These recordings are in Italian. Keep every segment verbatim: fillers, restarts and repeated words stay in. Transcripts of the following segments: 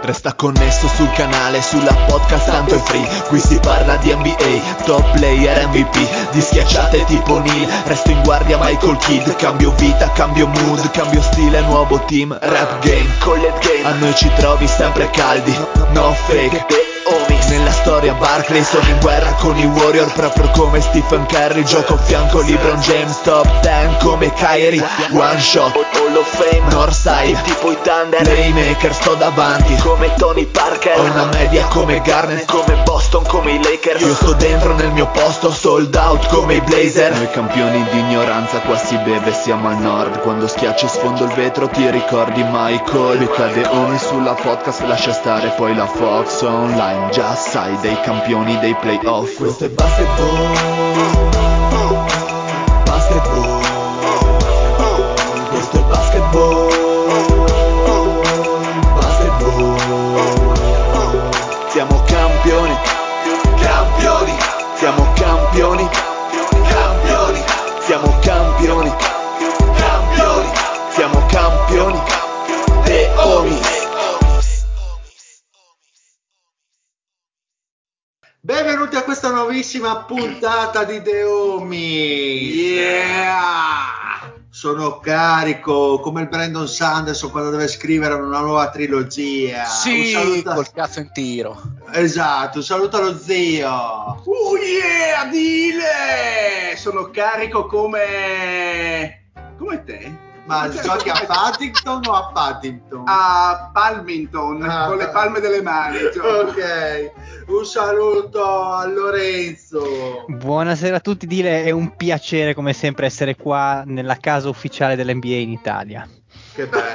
Resta connesso sul canale, sulla podcast tanto è free. Qui si parla di N B A, top player M V P, di schiacciate tipo Neil. Resto in guardia Michael Kidd. Cambio vita, cambio mood, cambio stile, nuovo team. Rap game, collet game, a noi ci trovi sempre caldi. No fake, homies. Nella storia Barkley, sono in guerra con i Warrior, proprio come Stephen Curry. Gioco a fianco LeBron James, top dieci come Kyrie. One shot, Hall of Fame, Northside, tipo i Thunder. Playmaker, sto davanti come Tony Parker. Ho una media come Garnett, come Boston, come i Lakers. Io sto dentro nel mio posto, sold out come i Blazer. Noi campioni di ignoranza, qua si beve, siamo al nord. Quando schiaccio e sfondo il vetro ti ricordi Michael. Mi cade ogni sulla podcast, lascia stare poi la Fox online. Già sai, dei campioni dei playoff. Questo è basketball, basketball. Questo è basketball, basketball. Siamo campioni, campioni. Siamo campioni, campioni. Siamo campioni, campioni. Siamo campioni, The Homies. Benvenuti a questa nuovissima puntata di The Homies. Yeah! Sono carico come il Brandon Sanderson quando deve scrivere una nuova trilogia. Sì, un saluto... col cazzo in tiro. Esatto, un saluto allo zio. Oh yeah, dile! Sono carico come... come te? Ma giochi a Paddington o a Paddington? A Palmington, ah, con le palme delle mani. Ok, un saluto a Lorenzo. Buonasera a tutti, Dile, è un piacere come sempre essere qua nella casa ufficiale dell'N B A in Italia. Che bello.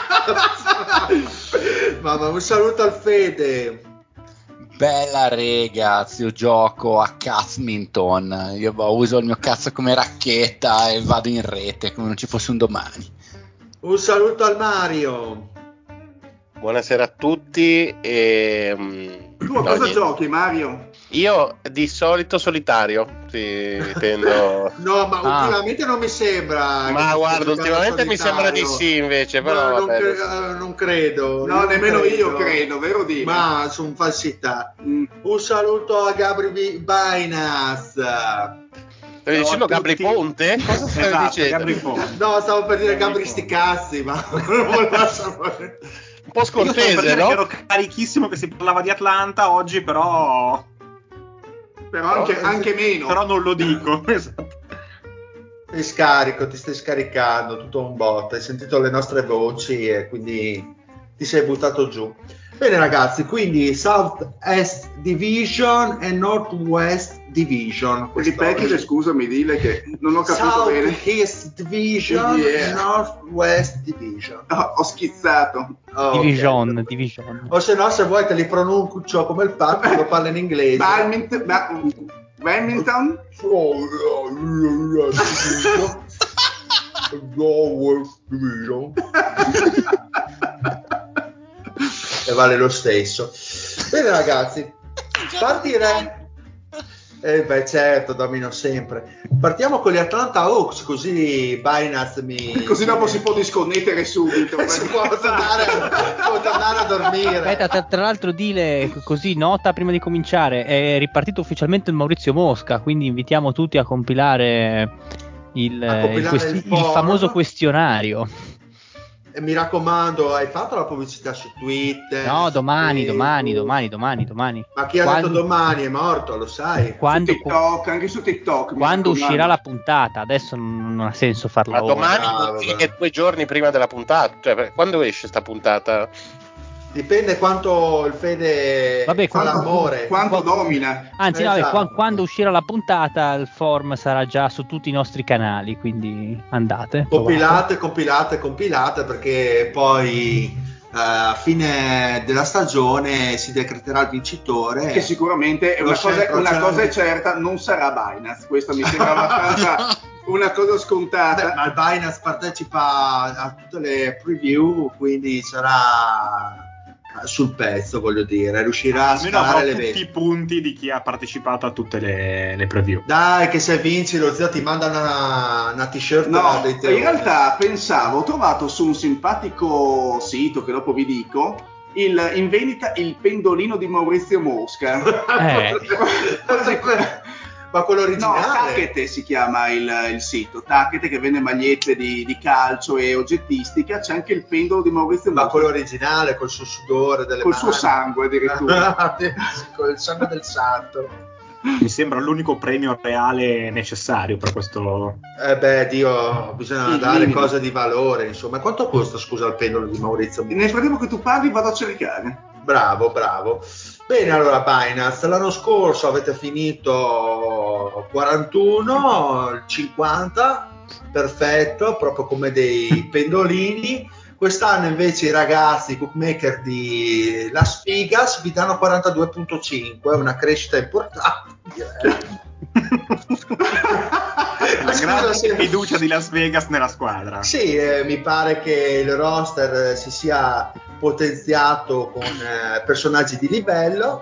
Mamma, un saluto al Fede. Bella ragazzi, io gioco a Cassminton, io uso il mio cazzo come racchetta e vado in rete come non ci fosse un domani. Un saluto al Mario. Buonasera a tutti. E, tu a no, cosa niente. giochi, Mario? Io di solito solitario, sì, tendo... No, ma ah. ultimamente non mi sembra. Ma guarda, ultimamente mi sembra di sì invece, però no, non, vabbè, cre- non credo. No, io nemmeno credo. io credo, vero Dile? Ma sono falsità. Mm. Un saluto a Gabri Bainas. Stavi dicendo Gabri Ponte? Cosa stavi Esatto, dicendo? Gabri Ponte. No, stavo per dire Gabri Gabri sti cazzi, ma non volevo sapere. Un po' scortese, no? Ero carichissimo che si parlava di Atlanta oggi, però Però anche, però, anche meno. però non lo dico. Esatto. Ti scarico, ti stai scaricando tutto un botto. Hai sentito le nostre voci e quindi ti sei buttato giù. Bene ragazzi, quindi South East Division e Northwest Division. Ripetile, scusami, Dile che non ho capito South bene. East Division Yeah. e Northwest Division. Oh, ho schizzato. Oh, Division, ok. division. O se no, se vuoi te li pronuncio come il fatto, lo parlo in inglese. Badminton, ba- badminton? Northwest Division. E vale lo stesso. Bene ragazzi, partirei. Eh beh certo, domino sempre. Partiamo con gli Atlanta Hawks, così Binance mi... Così dopo si può disconnettere subito. si può tornare, può tornare a dormire. Aspetta, tra, tra l'altro Dile, così nota prima di cominciare, è ripartito ufficialmente il Maurizio Mosca, quindi invitiamo tutti a compilare il, A compilare il, questi- il il form. famoso questionario. E mi raccomando, hai fatto la pubblicità su Twitter? No, su domani, Facebook? domani, domani, domani, domani. Ma chi ha Quando- detto domani è morto, lo sai. Quando, Su TikTok, anche su TikTok. mi quando raccomando. uscirà la puntata, adesso non non ha senso farla Ma ora. domani Ah, vuol vabbè. dire che due giorni prima della puntata, cioè quando esce sta puntata? Dipende quanto il Fede Vabbè, fa quanto- l'amore. Quanto Qua- domina. Anzi, no, vabbè, Esatto. qua- quando uscirà la puntata il form sarà già su tutti i nostri canali, quindi andate. provate. Compilate, compilate, compilate, perché poi eh, a fine della stagione si decreterà il vincitore. Che sicuramente è Lo una cosa, scelto, una cioè- cosa è certa, non sarà Binance. Questo mi sembra abbastanza una cosa scontata. Beh, ma il Binance partecipa a tutte le preview, quindi sarà sul pezzo, voglio dire, riuscirà a Almeno avrò scalare le tutti vette. i punti di chi ha partecipato a tutte le, le preview. Dai, che se vinci lo zio ti manda una, una t-shirt No, dei in teori. realtà pensavo, ho trovato su un simpatico sito che dopo vi dico, il, in vendita il pendolino di Maurizio Mosca. Eh. Ma quello No, originale? Tacchete si chiama il, il sito, Tacchete, che vende magliette di, di calcio e oggettistica. C'è anche il pendolo di Maurizio Ma Mosca. quello originale, col suo sudore delle Col mani. suo sangue addirittura. Con il sangue del santo. Mi sembra l'unico premio reale necessario per questo. Eh beh, Dio, bisogna Il dare minimo. cose di valore, insomma. Quanto costa, scusa, il pendolo di Maurizio? Nel frattempo che tu parli vado a cercare. Bravo, bravo. Bene, allora Binance, l'anno scorso avete finito quarantuno, il cinquanta, perfetto, proprio come dei pendolini. Quest'anno invece i ragazzi, i bookmaker di Las Vegas, vi danno quarantadue virgola cinque, una crescita importante, direi. La Scusa, grande se- fiducia di Las Vegas nella squadra. Sì, eh, mi pare che il roster eh, si sia potenziato con eh, personaggi di livello,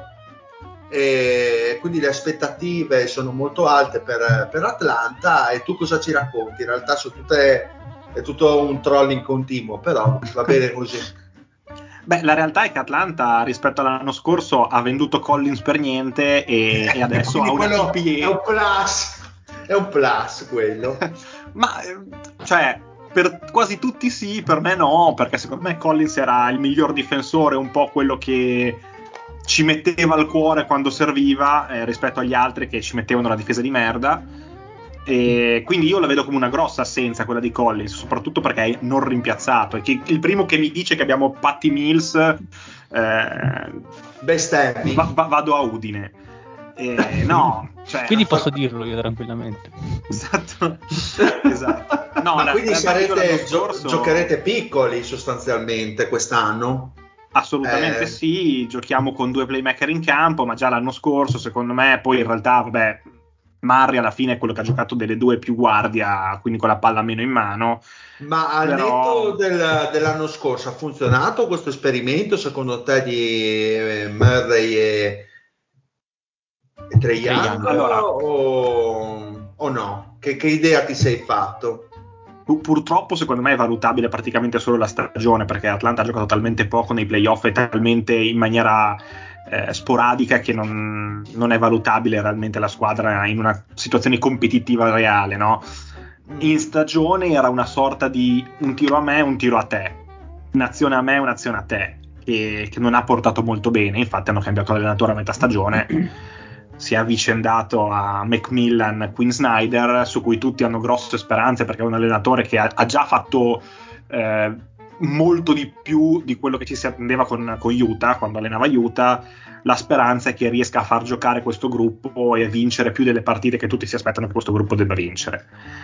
e quindi le aspettative sono molto alte per, per Atlanta. E tu cosa ci racconti? In realtà sono tutte, è tutto un trolling continuo, però va bene così. Beh, la realtà è che Atlanta rispetto all'anno scorso ha venduto Collins per niente e, e adesso ha Quindi una quello T P è A. un plus, è un plus quello. Ma eh, cioè, per quasi tutti sì, per me no, perché secondo me Collins era il miglior difensore, un po' quello che ci metteva al cuore quando serviva, eh, rispetto agli altri che ci mettevano la difesa di merda. E quindi io la vedo come una grossa assenza quella di Collins, soprattutto perché è non rimpiazzato. E che il primo che mi dice che abbiamo Patty Mills, eh, Bestemmi. va- va- vado a Udine. Eh, no, cioè, Quindi posso dirlo io tranquillamente. esatto, esatto. No, Ma la- quindi la- sarete, io l'anno gio- scorso- giocherete piccoli sostanzialmente quest'anno? Assolutamente Eh. sì, giochiamo con due playmaker in campo, ma già l'anno scorso secondo me, poi in realtà vabbè, Murray alla fine è quello che ha giocato delle due più guardia, quindi con la palla meno in mano. Ma al Però- netto del- dell'anno scorso ha funzionato questo esperimento secondo te di eh, Murray e, e Trae Trae Young, Young. Allora- o, o no? Che, che idea ti sei fatto? Pu- Purtroppo secondo me è valutabile praticamente solo la stagione, perché Atlanta ha giocato talmente poco nei playoff e talmente in maniera eh, sporadica che non, non è valutabile realmente la squadra in una situazione competitiva reale, no? In stagione era una sorta di un tiro a me, un tiro a te, un'azione a me, un'azione a te, che, che non ha portato molto bene. Infatti hanno cambiato allenatore a metà stagione, si è avvicendato a McMillan, Quinn Snyder, su cui tutti hanno grosse speranze perché è un allenatore che ha, ha già fatto eh, molto di più di quello che ci si attendeva con, con Utah, quando allenava Utah. La speranza è che riesca a far giocare questo gruppo e a vincere più delle partite che tutti si aspettano che questo gruppo debba vincere.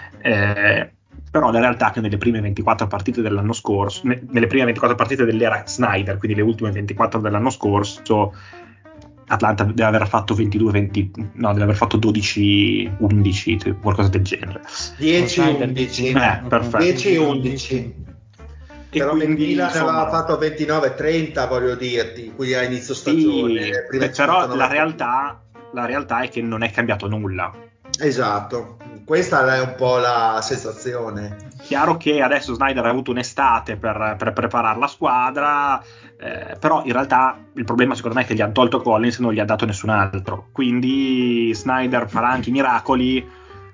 Eh, però la realtà è che nelle prime ventiquattro partite dell'anno scorso, ne, nelle prime ventiquattro partite dell'era Snyder, quindi le ultime ventiquattro dell'anno scorso, Atlanta deve aver fatto ventidue venti, no, deve aver fatto dodici undici, qualcosa del genere. dieci Snyder, undici. dici? Eh, perfetto. dieci undici. E Però quindi, McMillan ne aveva insomma, fatto ventinove trenta, voglio dirti, qui a inizio stagione. sì, le prime beh, però cinquantanove la realtà, la realtà è che non è cambiato nulla. Esatto, questa è un po' la sensazione. Chiaro che adesso Snyder ha avuto un'estate per, per preparare la squadra, eh, però in realtà il problema secondo me è che gli hanno tolto Collins e non gli ha dato nessun altro, quindi Snyder farà anche i miracoli,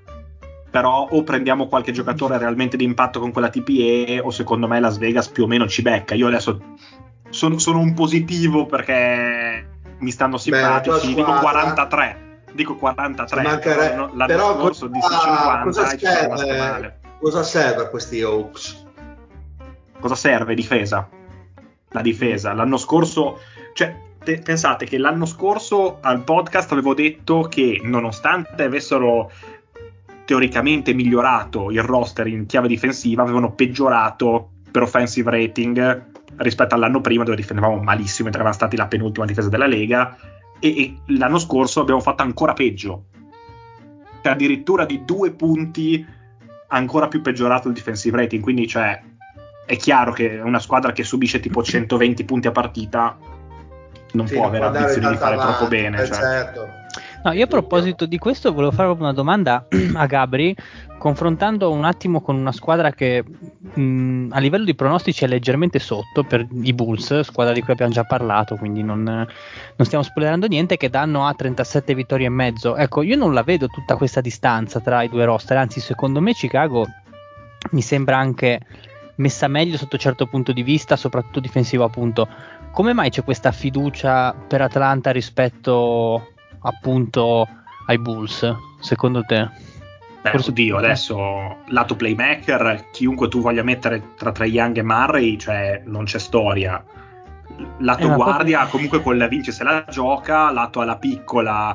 però o prendiamo qualche giocatore realmente di impatto con quella T P E o secondo me Las Vegas più o meno ci becca. Io adesso sono, sono un positivo perché mi stanno simpatici, Beh, dico quarantatré. Dico quarantatré, mancare... però l'anno però scorso cosa, dissi cinquanta cosa e ci sono rimasto serve, male. cosa serve a questi Hawks? Cosa serve? Difesa. La difesa. L'anno scorso, cioè, te, pensate che l'anno scorso al podcast avevo detto che nonostante avessero teoricamente migliorato il roster in chiave difensiva, avevano peggiorato per offensive rating rispetto all'anno prima, dove difendevamo malissimo, mentre eravamo stati la penultima difesa della Lega. E, e l'anno scorso abbiamo fatto ancora peggio, cioè addirittura di due punti ancora più peggiorato il defensive rating. Quindi cioè è chiaro che una squadra che subisce tipo centoventi punti a partita non Sì, può non avere andare ambizioni di tanto fare troppo avanti, bene, eh, cioè. certo. No, io a proposito di questo volevo fare proprio una domanda a Gabri, confrontando un attimo con una squadra che mh, a livello di pronostici è leggermente sotto per i Bulls, squadra di cui abbiamo già parlato, quindi non, non stiamo spoilerando niente, che danno a trentasette vittorie e mezzo. Ecco, io non la vedo tutta questa distanza tra i due roster, anzi secondo me Chicago mi sembra anche messa meglio sotto certo punto di vista, soprattutto difensivo appunto. Come mai c'è questa fiducia per Atlanta rispetto appunto ai Bulls, secondo te? Beh, Forse- oddio, adesso lato playmaker, chiunque tu voglia mettere tra Trae Young e Murray, cioè non c'è storia. Lato Eh, ma guardia, proprio- comunque con la vince se la gioca, lato alla piccola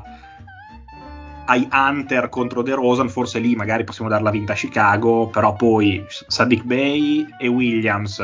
ai Hunter contro DeRozan, forse lì magari possiamo darla vinta a Chicago, però poi Saddiq Bey e Williams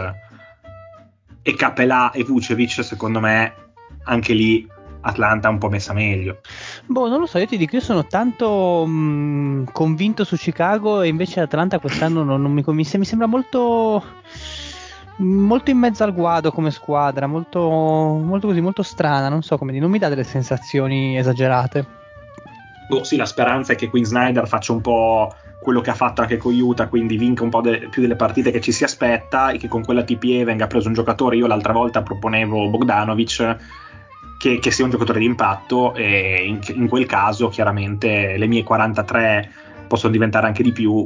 e Capelà e Vucevic, secondo me anche lì Atlanta è un po' messa meglio. Boh, non lo so, io ti dico, io sono tanto mh, convinto su Chicago e invece Atlanta quest'anno non, non mi convince, mi sembra molto molto in mezzo al guado come squadra, molto, molto così, molto strana, non so come dire, non mi dà delle sensazioni esagerate. Oh, sì, la speranza è che Quinn Snyder faccia un po' quello che ha fatto anche con Utah, quindi vinca un po' de- più delle partite che ci si aspetta e che con quella T P A venga preso un giocatore. Io l'altra volta proponevo Bogdanovic, che, che sia un giocatore di impatto, e in, in quel caso chiaramente le mie quarantatré possono diventare anche di più.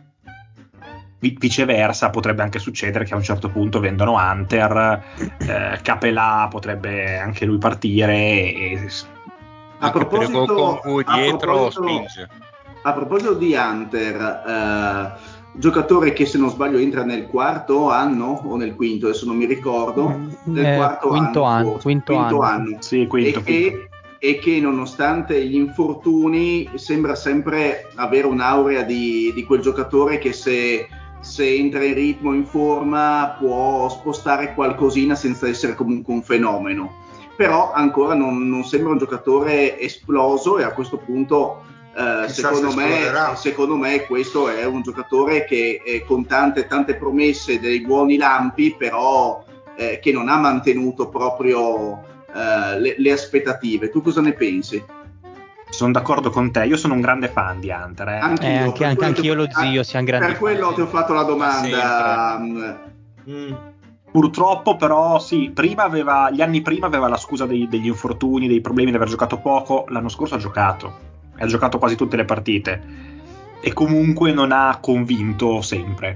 Vi- viceversa potrebbe anche succedere che a un certo punto vendono Hunter, eh, Capelà potrebbe anche lui partire e, A proposito, con Gu a dietro proposito- spinge. A proposito di Hunter, eh, giocatore che se non sbaglio entra nel quarto anno o nel quinto, adesso non mi ricordo, Mm, nel eh, quarto quinto anno, anno, forse, quinto anno. Sì, quinto, e, quinto. che, e che nonostante gli infortuni sembra sempre avere un'aurea di, di quel giocatore che se, se entra in ritmo, in forma, può spostare qualcosina senza essere comunque un fenomeno. Però ancora non, non sembra un giocatore esploso e a questo punto eh, Chissà secondo, se me, esploderà. secondo me questo è un giocatore che eh, con tante, tante promesse, dei buoni lampi, però eh, che non ha mantenuto proprio eh, le, le aspettative. Tu cosa ne pensi? Sono d'accordo con te, io sono un grande fan di Hunter. Eh. Anch'io, Eh, anche- per anche- quello anch'io ti- lo zio, ah, siamo grandi per quello fan. ti ho fatto la domanda. Mm. Purtroppo però sì, prima aveva, gli anni prima aveva la scusa dei- degli infortuni, dei problemi di aver giocato poco. L'anno scorso ha giocato, ha giocato quasi tutte le partite e comunque non ha convinto sempre.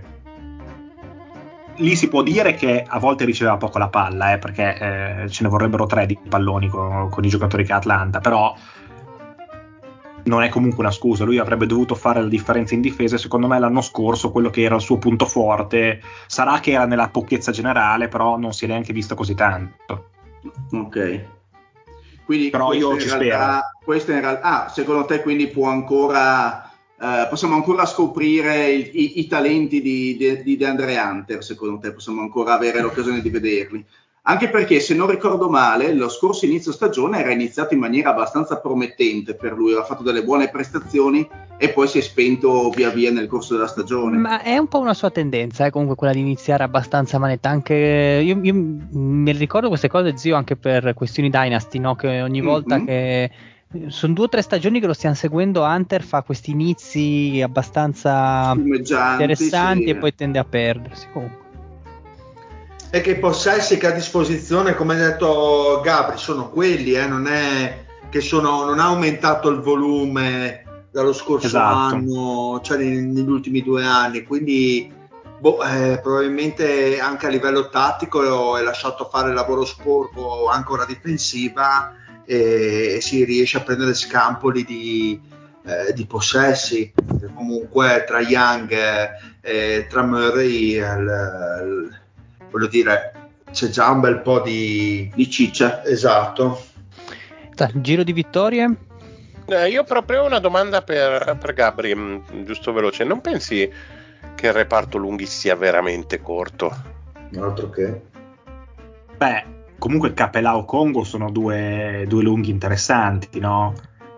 Lì si può dire che a volte riceveva poco la palla, eh, perché eh, ce ne vorrebbero tre di palloni con, con i giocatori che ha Atlanta, però non è comunque una scusa. Lui avrebbe dovuto fare la differenza in difesa e secondo me l'anno scorso quello che era il suo punto forte sarà che era nella pochezza generale, però non si è neanche visto così tanto. Ok. Quindi Però questo io in ci realtà, questo in realtà, ah, secondo te quindi può ancora eh, possiamo ancora scoprire i, i, i talenti di, di, di DeAndre Hunter, secondo te possiamo ancora avere l'occasione di vederli? Anche perché, se non ricordo male, lo scorso inizio stagione era iniziato in maniera abbastanza promettente per lui, aveva fatto delle buone prestazioni e poi si è spento via via nel corso della stagione. Ma è un po' una sua tendenza, eh, comunque quella di iniziare abbastanza manetta. Anche io, io mi ricordo queste cose, zio, anche per questioni Dynasty, no? Che ogni volta Mm-hmm. che sono due o tre stagioni che lo stiamo seguendo, Hunter fa questi inizi abbastanza Spumeggianti, interessanti sì. e poi tende a perdersi. Comunque. E che i possessi che ha a disposizione, come ha detto Gabri, sono quelli, eh, non è che sono, non ha aumentato il volume dallo scorso Esatto. anno, cioè negli, negli ultimi due anni, quindi boh, eh, probabilmente anche a livello tattico è lasciato fare il lavoro sporco anche ora difensiva e, e si riesce a prendere scampoli di, eh, di possessi. Comunque tra Young e tra Murray il, il, voglio dire, c'è già un bel po' di, di ciccia. Esatto. Giro di vittorie? Eh, io proprio ho una domanda per, per Gabri, mh, giusto veloce. Non pensi che il reparto lunghi sia veramente corto? Altro che. Beh, comunque Capelà o Congo sono due, due lunghi interessanti, no?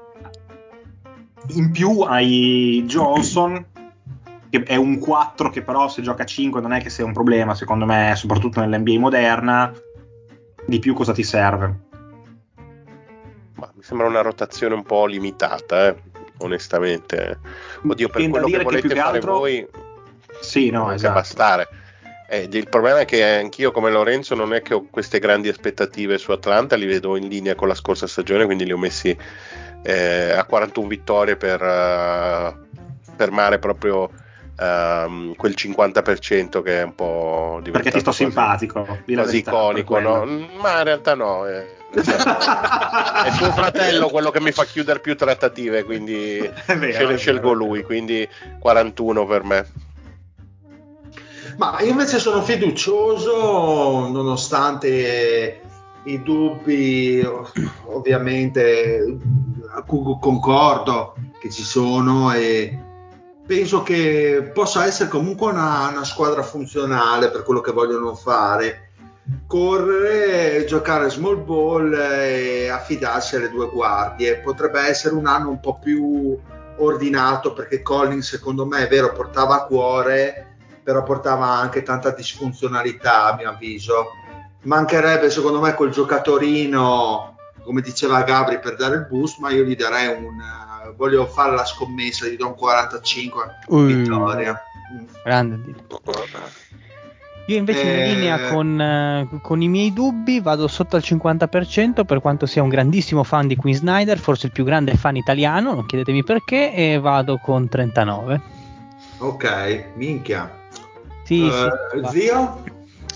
In più hai Johnson, che è un quattro che però se gioca a cinque non è che sia un problema, secondo me, soprattutto nell'N B A moderna. Di più cosa ti serve? Ma mi sembra una rotazione un po' limitata, eh. onestamente. Oddio, per Viene da quello che dire che volete più che fare altro- voi Sì, no, non esatto. deve bastare. Eh, il problema è che anch'io, come Lorenzo, non è che ho queste grandi aspettative su Atlanta, li vedo in linea con la scorsa stagione, quindi li ho messi eh, a quarantuno vittorie per uh, fermare proprio uh, quel cinquanta per cento che è un po' diventato Perché ti sto quasi, simpatico, di la quasi verità, iconico, per no? quello. Ma in realtà no, eh, è tuo fratello quello che mi fa chiudere più trattative, quindi È vero, scel- è scelgo vero, è lui, vero. quindi quarantuno per me. Ma io invece sono fiducioso, nonostante i dubbi, ovviamente a cui concordo che ci sono, e penso che possa essere comunque una, una squadra funzionale per quello che vogliono fare: correre, giocare small ball e affidarsi alle due guardie. Potrebbe essere un anno un po' più ordinato, perché Collins, secondo me, è vero, portava a cuore, però portava anche tanta disfunzionalità, a mio avviso. Mancherebbe, secondo me, quel giocatorino, come diceva Gabri, per dare il boost, ma io gli darei un uh, voglio fare la scommessa, gli do un quarantacinque Uh, vittoria. Grande. Io invece in Eh, linea con, eh, con i miei dubbi vado sotto al cinquanta per cento, per quanto sia un grandissimo fan di Quinn Snyder, forse il più grande fan italiano, non chiedetemi perché, e vado con trentanove. Ok, minchia. Sì, Uh, sì, va. Zio?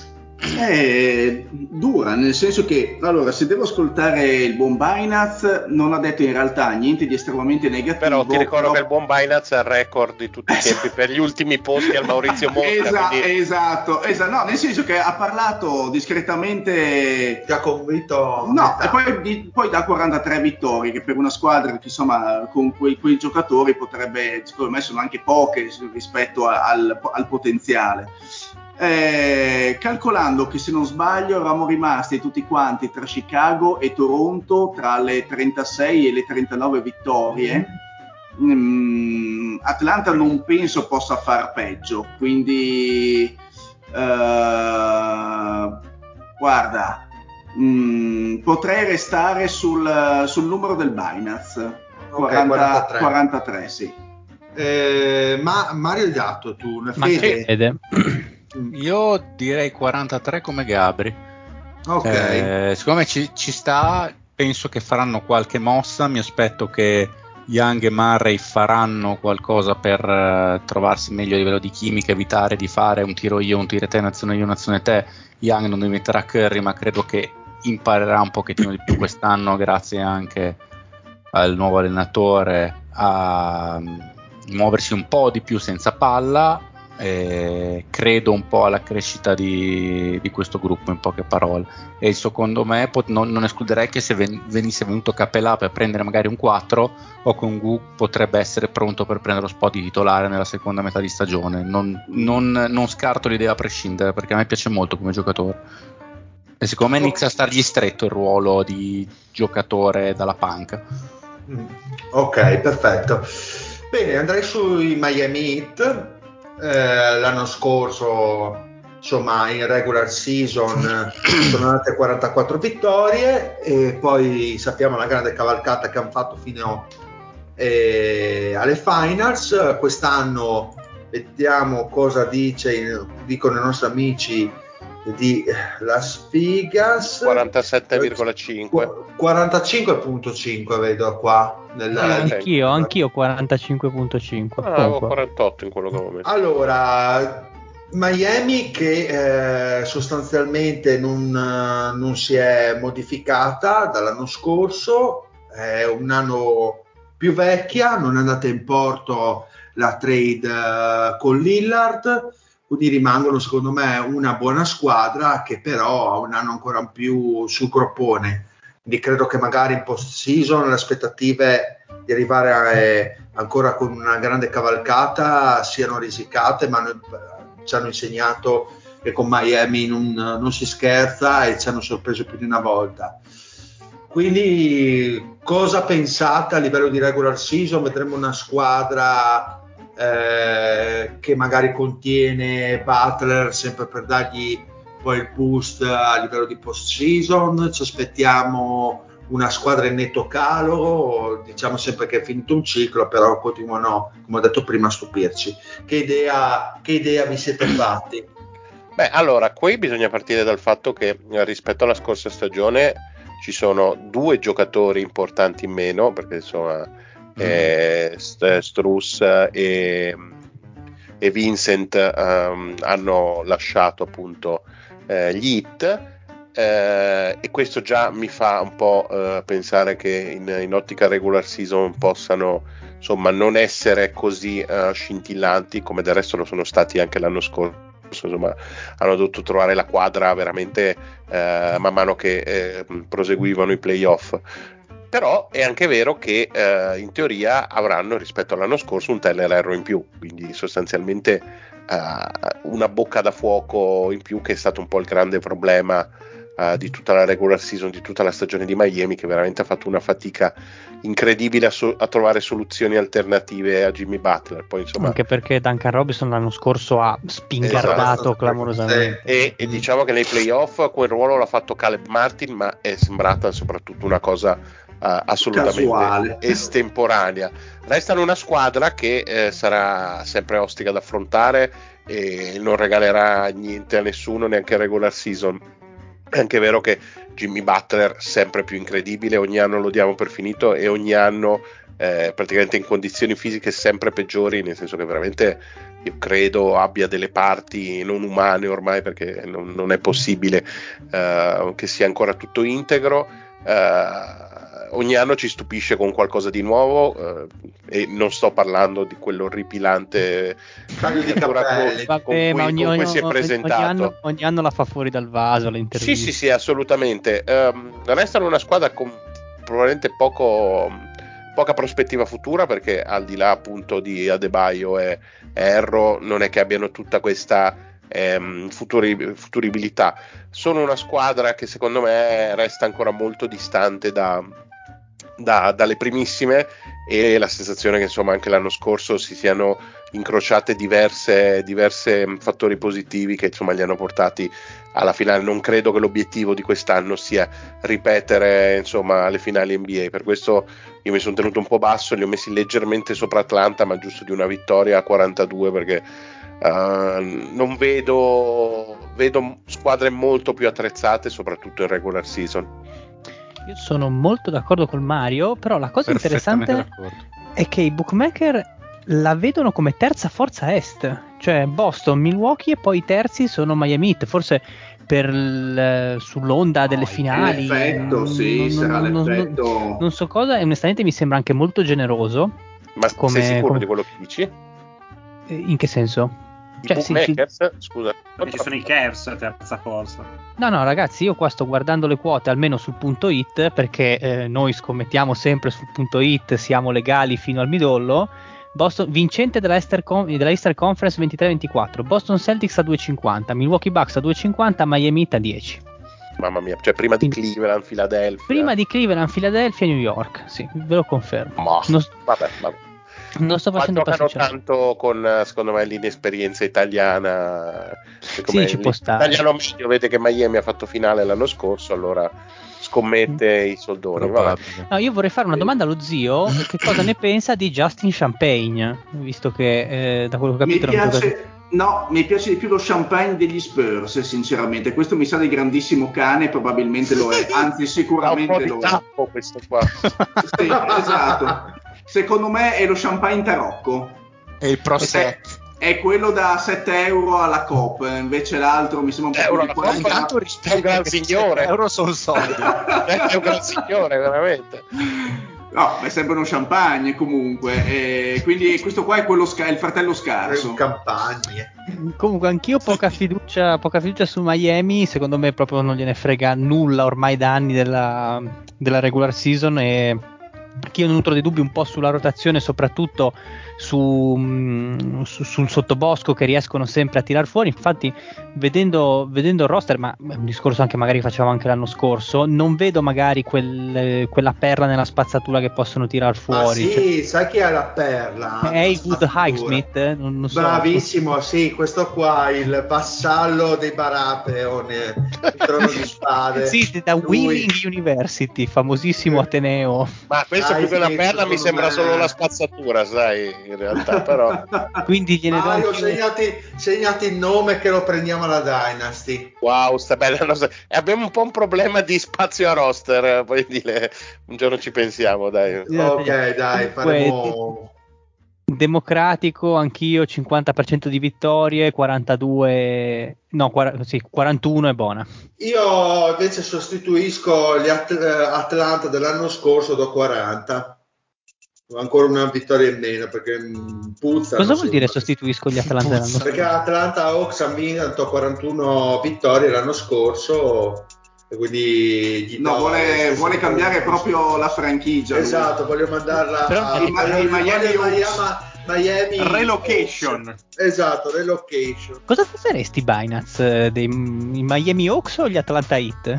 È dura, nel senso che, allora, se devo ascoltare il buon Bainaz, non ha detto in realtà niente di estremamente negativo. Però ti ricordo però... che il buon Binance è il record di tutti i tempi per gli ultimi posti al Maurizio Mosca. Esa- quindi... Esatto, esatto, no, nel senso che ha parlato discretamente. Ti ha convinto? a No, metà? e poi, di- poi da quarantatré vittorie, che per una squadra che insomma con quei, quei giocatori potrebbe, secondo me sono anche poche rispetto a- al, al potenziale. Eh, calcolando che, se non sbaglio, eravamo rimasti tutti quanti tra Chicago e Toronto tra le trentasei e le trentanove vittorie. mm, Atlanta non penso possa far peggio, quindi eh, guarda, mm, potrei restare sul, sul numero del Binance. Ok, quarantatré. quarantatré, sì. Eh, ma Mario hai dato tu una Ma fede? Fede? Io direi quarantatré come Gabri. Ok. Eh, secondo me ci, ci sta, penso che faranno qualche mossa, mi aspetto che Young e Murray faranno qualcosa per uh, trovarsi meglio a livello di chimica, evitare di fare un tiro io, un tiro te, un'azione io, un'azione te. Young non diventerà Curry, ma credo che imparerà un pochettino di più quest'anno, grazie anche al nuovo allenatore, a um, muoversi un po' di più senza palla. Eh, credo un po' alla crescita di, di questo gruppo, in poche parole, e secondo me pot- non, non escluderei che se ven- venisse venuto Capelà per prendere magari un quattro, o con Gu potrebbe essere pronto per prendere lo spot di titolare nella seconda metà di stagione. Non, non, non scarto l'idea a prescindere, perché a me piace molto come giocatore e secondo me inizia a stargli stretto il ruolo di giocatore dalla panca. Ok, perfetto. Bene, andrei sui Miami Heat. Eh, l'anno scorso, insomma, in regular season sono andate quarantaquattro vittorie, e poi sappiamo la grande cavalcata che hanno fatto fino eh, alle finals. Quest'anno vediamo cosa dice, dicono i nostri amici di Las Vegas. quarantasette virgola cinque. quarantacinque virgola cinque vedo qua nel, Sì, Ah, ok. anch'io, anch'io quarantacinque virgola cinque. Ah, avevo Comunque, quarantotto in quello che avevo messo. allora, Miami che eh, sostanzialmente non, non si è modificata dall'anno scorso, è un anno più vecchia, non è andata in porto la trade eh, con Lillard, quindi rimangono secondo me una buona squadra che però ha un anno ancora più sul groppone. Quindi credo che magari in post season le aspettative di arrivare a, eh, ancora con una grande cavalcata siano risicate, ma noi, eh, ci hanno insegnato che con Miami non, non si scherza, e ci hanno sorpreso più di una volta. Quindi cosa pensate a livello di regular season? Vedremo una squadra eh, che magari contiene Butler sempre per dargli poi il boost a livello di post season? Ci aspettiamo una squadra in netto calo, diciamo sempre che è finito un ciclo, però continuano, come ho detto prima, a stupirci. Che idea, che idea vi siete fatti? Beh, allora, qui bisogna partire dal fatto che rispetto alla scorsa stagione ci sono due giocatori importanti in meno, perché insomma mm. eh, Struss e, e Vincent um, hanno lasciato appunto eh, gli Heat. Eh, e questo già mi fa un po' eh, pensare che in, in ottica regular season possano insomma non essere così eh, scintillanti come del resto lo sono stati anche l'anno scorso. Insomma, hanno dovuto trovare la quadra veramente eh, man mano che eh, proseguivano i playoff. Però è anche vero che eh, in teoria avranno rispetto all'anno scorso un Tyler Herro in più, quindi sostanzialmente eh, una bocca da fuoco in più, che è stato un po' il grande problema Uh, di tutta la regular season, di tutta la stagione di Miami, che veramente ha fatto una fatica incredibile a, so- a trovare soluzioni alternative a Jimmy Butler. Poi, insomma, anche perché Duncan Robinson l'anno scorso ha spingardato esatto. clamorosamente e, e diciamo che nei playoff quel ruolo l'ha fatto Caleb Martin, ma è sembrata soprattutto una cosa uh, assolutamente casuale, estemporanea. Restano una squadra che eh, sarà sempre ostica da affrontare e non regalerà niente a nessuno, neanche a regular season. È anche vero che Jimmy Butler sempre più incredibile, ogni anno lo diamo per finito e ogni anno eh, praticamente in condizioni fisiche sempre peggiori, nel senso che veramente io credo abbia delle parti non umane ormai, perché non, non è possibile eh, che sia ancora tutto integro. Eh, ogni anno ci stupisce con qualcosa di nuovo eh, e non sto parlando di quell'orripilante taglio di capelli Vabbè, con cui, ma ogni, con cui ogni, si è presentato. ogni, anno, ogni anno la fa fuori dal vaso le Sì, interviste. sì, sì, assolutamente. Um, restano una squadra con probabilmente poco, poca prospettiva futura, perché al di là appunto di Adebayo e Herro non è che abbiano tutta questa ehm, futuri, futuribilità. Sono una squadra che secondo me resta ancora molto distante da, da, dalle primissime, e la sensazione che insomma anche l'anno scorso si siano incrociate diverse, diverse fattori positivi che insomma li hanno portati alla finale. Non credo che l'obiettivo di quest'anno sia ripetere insomma le finali N B A, per questo io mi sono tenuto un po' basso, li ho messi leggermente sopra Atlanta, ma giusto di una vittoria a quarantadue, perché uh, non vedo vedo squadre molto più attrezzate, soprattutto in regular season. Io sono molto d'accordo col Mario, però la cosa interessante è che i bookmaker la vedono come terza forza est, cioè Boston, Milwaukee e poi i terzi sono Miami Heat, forse per l, sull'onda delle no, finali. L'effetto, sì, non, sarà non, l'effetto. Non, non so cosa, e onestamente mi sembra anche molto generoso. Ma come, sei sicuro come... di quello che dici? In che senso? I cioè, bookmakers? sì, sì. Scusa. Perché sono i Cavs terza forza. No, no, ragazzi, io qua sto guardando le quote almeno sul punto it, perché eh, noi scommettiamo sempre sul punto it, siamo legali fino al midollo. Boston, vincente della Easter, Con- della Easter Conference ventitré ventiquattro, Boston Celtics a due virgola cinquanta, Milwaukee Bucks a due virgola cinquanta, Miami Heat a dieci. Mamma mia, cioè prima di Quindi, Cleveland, Philadelphia. Prima di Cleveland, Philadelphia e New York, sì, ve lo confermo. Ma, non, vabbè, vabbè. non sto facendo giocano pasticciare. tanto con, secondo me, l'inesperienza italiana. Sì, ci può stare. L'italiano medio vede che Miami ha fatto finale l'anno scorso, allora scommette mm. i soldoni. Vabbè. No, io vorrei fare una domanda allo zio, che cosa ne pensa di Justin Champagne, visto che eh, da quello che ho capito mi piace, no, mi piace di più lo champagne degli Spurs, sinceramente. Questo mi sa di grandissimo cane, probabilmente lo è, anzi sicuramente lo è. Tappo questo qua. Sì, esatto. Secondo me è lo champagne tarocco. E il Prosecco. È quello da sette euro alla Coop, invece l'altro mi sembra un po' euro più di quaranta. Tanto rispetto, è un gran signore. Euro sono soldi. È un gran signore, veramente. No, ma è sempre uno champagne comunque. E quindi questo qua è quello sca- il fratello scarso. È un campagne. Comunque anch'io poca fiducia, poca fiducia su Miami, secondo me proprio non gliene frega nulla ormai da anni della, della regular season, e che io nutro dei dubbi un po' sulla rotazione, soprattutto su, mh, su, sul sottobosco, che riescono sempre a tirar fuori. Infatti vedendo, vedendo il roster, ma è un discorso anche magari facevamo anche l'anno scorso, non vedo magari quel, quella perla nella spazzatura che possono tirar fuori. Ma sì, cioè, sai chi è la perla? Haywood Highsmith, eh? non, non so. Bravissimo, sì, questo qua, il vassallo dei Baratheon, il trono di spade. Sì, da Lui... Wheeling University, famosissimo Ateneo. Ma questo Dai, più che una sì, perla mi sembra me... solo la spazzatura, sai, in realtà, però. Quindi gliene do Mario, anche... segnati, segnati il nome che lo prendiamo alla Dynasty. Wow, sta bella nostra... Abbiamo un po' un problema di spazio a roster, poi dire un giorno ci pensiamo, dai. Ok, dai, faremo... Democratico, anch'io cinquanta per cento di vittorie, quarantadue no, quaranta, sì, quarantuno è buona. Io invece sostituisco gli At- Atlanta dell'anno scorso, do quaranta. Ho ancora una vittoria in meno perché puzza. Cosa vuol dire sostituisco gli Atlanta dell'anno scorso? Perché Atlanta Hawks a Milan ho quarantuno vittorie l'anno scorso e quindi gli no, vuole, vuole cambiare proprio la franchigia. Esatto, lui. voglio mandarla Però a, il, a, a, il Miami Miami, Miami Relocation. Hawks. Esatto, relocation. Cosa saresti Binance? Dei i Miami Hawks o gli Atlanta Heat?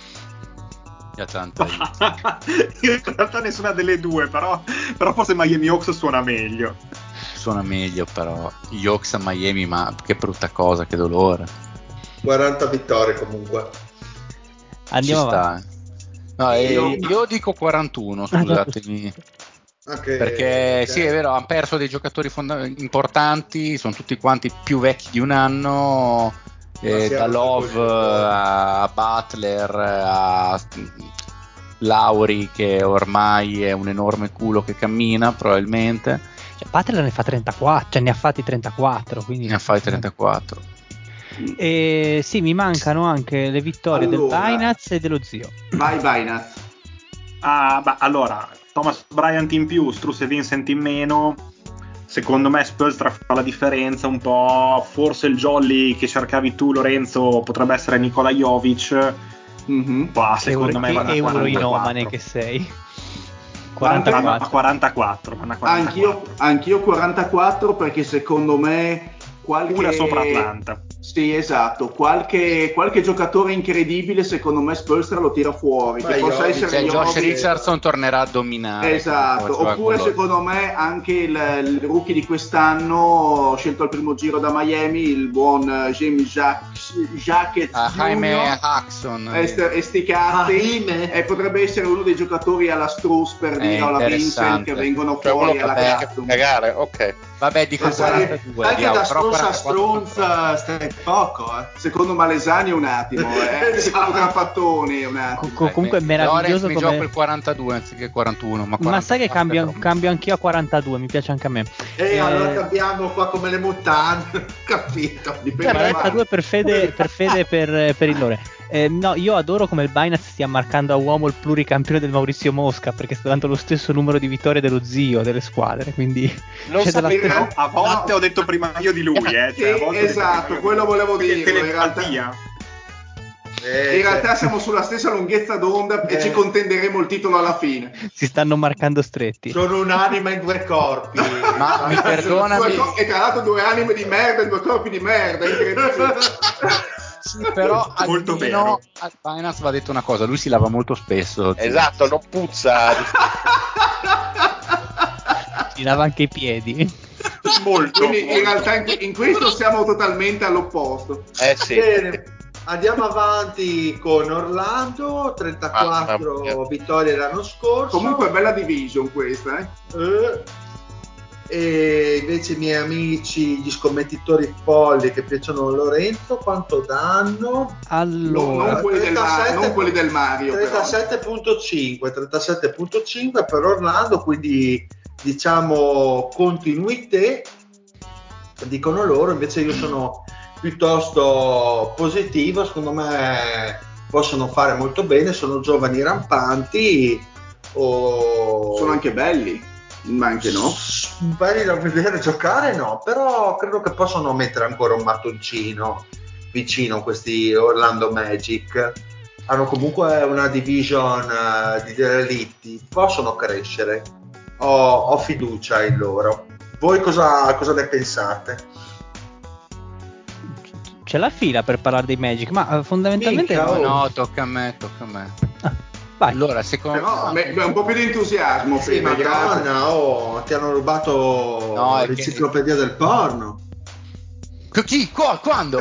Gli Atlanta In realtà nessuna delle due, però, però forse Miami Hawks suona meglio. Suona meglio, però gli Hawks a Miami, ma che brutta cosa, che dolore. quaranta vittorie comunque. Andiamo Ci avanti. sta. No, io... io... io dico quarantuno, scusatemi. Okay, perché okay. sì, è vero, hanno perso dei giocatori fonda- importanti, sono tutti quanti più vecchi di un anno, eh, da Love a Butler a Lauri, che ormai è un enorme culo che cammina probabilmente. Cioè, Butler ne fa trentaquattro, cioè ne ha fatti trentaquattro, quindi ne ha fatti trentaquattro. E sì, mi mancano anche le vittorie allora, del Binance e dello zio. Vai Binance. Ah, bah, allora, Thomas Bryant in più, Strus e Vincent in meno. Secondo me Spoelstra fa la differenza un po'. Forse il jolly che cercavi tu, Lorenzo, potrebbe essere Nikola Jovic. Mm-hmm. Bah, secondo Euro, me che vanno a euroinomane quarantaquattro. che sei. quarantaquattro. quarantaquattro. A quarantaquattro, vanno a quarantaquattro. Anch'io, anch'io quarantaquattro perché secondo me qualche... una sopra Atlanta. Sì, esatto, qualche, qualche giocatore incredibile secondo me Spoelstra lo tira fuori, Ma che io, possa essere Cioè, Josh Jovic. Richardson tornerà a dominare. Esatto, oppure secondo me anche il, il rookie di quest'anno scelto al primo giro da Miami, il buon James Jacques, Jacques uh, Jaime Jackson e sti cazzi, e potrebbe essere uno dei giocatori alla Strus per dire o alla Vincent che vengono cioè, fuori uno alla per Cratum. cagare, ok. Vabbè, dico quarantadue. Anche Diamo, da però Strunz a quarantaquattro Strunz stai poco, eh. Secondo Malesani un attimo, eh. Secondo Trapattoni un attimo. Co- comunque è meraviglioso mi come... gioco il quarantadue anziché quarantuno, ma, ma sai che cambio, troppo. cambio anch'io a quarantadue, mi piace anche a me. E eh, allora cambiamo qua come le mutande, capito? Dipende quarantadue per Fede, per Fede per, per il Lore. Eh, no, io adoro come il Binance stia marcando a uomo il pluricampione del Maurizio Mosca, perché sta dando lo stesso numero di vittorie dello zio delle squadre, quindi non c'è della sapevo, stessa... A volte ho detto prima io di lui, eh. Cioè, a Sì, volte ho detto esatto, prima io quello di lui. volevo Che dirlo, in realtà. telepatia. Eh, In realtà siamo sulla stessa lunghezza d'onda e Eh. ci contenderemo il titolo alla fine. si stanno marcando stretti. sono un'anima in due corpi. Ma mi perdonami. Due co- e tra l'altro due anime di merda e due corpi di merda, incredibile. Sì, però Molto almeno vero. al Binance va detto una cosa, lui si lava molto spesso. esatto, non puzza. Si lava anche i piedi. Molto. Quindi in realtà in, in questo siamo totalmente all'opposto. Eh sì. Bene, andiamo avanti con Orlando, trentaquattro Mamma mia. vittorie l'anno scorso. Comunque bella division questa, eh. Eh, e invece i miei amici, gli scommettitori folli che piacciono a Lorenzo, quanto danno? Allora, non, quelli del, trentasette non quelli del Mario, però. trentasette virgola cinque trentasette virgola cinque per Orlando, quindi diciamo continuité, dicono loro, invece io sono piuttosto positivo, secondo me possono fare molto bene, sono giovani rampanti o... Sono anche belli, ma anche no. belli da vedere giocare, no, però credo che possono mettere ancora un mattoncino vicino a questi Orlando Magic. hanno comunque una division uh, di delitti, possono crescere. Ho, ho fiducia in loro. Voi cosa, cosa ne pensate? C'è la fila per parlare dei Magic, ma uh, fondamentalmente Minchia, oh. No, tocca a me, tocca a me. Ah, vai. Allora, secondo Però me... me- un po' più di entusiasmo. Sì, prima, grazie. madonna, oh, ti hanno rubato No, è l'enciclopedia del porno. Chi? Qua? Quando?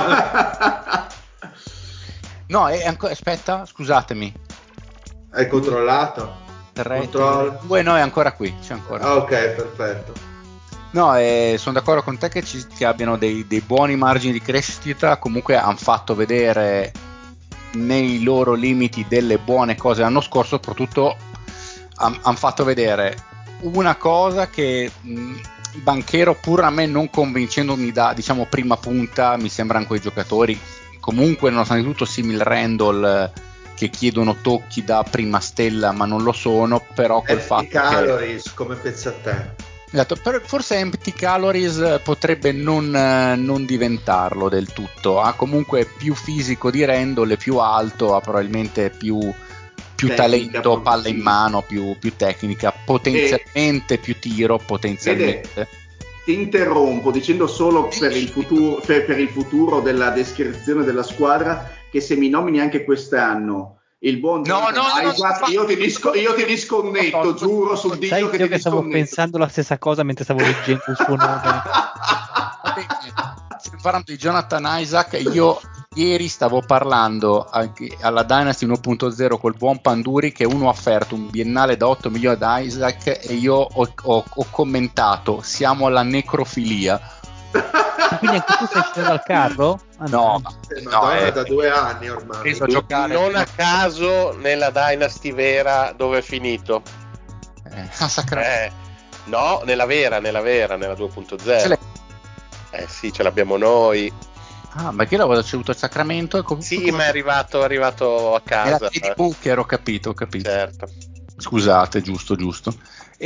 No, è ancora... aspetta, scusatemi. Hai controllato? Tre, Controllo. due, no, è ancora qui, c'è ancora. Ah, ok, perfetto. No, eh, sono d'accordo con te che ci che abbiano dei, dei buoni margini di crescita. Comunque hanno fatto vedere nei loro limiti delle buone cose l'anno scorso, soprattutto hanno han fatto vedere una cosa che mh, Banchero, pur a me non convincendomi da, diciamo, prima punta, mi sembrano quei giocatori comunque nonostante tutto simil Randall, che chiedono tocchi da prima stella ma non lo sono, però quel Empty fatto calories, che come pensa a te. esatto, però forse Empty Calories potrebbe non, eh, non diventarlo del tutto. Ha comunque più fisico di Randall, è più alto, ha probabilmente più, più Tecnica, talento, palla in sì. mano, più, più tecnica, potenzialmente più tiro, potenzialmente. Ti interrompo dicendo solo per il futuro, per, per il futuro della descrizione della squadra, che se mi nomini anche quest'anno il buon No, no, no, Isaac, no, no, io, ti disco, io ti disconnetto, no, no, giuro sul Dio Sai che io ti che stavo disconnetto. pensando la stessa cosa mentre stavo leggendo il suo nome. Va bene, stiamo parlando di Jonathan Isaac. Io ieri stavo parlando anche alla Dynasty uno punto zero col buon Panduri, che uno ha offerto un biennale da otto milioni ad Isaac e io ho, ho, ho commentato siamo alla necrofilia. Quindi anche tu stai uscendo dal carro? Ah, No, Eh, no, Madonna, è da due anni ormai. preso a giocare Non a caso nella Dynasty vera dove è finito. eh, a Sacramento. Eh, no, nella vera, nella vera, nella due punto zero. Ce l'hai? Eh sì, ce l'abbiamo noi. Ah, ma che l'avevo ricevuto a Sacramento e comunque Sì, ma è arrivato, è arrivato a era casa. di Booker, ho capito, ho capito. Certo. Scusate, giusto, giusto.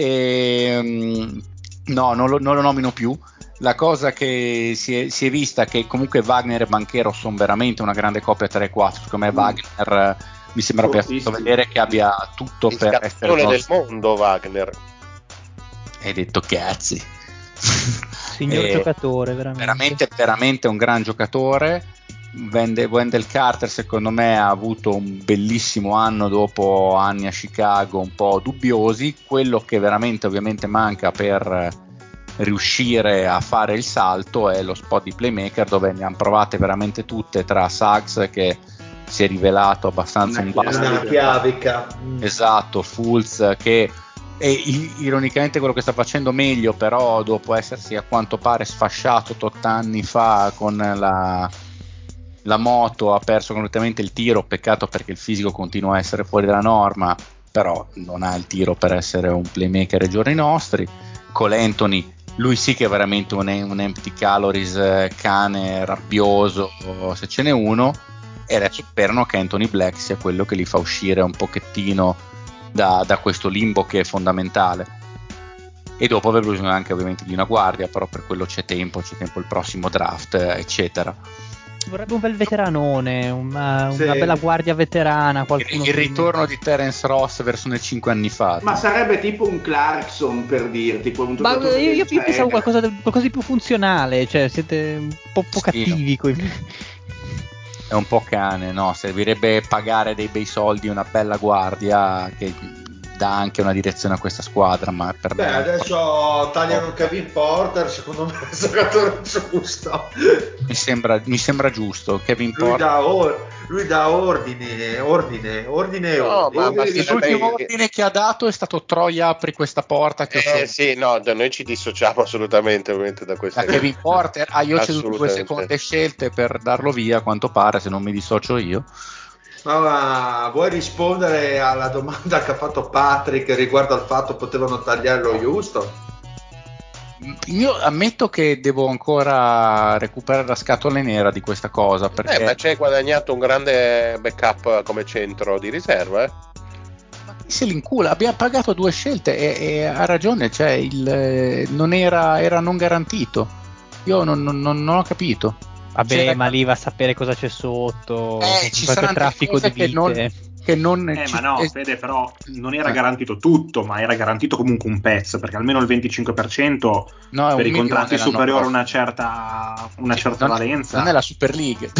E, no, non lo, non lo nomino più. La cosa che si è, si è vista che comunque Wagner e Banchero sono veramente una grande coppia tre quattro. Secondo me Mm. Wagner mi sembra abbia fatto Fortissimo. vedere che abbia tutto Il per essere scattone del cons- mondo, Wagner. Hai detto cazzi. Signor Eh, giocatore, veramente. veramente veramente un gran giocatore. Wendell, Wendell Carter secondo me ha avuto un bellissimo anno dopo anni a Chicago un po' dubbiosi. Quello che veramente ovviamente manca per riuscire a fare il salto è lo spot di playmaker, dove ne hanno provate veramente tutte, tra Suggs, che si è rivelato abbastanza Una un basso, Una chiavica. Mm. esatto, Fultz, che è ironicamente quello che sta facendo meglio, però dopo essersi a quanto pare sfasciato tot anni fa con la, la moto ha perso completamente il tiro. Peccato, perché il fisico continua a essere fuori dalla norma, però non ha il tiro per essere un playmaker ai giorni nostri. Cole Anthony, lui sì che è veramente un, un empty calories cane rabbioso, se ce n'è uno, e adesso sperano che Anthony Black sia quello che li fa uscire un pochettino da, da questo limbo che è fondamentale. E dopo avrà bisogno anche ovviamente di una guardia, però per quello c'è tempo, c'è tempo il prossimo draft, eccetera. Vorrebbe un bel veteranone, una, Sì. una bella guardia veterana, Il, qualcuno il che- ritorno di Terence Ross verso nei cinque anni fa. Ma sarebbe tipo un Clarkson, per dirti, un Ma giocatore io, io, del io pensavo genere. qualcosa, di- qualcosa di più funzionale, cioè siete un po', po' Sì. cattivi coi... È un po' cane, no? Servirebbe pagare dei bei soldi, una bella guardia che dà anche una direzione a questa squadra, ma per Beh, me adesso tagliano Oh. Kevin Porter, secondo me è il giocatore giusto. mi sembra, mi sembra giusto. Kevin Lui Porter, dà, or- lui dà ordine, ordine, ordine e No, ordine. ma- ma Ordine di sarebbe- l'ultimo ordine che ha dato è stato Troia apri questa porta, che Eh sì, no, da noi ci dissociamo assolutamente ovviamente da da queste Kevin Porter. Ah, io ho ceduto due Assolutamente. seconde scelte per darlo via, a quanto pare, se non mi dissocio io. Ma, ma vuoi rispondere alla domanda che ha fatto Patrick riguardo al fatto potevano tagliarlo Houston? Io ammetto che devo ancora recuperare la scatola nera di questa cosa, perché Eh, ma ci hai guadagnato un grande backup come centro di riserva, eh? ma chi se l'incula? Abbiamo pagato due scelte e, e ha ragione, cioè il, eh, non era, era non garantito. Io non, non- non- non ho capito. Vabbè, C'era- ma lì va a sapere cosa c'è sotto, Eh, ci qualche saranno traffico cose di che vite. non, che non Eh, ci- ma no, eh, Fede, però non era Eh. garantito tutto, ma era garantito comunque un pezzo, perché almeno il venticinque per cento No, è per un i contratti milione l'anno superiori a prossimo. una certa, una Sì, certa non, è- valenza. non è la Super League.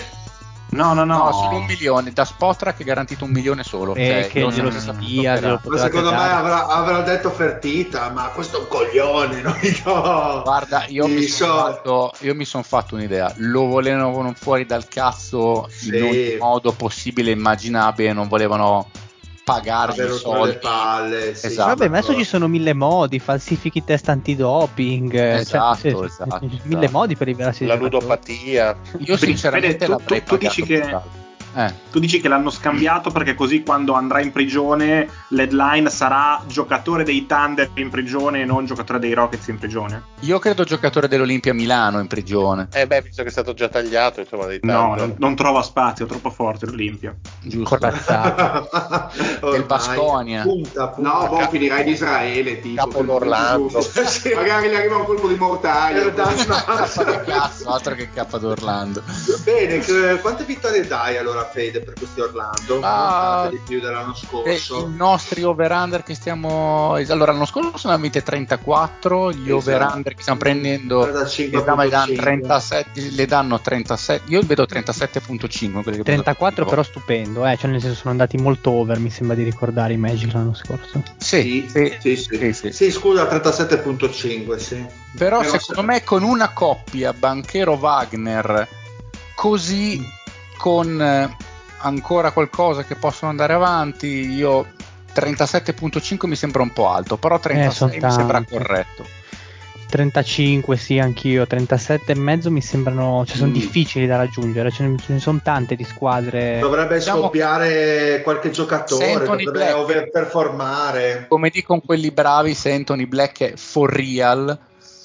No, no, no. No, solo un milione. Da Spotrac è garantito un milione solo. Eh, cioè, che io glielo sempre saputo sia, che glielo era- Ma potevate secondo me dare. avrà, avrà detto Fertita, ma questo è un coglione, no? Io- Guarda, io mi I sono so- fatto, io mi son fatto un'idea. Lo volevano fuori dal cazzo Sì. in ogni modo possibile e immaginabile. Non volevano pagargli i Aver rotto le soldi. palle, sì. Esatto. Vabbè, ma adesso ci sono mille modi, falsifichi test antidoping, eh, Esatto, cioè, sì, esatto, mille esatto. modi per liberarsi di La giocatori. ludopatia. Io sinceramente Fede, tu- l'avrei tu- tu pagato dici che- per farlo. Eh. Tu dici che l'hanno scambiato perché così quando andrà in prigione l'headline sarà giocatore dei Thunder in prigione e non giocatore dei Rockets in prigione? Io credo giocatore dell'Olimpia Milano in prigione. Eh beh, visto che è stato già tagliato, insomma, dei No, tanti. non, non trova spazio, è troppo forte l'Olimpia. Giusto. Corazzato. Ormai, Baskonia. Punta, punta. No, boh, finirai di Israele, tipo. Capo d'Orlando. Sì. Magari gli arriva un colpo di mortaio. Per darmi una Cappa di cazzo, altro che K d'Orlando. Bene, che- quante vittorie dai allora, Fede, per questi Orlando? Ah, Nonostante di più dell'anno E scorso. i nostri over-under che stiamo... Allora, l'anno scorso ne abbiamo vinte trentaquattro, gli Esatto. over-under che stiamo prendendo trentacinque le danno, virgola cinque. trentasette, le danno trentasette, io vedo trentasette virgola cinque. quelli che trentaquattro vedo. però stupendo, eh? Cioè nel senso sono andati molto over, mi sembra di ricordare i Magic l'anno scorso. Sì, Sì, sì, sì, sì. sì, sì. Sì, scusa, trentasette virgola cinque, sì. Però, Però secondo se- me con una coppia Banchero-Wagner così, con eh, ancora qualcosa che possono andare avanti, io trentasette virgola cinque mi sembra un po' alto, però trentasei son mi sembra tanti. corretto. trentacinque sì, anch'io, trentasette e mezzo mi sembrano, cioè sono Mm. difficili da raggiungere, ce ne, ce ne sono tante di squadre. Dovrebbe Diciamo scoppiare qualche giocatore, Anthony dovrebbe Black. overperformare. Come dicono quelli bravi, se Anthony Black è for real,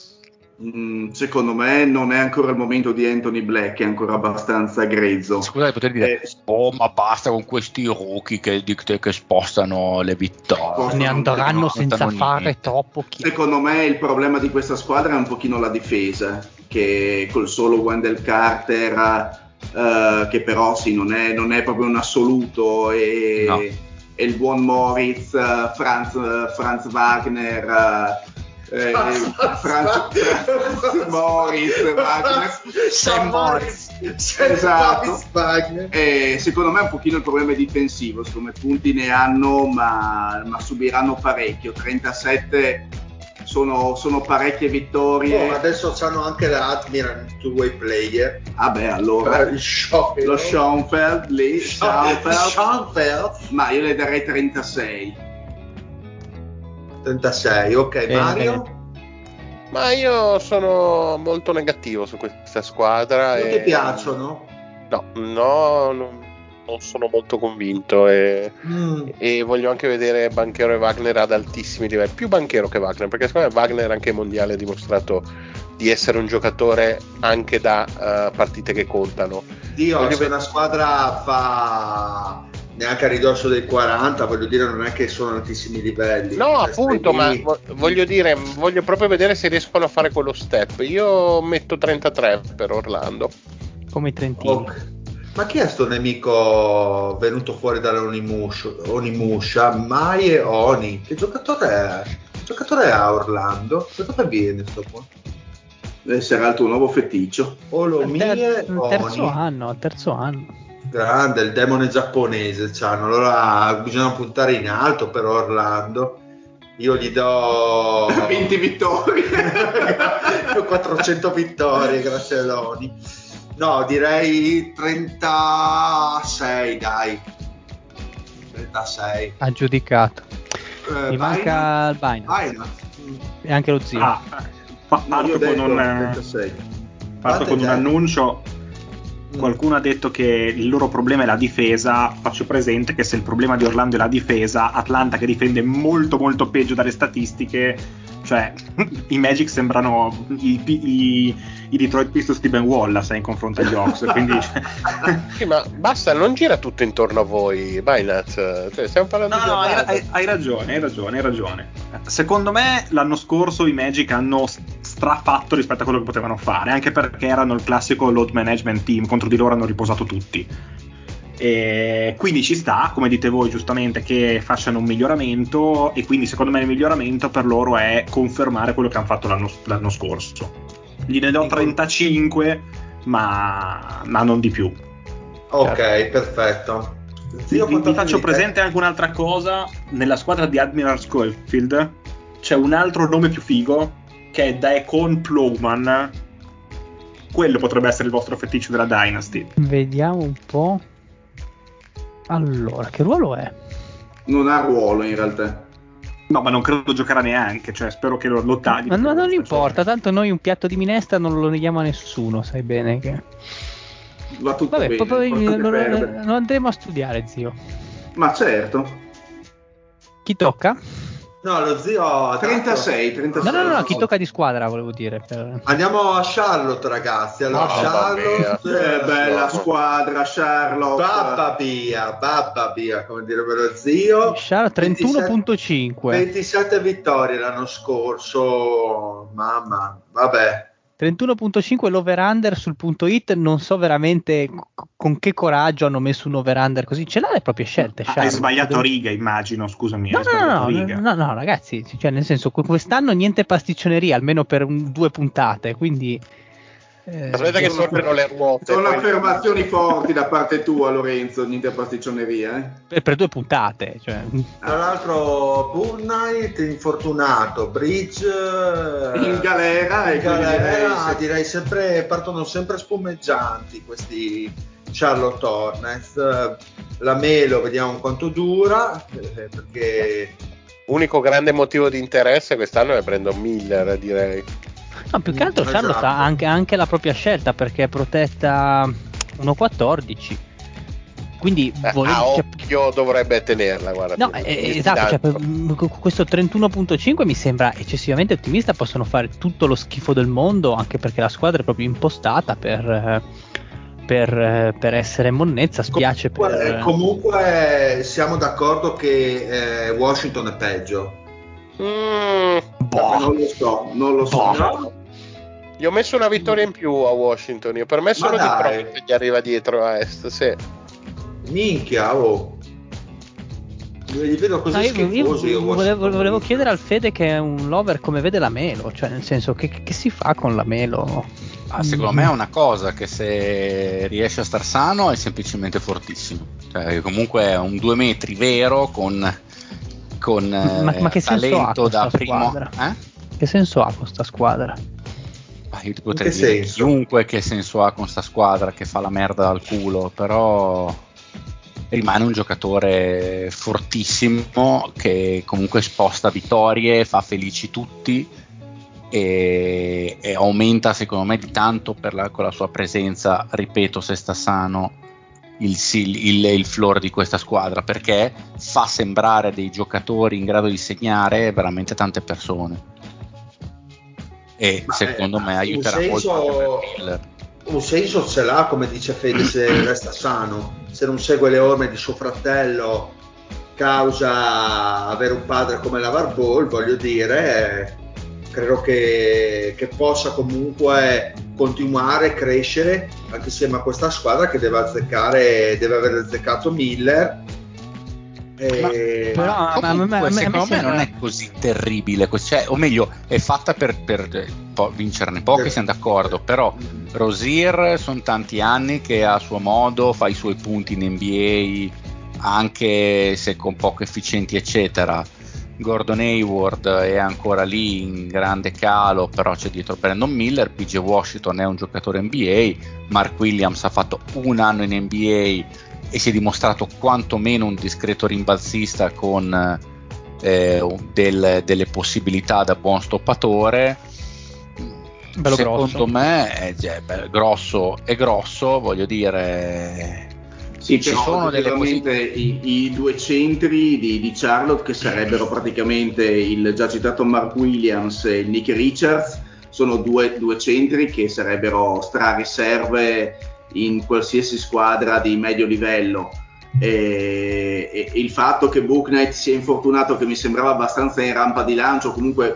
Mm, secondo me non è ancora il momento di Anthony Black, è ancora abbastanza grezzo. scusate, poter dire Eh, oh ma basta con questi rookie che, di- che spostano le vittorie, Ne andranno non senza contano fare niente. troppo chiaro. Secondo me il problema di questa squadra è un pochino la difesa, che col solo Wendell Carter, eh, che però sì, non è, non è proprio un assoluto, e, No. e il buon Moritz, eh, Franz, eh, Franz Wagner, eh, eh, Franz, Franz Moritz Wagner. Sam Morris. Esatto. Wagner. E secondo me un pochino il problema è difensivo, secondo me punti ne hanno, ma, ma subiranno parecchio. trentasette sono, sono parecchie vittorie. Oh, adesso c'hanno anche l'Admiral two-way player. Ah beh, allora Il Schofield. lo Schoenfeld lì, Schoenfeld, Schoenfeld. ma io le darei trentasei. trentasei, ok. Bene, Mario? bene. Ma io sono molto negativo su questa squadra. Non e... ti piacciono? No, no, non, non sono molto convinto e, Mm. e voglio anche vedere Banchero e Wagner ad altissimi livelli, più Banchero che Wagner, perché secondo me Wagner anche ai mondiali ha dimostrato di essere un giocatore anche da uh, partite che contano. Dio, Voglio se ved- una squadra fa neanche a ridosso dei quaranta, voglio dire, non è che sono altissimi livelli. No, Cioè, appunto, stai ma lì. vo- voglio dire, voglio proprio vedere se riescono a fare quello step. Io metto trentatré per Orlando. Come i trentini. Ok. Ma chi è sto nemico venuto fuori dall'Onimusha? Mai e Oni. Che giocatore è? Che giocatore è a Orlando? Da dove viene sto qua? Sarà il tuo nuovo feticcio. Il Olomie ter- il terzo Oni. anno, il terzo anno. Grande, il demone giapponese c'hanno. Allora bisogna puntare in alto per Orlando. Io gli do venti vittorie. quattrocento vittorie grazie a Oni. No, direi trentasei, dai. trentasei. Aggiudicato. Eh, Mi manca il Baina? Baina Baina. e anche lo zio. Ah, pa- No, io parto ho con detto un, trentasei. parto Quante con un dai? annuncio. Mm. Qualcuno ha detto che il loro problema è la difesa. Faccio presente che se il problema di Orlando è la difesa, Atlanta che difende molto molto peggio dalle statistiche, cioè i Magic sembrano i, i, i Detroit Pistons di Ben Wallace eh, in confronto agli Hawks, quindi Sì, ma basta, non gira tutto intorno a voi, Binance. Cioè, stiamo parlando no, di no, hai, Orlando. hai- hai ragione, hai ragione, hai ragione. Secondo me l'anno scorso i Magic hanno strafatto rispetto a quello che potevano fare, anche perché erano il classico load management team, contro di loro hanno riposato tutti. E quindi ci sta, come dite voi giustamente, che facciano un miglioramento, e quindi secondo me il miglioramento per loro è confermare quello che hanno fatto l'anno, l'anno scorso. Gliene do trentacinque, ma, ma non di più. Ok, certo. Perfetto. Zio, vi, vi faccio presente anche un'altra cosa: nella squadra di Admiral Schofield c'è un altro nome più figo che è Daekon Plowman. Quello potrebbe essere il vostro feticcio della Dynasty. Vediamo un po'. Allora, che ruolo è? Non ha ruolo in realtà. No, ma non credo giocherà neanche, cioè spero che lo, lo tagli. Ma no, non importa, tanto noi un piatto di minestra non lo neghiamo a nessuno, sai bene che... Va tutto Vabbè, bene, poi lo, lo, perde. lo andremo a studiare, zio. Ma certo. Chi tocca? No, lo zio trentasei, trentasei. No, no, no, no, chi tocca di squadra, volevo dire. Per... Andiamo a Charlotte, ragazzi. Allora, oh, Charlotte, eh, bella no. squadra, Charlotte. Babba via, babba via, come direbbe lo zio. Charlotte trentuno virgola cinque. ventisette vittorie l'anno scorso, mamma, vabbè. trentuno virgola cinque l'over-under sul punto hit, non so veramente con che coraggio hanno messo un over-under così, ce l'ha le proprie scelte. Ah, hai sbagliato Dove... riga, immagino, scusami. No, hai no, no, riga. no, no, ragazzi, cioè nel senso, quest'anno niente pasticcioneria, almeno per un, due puntate, quindi... Eh, aspetta che sorgono le ruote. Sono affermazioni forti da parte tua, Lorenzo, niente pasticcioneria, eh? Per, per due puntate, cioè. Tra l'altro Bull Knight infortunato, Bridge in galera, in e galera direi, direi sempre, partono sempre spumeggianti questi Charlotte Hornets. La Melo vediamo quanto dura, perché unico grande motivo di interesse quest'anno è Brandon Miller, direi. No, più che altro Charlotte esatto. ha anche, anche la propria scelta, perché è protetta uno quattordici, quindi eh, volevo, a occhio cioè, dovrebbe tenerla, guarda. No, eh, esatto, cioè, questo trentuno virgola cinque mi sembra eccessivamente ottimista. Possono fare tutto lo schifo del mondo, anche perché la squadra è proprio impostata per, per, per essere monnezza. Spiace comunque, per... comunque siamo d'accordo che eh, Washington è peggio. Mm, boh. Non lo so, non lo so. Boh. No? Gli ho messo una vittoria in più a Washington. Io. Per me solo di Detroit gli arriva dietro a est. Sì. Minchia, oh. Li vedo così no, schifosi. Io, io volevo, volevo chiedere al Fede, che è un lover, come vede la Melo, cioè nel senso che, che si fa con la Melo? Ah, secondo me è una cosa che, se riesce a star sano, è semplicemente fortissimo. Cioè, comunque è un due metri vero con, con ma, eh, ma che talento da primo. Eh? Che senso ha questa squadra? Ah, io ti potrei dire senso? Chiunque che senso ha con sta squadra che fa la merda dal culo, però rimane un giocatore fortissimo che comunque sposta vittorie, fa felici tutti e, e aumenta secondo me di tanto per la, con la sua presenza, ripeto, se sta sano, il, il, il floor di questa squadra, perché fa sembrare dei giocatori in grado di segnare veramente tante persone. E ma secondo eh, me aiuterà senso, molto anche Miller. Un senso ce l'ha, come dice Fede, se resta sano, se non segue le orme di suo fratello causa avere un padre come Lavar Ball, voglio dire, credo che, che possa comunque continuare a crescere anche insieme a questa squadra che deve azzeccare, deve aver azzeccato Miller. E... Ma, però ma, comunque, ma, ma, secondo me, me non è così terribile, cioè, o meglio è fatta per, per po- vincerne pochi, siamo d'accordo, però Rozier sono tanti anni che a suo modo fa i suoi punti in N B A, anche se con poco efficienti eccetera. Gordon Hayward è ancora lì in grande calo, però c'è dietro Brandon Miller. P J Washington è un giocatore N B A, Mark Williams ha fatto un anno in N B A e si è dimostrato quantomeno un discreto rimbalzista con eh, del, delle possibilità da buon stoppatore. Bello secondo grosso. me è, è, è grosso è grosso voglio dire, sì, ci sono delle possibilità. I, i due centri di, di Charlotte, che sarebbero praticamente il già citato Mark Williams e il Nick Richards, sono due, due centri che sarebbero stra riserve in qualsiasi squadra di medio livello, e, e il fatto che Book Knight sia infortunato, che mi sembrava abbastanza in rampa di lancio, comunque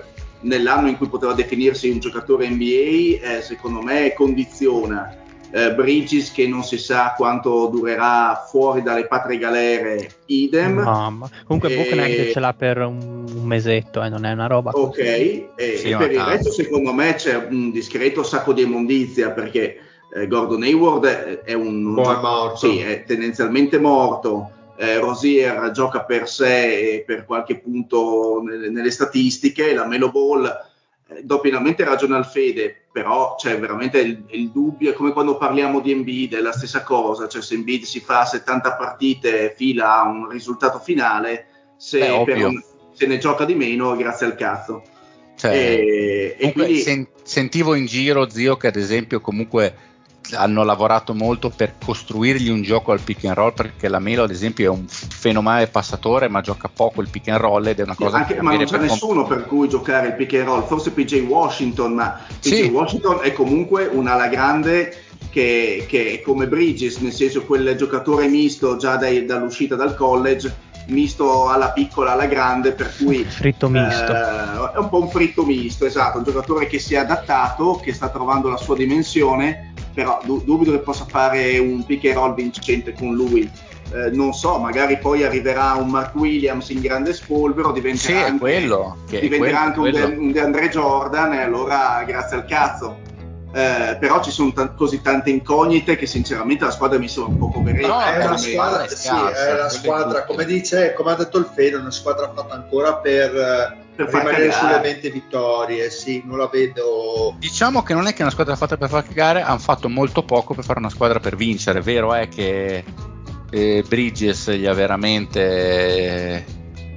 nell'anno in cui poteva definirsi un giocatore N B A, eh, secondo me condiziona. Eh, Bridges, che non si sa quanto durerà fuori dalle patrie galere, idem. Mamma. Comunque e... Buchner ce l'ha per un, un mesetto, eh, non è una roba ok, e, sì, e per il tanto. resto secondo me c'è un discreto sacco di immondizia, perché eh, Gordon Hayward è, è un, un Poi è morto. Sì, è tendenzialmente morto. eh, Rozier gioca per sé e per qualche punto nelle, nelle statistiche. La Melo Ball, do pienamente ragione al Fede, però c'è veramente il, il dubbio, è come quando parliamo di Embiid, è la stessa cosa, cioè se Embiid si fa settanta partite fila a un risultato finale, se, Beh, per ovvio. un, se ne gioca di meno, grazie al cazzo. Cioè, e, e quindi sen- sentivo in giro, zio, che ad esempio comunque hanno lavorato molto per costruirgli un gioco al pick and roll, perché la Melo ad esempio è un fenomenale passatore ma gioca poco il pick and roll ed è una cosa anche, che ma non avere c'è per nessuno comp- per cui giocare il pick and roll, forse P J Washington, ma P J Sì. Washington è comunque un'ala grande che, che è come Bridges, nel senso quel giocatore misto già dai, dall'uscita dal college, misto alla piccola alla grande, per cui fritto misto. eh, è un po' un fritto misto, esatto, un giocatore che si è adattato, che sta trovando la sua dimensione, però du- dubito che possa fare un pick and roll vincente con lui. Eh, non so, magari poi arriverà un Mark Williams in grande spolvero, diventerà Sì, è anche, quello, che è diventerà quello, anche un, quello. De- un DeAndre Jordan, e allora grazie al cazzo. Eh, però ci sono t- così tante incognite che sinceramente la squadra mi sembra un po' poveretta. No, è beh, una la squadra, è sì, scarsa, è una quello è squadra, giusto. come dice, come ha detto il Fede, è una squadra fatta ancora per, Per far rimanere cagare. sulle venti vittorie, sì, non la vedo. Diciamo che non è che è una squadra fatta per far cagare, hanno fatto molto poco per fare una squadra per vincere. Vero è che eh, Bridges li ha veramente eh,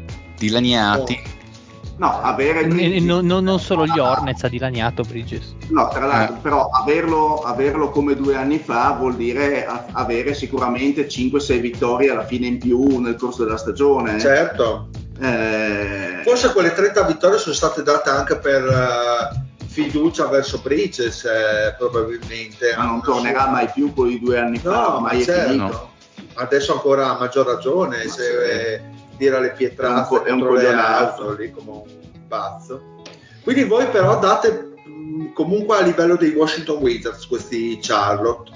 dilaniati. No, avere E- Bridges, e non, non- non solo gli Hornets ha dilaniato Bridges. no, tra l'altro, Eh. però averlo, averlo come due anni fa vuol dire a- avere sicuramente cinque sei vittorie alla fine in più nel corso della stagione. eh. Certo, Eh, forse quelle trenta vittorie sono state date anche per eh, fiducia verso Bridges, eh, probabilmente. ma non Una tornerà sua- mai più quelli di due anni fa, No, ormai ma è certo. finito. Adesso ancora a maggior ragione, Ma se sì. eh, tira le È un pietrazze co- è un contro le coglionato. auto lì come un pazzo. Quindi voi però date mh, comunque a livello dei Washington Wizards questi Charlotte.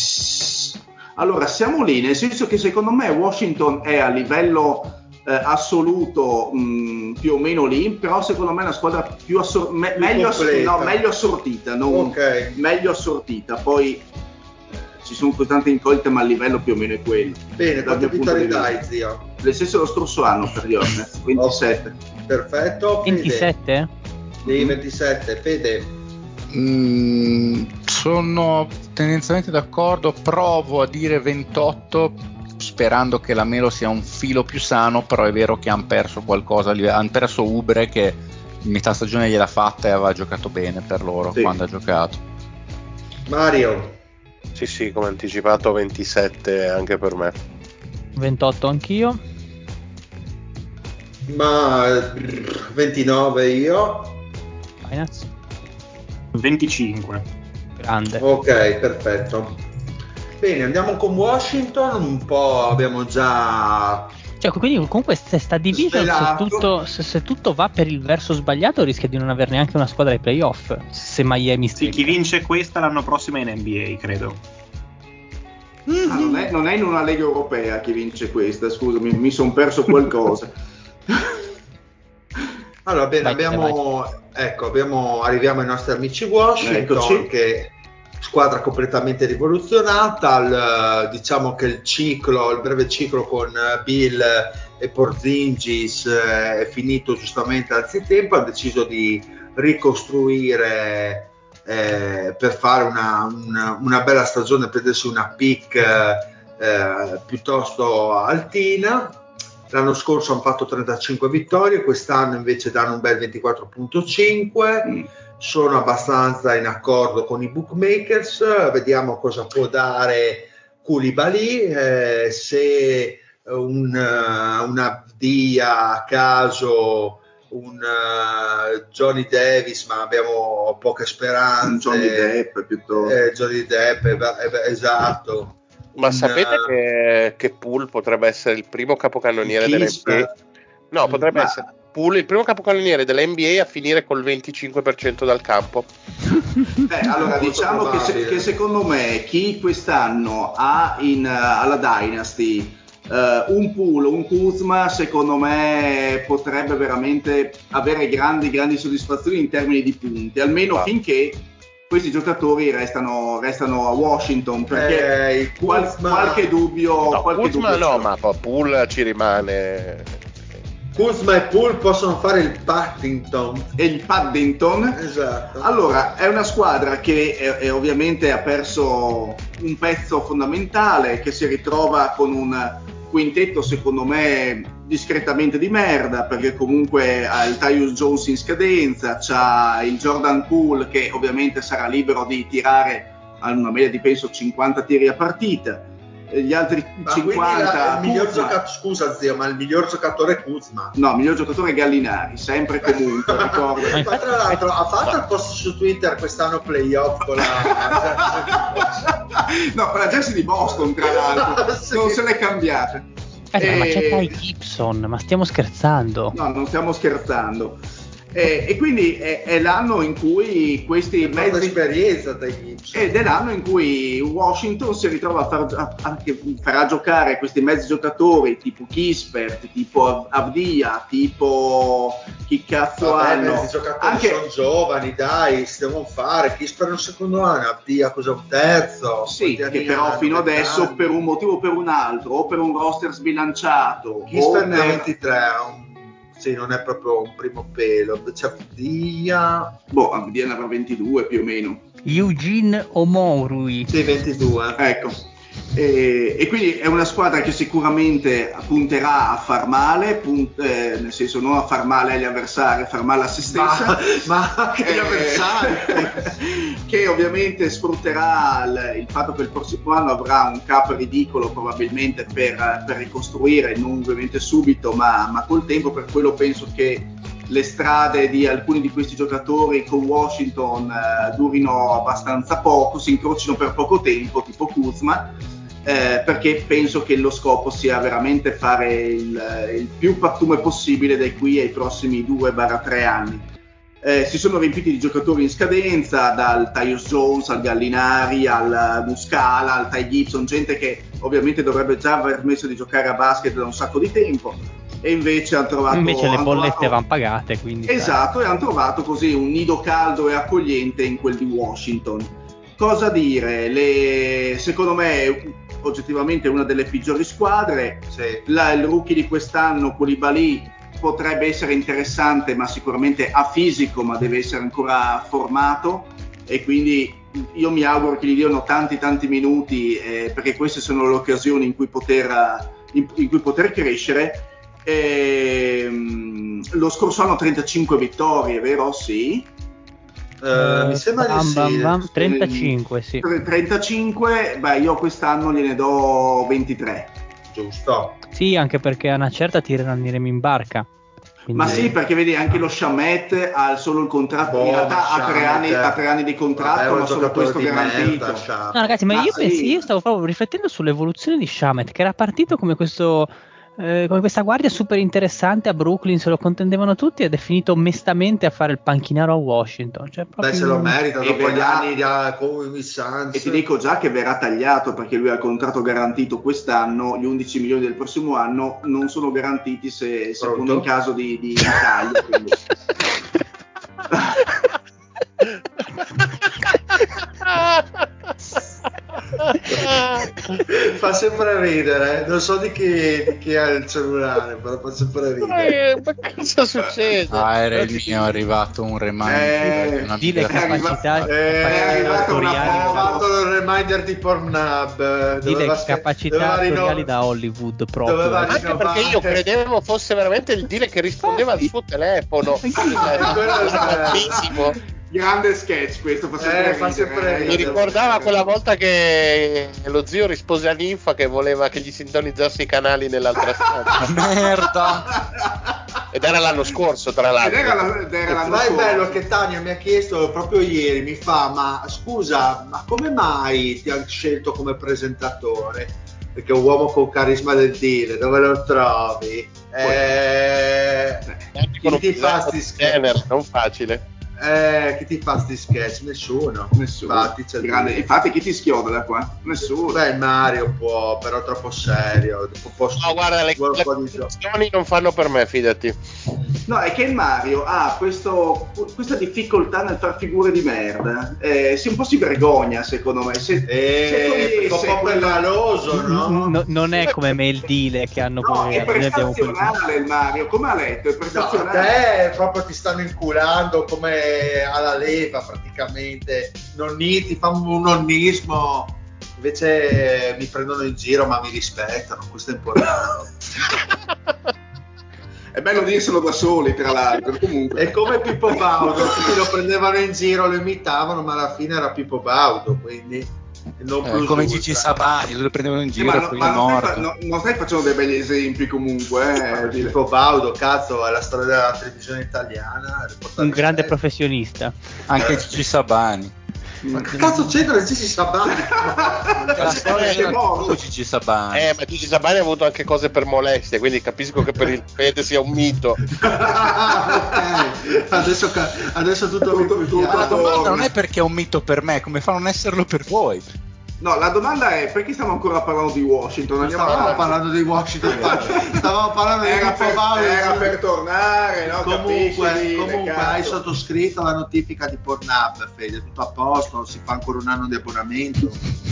Allora, siamo lì, nel senso che secondo me Washington è a livello eh, assoluto mh, più o meno lì, però secondo me è una squadra più, assor- me- Più meglio, ass- completa. no, meglio assortita, non Ok. meglio assortita. Poi eh, ci sono poi tante incognite, ma il livello più o meno è quello. Bene, Dal quante mio punto vittorie di dai, vista. zio? Le stesse dello scorso anno per gli Hornets, ventisette. Oh, perfetto. Fede? ventisette? Sì, Mhm. ventisette. Fede? Mm, sono tendenzialmente d'accordo, provo a dire ventotto sperando che la Melo sia un filo più sano, però è vero che hanno perso qualcosa, hanno perso Ubre che in metà stagione gliel'ha fatta e aveva giocato bene per loro Sì. quando ha giocato. Mario? Sì, sì, come anticipato ventisette anche per me. ventotto anch'io. Ma brr, ventinove io. Finance. venticinque. Grande. Ok, perfetto. Bene, andiamo con Washington, un po' abbiamo già... Cioè, quindi comunque se sta diviso, se Svelato. tutto, se, se tutto va per il verso sbagliato, rischia di non avere neanche una squadra ai playoff. Se Miami Sì, chi stecca. vince questa l'anno prossimo è in N B A, credo. Ah, non, è, non è in una lega europea che vince questa, scusami, mi sono perso qualcosa. Allora, bene, Vai, abbiamo, ecco, abbiamo, arriviamo ai nostri amici Washington, Eccoci. che squadra completamente rivoluzionata, il, diciamo che il ciclo, il breve ciclo con Bill e Porzingis eh, è finito giustamente anzitempo, hanno deciso di ricostruire eh, per fare una, una, una bella stagione, prendersi una pick eh, piuttosto altina. L'anno scorso hanno fatto trentacinque vittorie, quest'anno invece danno un bel ventiquattro virgola cinque, Mm. sono abbastanza in accordo con i bookmakers, vediamo cosa può dare Koulibaly, eh, se un, uh, una Dia a caso, un uh, Johnny Davis, ma abbiamo poche speranze. Johnny Depp piuttosto. Eh, Johnny Depp, eh, eh, esatto. Ma Un, sapete uh, che, che Poole potrebbe essere il primo capocannoniere dell'N B A? Kispert. No, potrebbe Ma- essere Poole, il primo capocannoniere della N B A a finire col venticinque per cento dal campo. Beh, allora diciamo che, se, che secondo me chi quest'anno ha in, uh, alla Dynasty uh, un Poole, un Kuzma, secondo me potrebbe veramente avere grandi grandi soddisfazioni in termini di punti, almeno Ah. finché questi giocatori restano, restano a Washington, perché Eh, qual- Kuzma- qualche dubbio No, qualche Kuzma dubbio no, c'è. ma poi Poole ci rimane. Kuzma e Poole possono fare il Paddington. E il Paddington. Esatto. Allora, è una squadra che è, è ovviamente ha perso un pezzo fondamentale, che si ritrova con un quintetto secondo me discretamente di merda, perché comunque ha il Tyus Jones in scadenza, c'ha il Jordan Poole che ovviamente sarà libero di tirare a una media di penso cinquanta tiri a partita, e gli altri Ma quindi la- cinquanta il miglior Kuzma. gioca- scusa zio, ma il miglior giocatore è Kuzma. No, il miglior giocatore è Gallinari, sempre e comunque, ricordo. Ma Ma infatti- tra l'altro ha fatto il post su Twitter quest'anno playoff con la No, con la jersey di Boston, tra l'altro, Sì. non se l'è cambiata. Aspetta, ma c'è E- Ty Gibson, ma stiamo scherzando? No, non stiamo scherzando. E, e quindi è, è l'anno in cui questi mezza mezzi esperienza dai Gibson. ed è l'anno in cui Washington si ritrova a far, a, a, che farà giocare questi mezzi giocatori tipo Kispert, tipo Avdia, tipo chi cazzo Vabbè, hanno. mezzi giocatori Anche sono giovani, dai, si devono fare. Chi spera un secondo anno, Avdia cosa un terzo. sì, Quanti che anni però hanno? fino venti adesso anni. per un motivo o per un altro, o per un roster sbilanciato, Chi o spera ne ha per- ventitré, un- sì, non è proprio un primo pelo. C'è Avdia, boh, Avdia ne avrà ventidue più o meno. Eugene Omourui. sì, ventidue. Ecco, e, e quindi è una squadra che sicuramente punterà a far male, punt- eh, nel senso non a far male agli avversari, a far male a se stessa, Ma, ma anche gli Eh, avversari. che ovviamente sfrutterà il, il fatto che il prossimo anno avrà un cap ridicolo probabilmente per, per ricostruire, non ovviamente subito ma, ma col tempo. Per quello penso che le strade di alcuni di questi giocatori con Washington eh, durino abbastanza poco, si incrocino per poco tempo, tipo Kuzma, eh, perché penso che lo scopo sia veramente fare il, il più pattume possibile da qui ai prossimi due tre anni. Eh, si sono riempiti di giocatori in scadenza, dal Tyus Jones al Gallinari al Muscala al Ty Gibson, gente che ovviamente dovrebbe già aver smesso di giocare a basket da un sacco di tempo, e invece hanno trovato Invece le hanno bollette trovato- vanno pagate, quindi esatto, e hanno trovato così un nido caldo e accogliente in quel di Washington. Cosa dire? Le, secondo me oggettivamente è una delle peggiori squadre. Sì. La, il rookie di quest'anno, Koulibaly, potrebbe essere interessante, ma sicuramente ha fisico, ma deve essere ancora formato, e quindi io mi auguro che gli diano tanti tanti minuti, eh, perché queste sono le occasioni in cui poter, in, in cui poter crescere. E, um, lo scorso anno trentacinque vittorie, vero? Sì. Eh, mi sembra bam, di bam, sì. bam, trentacinque, sì. trentacinque, beh, io quest'anno gliene do ventitré. Giusto. Sì, anche perché a una certa tireranno i remi in barca. Quindi- Ma sì, perché vedi anche lo Shamet ha solo il contratto, Boh, in realtà ma ha tre, Shamet- anni, ha tre anni di contratto, Vabbè, è un ma solo giocatore questo di garantito. merda, Shamet. No, ragazzi, ma, Ma io, sì. pensi- io stavo proprio riflettendo sull'evoluzione di Shamet, che era partito come questo eh, come questa guardia super interessante a Brooklyn, se lo contendevano tutti, ed è finito mestamente a fare il panchinaro a Washington. Cioè, proprio... Beh, se lo merita E dopo gli verrà- anni di ah, con i Suns. E ti dico già che verrà tagliato, perché lui ha il contratto garantito quest'anno, gli undici milioni del prossimo anno non sono garantiti se, se Pronto? in caso di, di taglio. Quindi. Fa sempre ridere, non so di chi, di chi ha il cellulare, però fa sempre ridere. Eh, ma cosa succede? Ah, era il mio, è arrivato un reminder Eh, di una di le è arriva- capacità, eh, capacità è arrivata una attoriali Ho foto. da- fatto il reminder di Pornhub. di le doveva sca- capacità doveva rino- attoriali da Hollywood proprio. doveva eh. Anche perché io credevo fosse veramente il Dile che rispondeva al suo telefono. Bellissimo. Grande sketch questo, fa sempre Eh, fa ridere, sempre eh. ridere. Mi ricordava quella volta che lo zio rispose a Ninfa che voleva che gli sintonizzasse i canali nell'altra stanza. Merda! Ed era l'anno scorso, tra Ed l'altro. era, la- ed era l'anno Ma è scorso. bello che Tania mi ha chiesto proprio ieri, mi fa, ma scusa, ma come mai ti hanno scelto come presentatore? Perché è un uomo con carisma del dire, dove lo trovi? Eh... Chi ti fa sti sketch? Non facile. Eh, chi ti fa sti sketch? Nessuno. Nessuno. Infatti, c'è Grande- lui. infatti chi ti schioda da qua? Nessuno. Beh, Mario può, però è troppo serio. Un po' No, guarda, le, vuole un le po' di gioco. funzioni non fanno per me, fidati. No, è che il Mario ha questo, questa difficoltà nel far figure di merda. Eh, si un po' si vergogna, secondo me. Se, se Eh, togliesse un po' quella- permaloso, no? No, non è come me il Dile che hanno No, è noi abbiamo quel- prestazionale il Mario, come ha letto? È No, prestazionale. te proprio ti stanno inculando come alla leva praticamente. Nonni, ti fanno un nonnismo. Invece mi prendono in giro, ma mi rispettano. Questo è importante. È bello dirselo da soli, tra l'altro. Comunque. È come Pippo Baudo, tutti lo prendevano in giro, lo imitavano, ma alla fine era Pippo Baudo, quindi non Eh, plus come ultra. Gigi Sabani, lo prendevano in Sì, giro ma e no- poi ma è non, stai morto. fa- no- non stai facendo dei begli esempi comunque, eh, dire. Pippo Baudo, cazzo, è la storia della televisione italiana. un grande professionista. Anche Gigi Sabani. Ma che cazzo c'entra il Gigi Sabani? La storia È era morto. tu, Gigi Sabani. Eh, ma Gigi Sabani ha avuto anche cose per molestie, quindi capisco che per il Fede sia un mito. Ok, adesso, ca- adesso tutto mi Tutto- più tutto- Ma la chiaro. domanda non è perché è un mito per me, come fa a non esserlo per voi. No, la domanda è perché stiamo ancora parlando di Washington? Non Andiamo stavamo avanti. parlando di Washington, stavamo parlando di Era Pippo per, Baudo. era per tornare, no? Comunque, Capisci, Lille, comunque cazzo. hai sottoscritto la notifica di Pornhub, Fede, tutto a posto, si fa ancora un anno di abbonamento.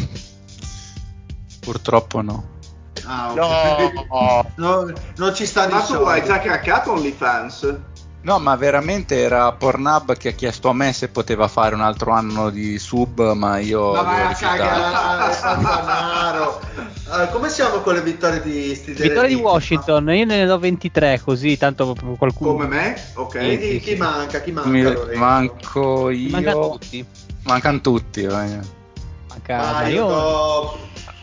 Purtroppo no. Ah, ok. No, No, non ci sta di Ma tu soldi. hai già craccato OnlyFans? No, ma veramente era Pornhub che ha chiesto a me se poteva fare un altro anno di sub, ma io Ma gli vai ho a rifiutato. cagare, Panzanaro. Eh, come siamo con le vittorie di sti Vittoria di Washington, io ne do ventitré, così tanto qualcuno. Come me? Ok. Chi, Sì, chi sì. manca? Chi manca? Mi- Lorenzo? manco io. Mancano tutti. Mancano tutti. vai. Manca Mario, Mario. do-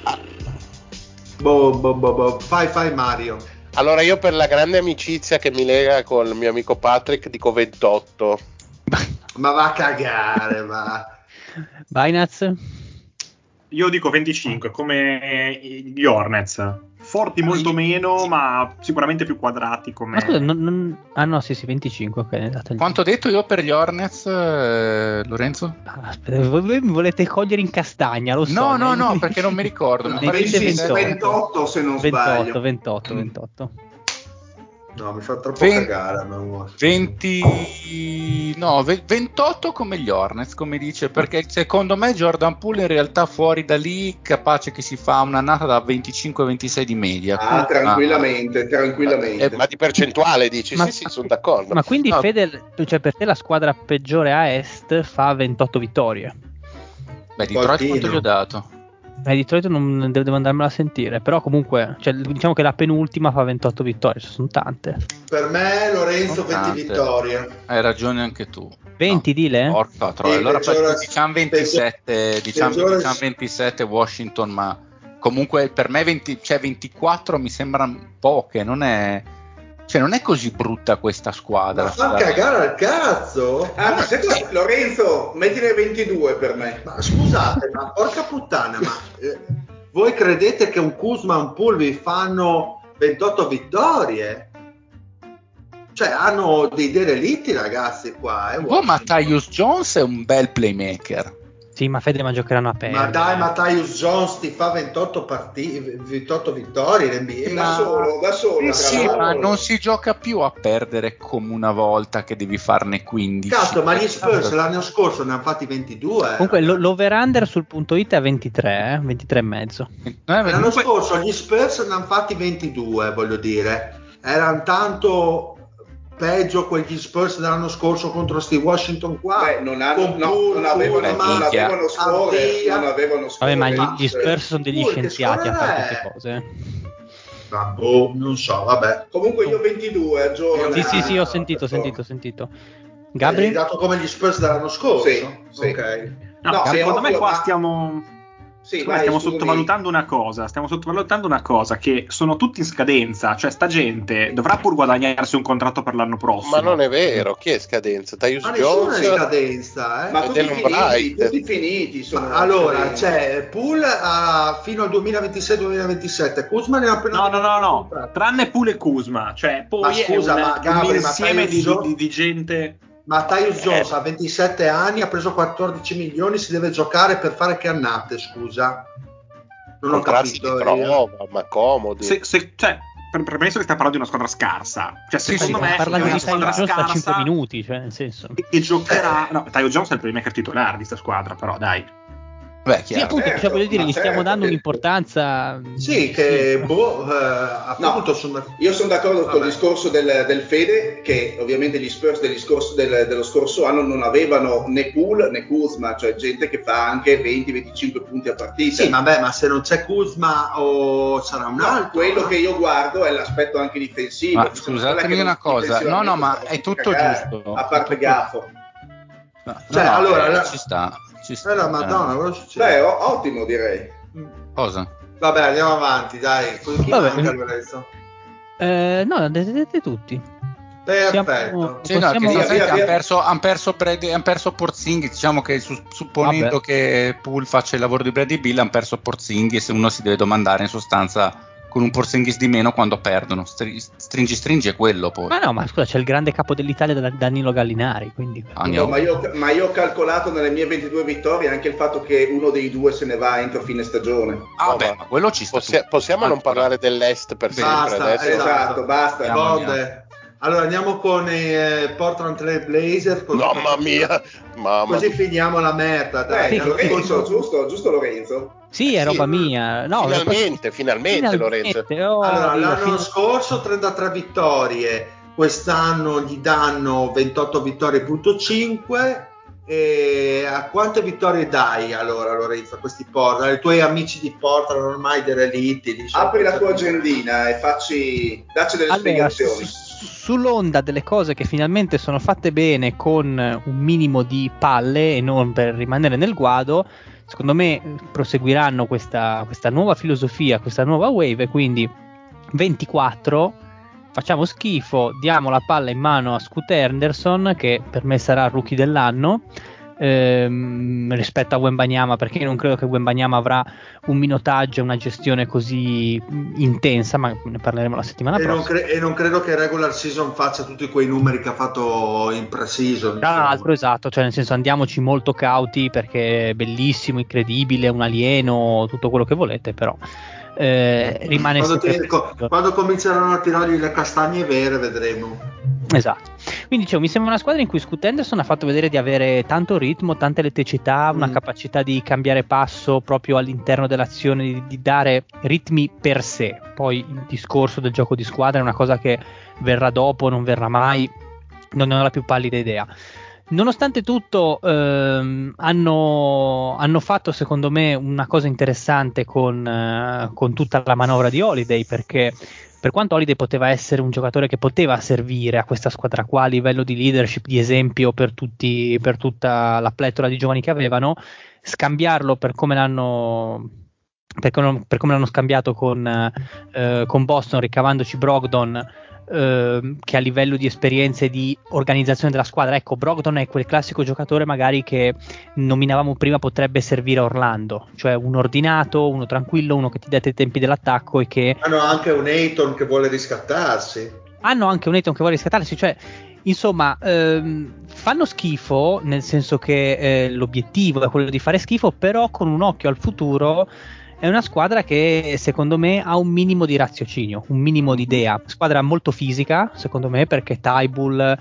Boh, boh, boh, boh. Fai, fai Mario. allora io per la grande amicizia che mi lega con il mio amico Patrick dico ventotto. Ma va a cagare, va. Binance. Io dico venticinque, come gli Hornets. Forti molto meno, ma sicuramente più quadrati come... Ma scusa, non, non- ah no, sì, sì, venticinque, ok. ne date il- Quanto ho detto io per gli Hornets, eh, Lorenzo? Ah, aspetta, voi, voi mi volete cogliere in castagna, lo so. No, no, ne- no, perché non mi ricordo. Ne mi pare dite ventisette. ventotto se non sbaglio. ventotto, ventotto, ventotto. No, mi fa troppo Ven- cagare. Ma... venti no, ve- ventotto come gli Hornets, come dice, perché secondo me Jordan Poole in realtà fuori da lì capace che si fa un'annata da venticinque ventisei di media. Ah, tranquillamente, tranquillamente. Eh, Ma di percentuale dici? Ma- sì, sì, sono d'accordo. Ma quindi No. Fede, cioè per te la squadra peggiore a est fa ventotto vittorie. Beh, Detroit Qualtino. quanto gli ho dato? Eh, di solito non devo andarmela a sentire, però comunque cioè, diciamo che la penultima fa ventotto vittorie, cioè, sono tante. Per me Lorenzo venti Tante. vittorie. Hai ragione anche tu. venti, dile? Porca troia. Sì, Allora peggiore- faccio- diciamo ventisette, diciamo, peggiore- diciamo ventisette Washington, ma comunque per me venti, cioè ventiquattro mi sembrano poche, non è, cioè non è così brutta questa squadra. Ma fa cagare al cazzo? Ah, ma sai cosa- Lorenzo, mettine ventidue per me. Ma scusate, ma porca puttana, ma eh, voi credete che un Kuzma e un Poole vi fanno ventotto vittorie? Cioè hanno dei derelitti ragazzi qua, eh, Oh, ma Washington. Tyus Jones è un bel playmaker. Sì, ma Fede ma giocheranno a perdere. Ma dai, ma Tyus Jones ti fa ventotto, parti- ventotto vittorie in N B A. Da solo, da solo. Eh tra sì, Sì, l'altro. ma non si gioca più a perdere come una volta che devi farne quindici. Cazzo, ma gli Spurs l'anno scorso ne hanno fatti ventidue. Comunque eh, lo- l'over-under sul punto it è a ventitré, eh? ventitré e mezzo. Eh, L'anno comunque- scorso gli Spurs ne hanno fatti ventidue, voglio dire. Erano tanto peggio quegli Spurs dell'anno scorso contro sti Washington qua. Beh, non, hanno, Con no, Poole, non avevano, Poole, non minchia. avevano score, Avvia. non avevano Vabbè, score. ma gli, ma- gli Spurs sono degli Pure, che scienziati a squadra fare è? queste cose. eh. Ma boh, non so, vabbè. Comunque io ventidue a giorno. Sì, sì, sì, ho no, sentito, ho per sentito, ho sentito. Hai Gabri? dato come gli Spurs dell'anno scorso? Sì, sì. Ok. No, No, è secondo me ovvio, qua ma- stiamo... Sì, Guarda, vai, stiamo scusami. sottovalutando una cosa, stiamo sottovalutando una cosa, che sono tutti in scadenza, cioè sta gente dovrà pur guadagnarsi un contratto per l'anno prossimo. Ma non è vero, chi è in scadenza? Tyus Ma nessuno è in Jones scadenza, eh. Ma e tutti Dylan finiti, Bright. tutti finiti sono Ma allora scadenza. c'è Poole a- fino al duemilaventisei duemilaventisette, Kuzma ne ha appena No, no, no, no, contratto. tranne Pule e Kuzma, cioè poi Ma scusa, è un, ma Gabri, un ma insieme Tyus di, Jo- di- di gente... Ma Tyus Eh, Jones ha ventisette anni, ha preso quattordici milioni, si deve giocare per fare che annate, scusa? Non ho Contratti di capito io. prova, ma comodi. se, se, cioè, per, per me che stiamo parlando di una squadra scarsa, cioè Sì, secondo sì, me parlando è una di Tyus squadra Jones da cinque scarsa minuti, cioè nel senso. che, che giocherà... No, Tyus Jones è il playmaker titolare di sta squadra, però dai. Beh, Sì, chiaro. appunto, certo, cioè, voglio dire, ma gli stiamo certo dando che- un'importanza. Sì, che boh, eh, appunto No, sono... io sono d'accordo col Vabbè. discorso del, del Fede, che ovviamente gli Spurs degli scorso- del- dello scorso anno non avevano né Poole né Kuzma, cioè gente che fa anche venti venticinque punti a partita. Sì, vabbè, ma se non c'è Kuzma o sarà un No, altro. quello eh? che io guardo è l'aspetto anche difensivo. Ma Ci sono quella scusatemi che una non- cosa, no, no, difensivamente ma sta è facendo tutto cagare, giusto. a parte è tutto- Gaffo. No, Cioè, no, allora, eh, la- ci sta, ci sta. Eh, la Madonna, eh. cosa succede? Beh, o- ottimo direi. Cosa? Vabbè, andiamo avanti, dai. Chi Vabbè. manca Lorenzo? Eh, no, vedete tutti. Perfetto. Siamo- Sì, no, che possiamo- via, sostanzialmente via, hanno via. perso, han perso, Brady- han perso Porzingis, diciamo che su- supponendo Vabbè. che Poole faccia il lavoro di Brady Bill, hanno perso Porzingis e uno si deve domandare in sostanza con un Porzingis di meno quando perdono. Stri- stringi stringi è quello poi. Ma no, ma scusa, c'è il grande capo dell'Italia da- Danilo Gallinari, quindi... Andiamo. No, ma, io, ma io ho calcolato nelle mie ventidue vittorie anche il fatto che uno dei due se ne va entro fine stagione. Ah, No, beh, ma ma quello ci sta. Possia- tutto. possiamo non Ancora. parlare dell'Est per sempre Basta, adesso? esatto. Esatto, basta. Andiamo, Conte. Allora andiamo con i eh, Portland Trail Blazers. Così, Mamma mia, mamma così mia. finiamo la merda, dai. Beh, L'anno Lorenzo, scorso- giusto, giusto Lorenzo? Sì, è Sì, roba mia. No, finalmente, finalmente, Lorenzo. oh, Allora, Dio, l'anno fino- scorso trentatré vittorie, quest'anno gli danno ventotto vittorie punto cinque. E a quante vittorie dai allora, Lorenzo, a questi Portland? Ai tuoi amici di Portland ormai derelitti? Diciamo, Apri la tua agendina e facci, dacci delle Allora, spiegazioni. su- sull'onda delle cose che finalmente sono fatte bene con un minimo di palle e non per rimanere nel guado, secondo me eh, proseguiranno questa, questa nuova filosofia, questa nuova wave, e quindi ventiquattro, facciamo schifo, diamo la palla in mano a Scoot Henderson, che per me sarà il rookie dell'anno, ehm, rispetto a Wembanyama, perché io non credo che Wembanyama avrà un minutaggio, una gestione così mh, intensa, ma ne parleremo la settimana E non, prossima. cre- e non credo che regular season faccia tutti quei numeri che ha fatto in pre-season. Tra insomma. l'altro, esatto, cioè nel senso andiamoci molto cauti, perché è bellissimo, incredibile, un alieno, tutto quello che volete, però eh, rimane Quando, sempre ti- co- preciso. quando cominceranno a tirargli le castagne vere, vedremo. Esatto. Quindi dicevo, mi sembra una squadra in cui Scoot Henderson ha fatto vedere di avere tanto ritmo, tanta elettricità, una Mm. capacità di cambiare passo proprio all'interno dell'azione, di, di dare ritmi per sé. Poi il discorso del gioco di squadra è una cosa che verrà dopo, non verrà mai, non ne ho la più pallida idea. Nonostante tutto, ehm, hanno, hanno fatto secondo me una cosa interessante con, eh, con tutta la manovra di Holiday, perché per quanto Holiday poteva essere un giocatore che poteva servire a questa squadra qua a livello di leadership, di esempio per, tutti, per tutta la pletora di giovani che avevano, scambiarlo per come l'hanno, per come, per come l'hanno scambiato con, eh, con Boston, ricavandoci Brogdon, eh, che a livello di esperienza e di organizzazione della squadra, ecco, Brogdon è quel classico giocatore magari che nominavamo prima, potrebbe servire a Orlando, cioè un ordinato, uno tranquillo, uno che ti dà i tempi dell'attacco e che Hanno anche un Ayton che vuole riscattarsi. hanno anche un Ayton che vuole riscattarsi, cioè insomma ehm, fanno schifo, nel senso che eh, l'obiettivo è quello di fare schifo, però con un occhio al futuro è una squadra che secondo me ha un minimo di raziocinio, un minimo di idea, squadra molto fisica secondo me, perché Tybull,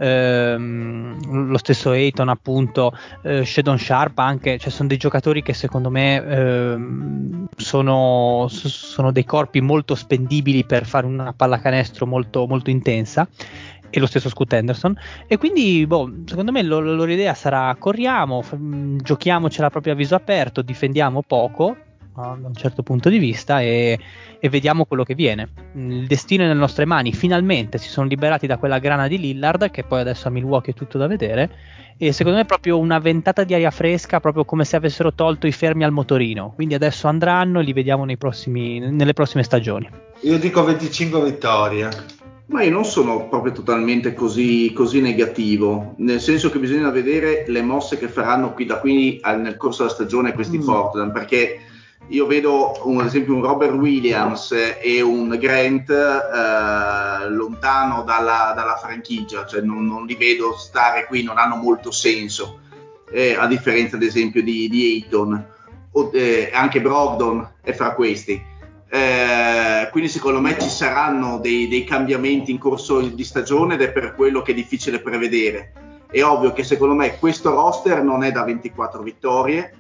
ehm, lo stesso Ayton appunto, eh, Shedon Sharp anche, cioè sono dei giocatori che secondo me ehm, sono, sono dei corpi molto spendibili per fare una pallacanestro molto, molto intensa, e lo stesso Scoot Henderson, e quindi boh, secondo me la loro idea sarà: corriamo, f- giochiamocela proprio a viso aperto, difendiamo poco, da un certo punto di vista, e, e vediamo quello che viene. Il destino è nelle nostre mani, finalmente si sono liberati da quella grana di Lillard, che poi adesso a Milwaukee è tutto da vedere, e secondo me è proprio una ventata di aria fresca, proprio come se avessero tolto i fermi al motorino, quindi adesso andranno e li vediamo nei prossimi, nelle prossime stagioni. Io dico venticinque vittorie. Ma io non sono proprio totalmente così, così negativo, nel senso che bisogna vedere le mosse che faranno qui da qui al, nel corso della stagione questi mm. Portland, perché io vedo un, ad esempio un Robert Williams e un Grant eh, lontano dalla, dalla franchigia, cioè non, non li vedo stare qui, non hanno molto senso, eh, a differenza ad esempio di, di Ayton, o, eh, anche Brogdon è fra questi. Eh, quindi secondo me ci saranno dei, dei cambiamenti in corso di stagione ed è per quello che è difficile prevedere. È ovvio che secondo me questo roster non è da ventiquattro vittorie,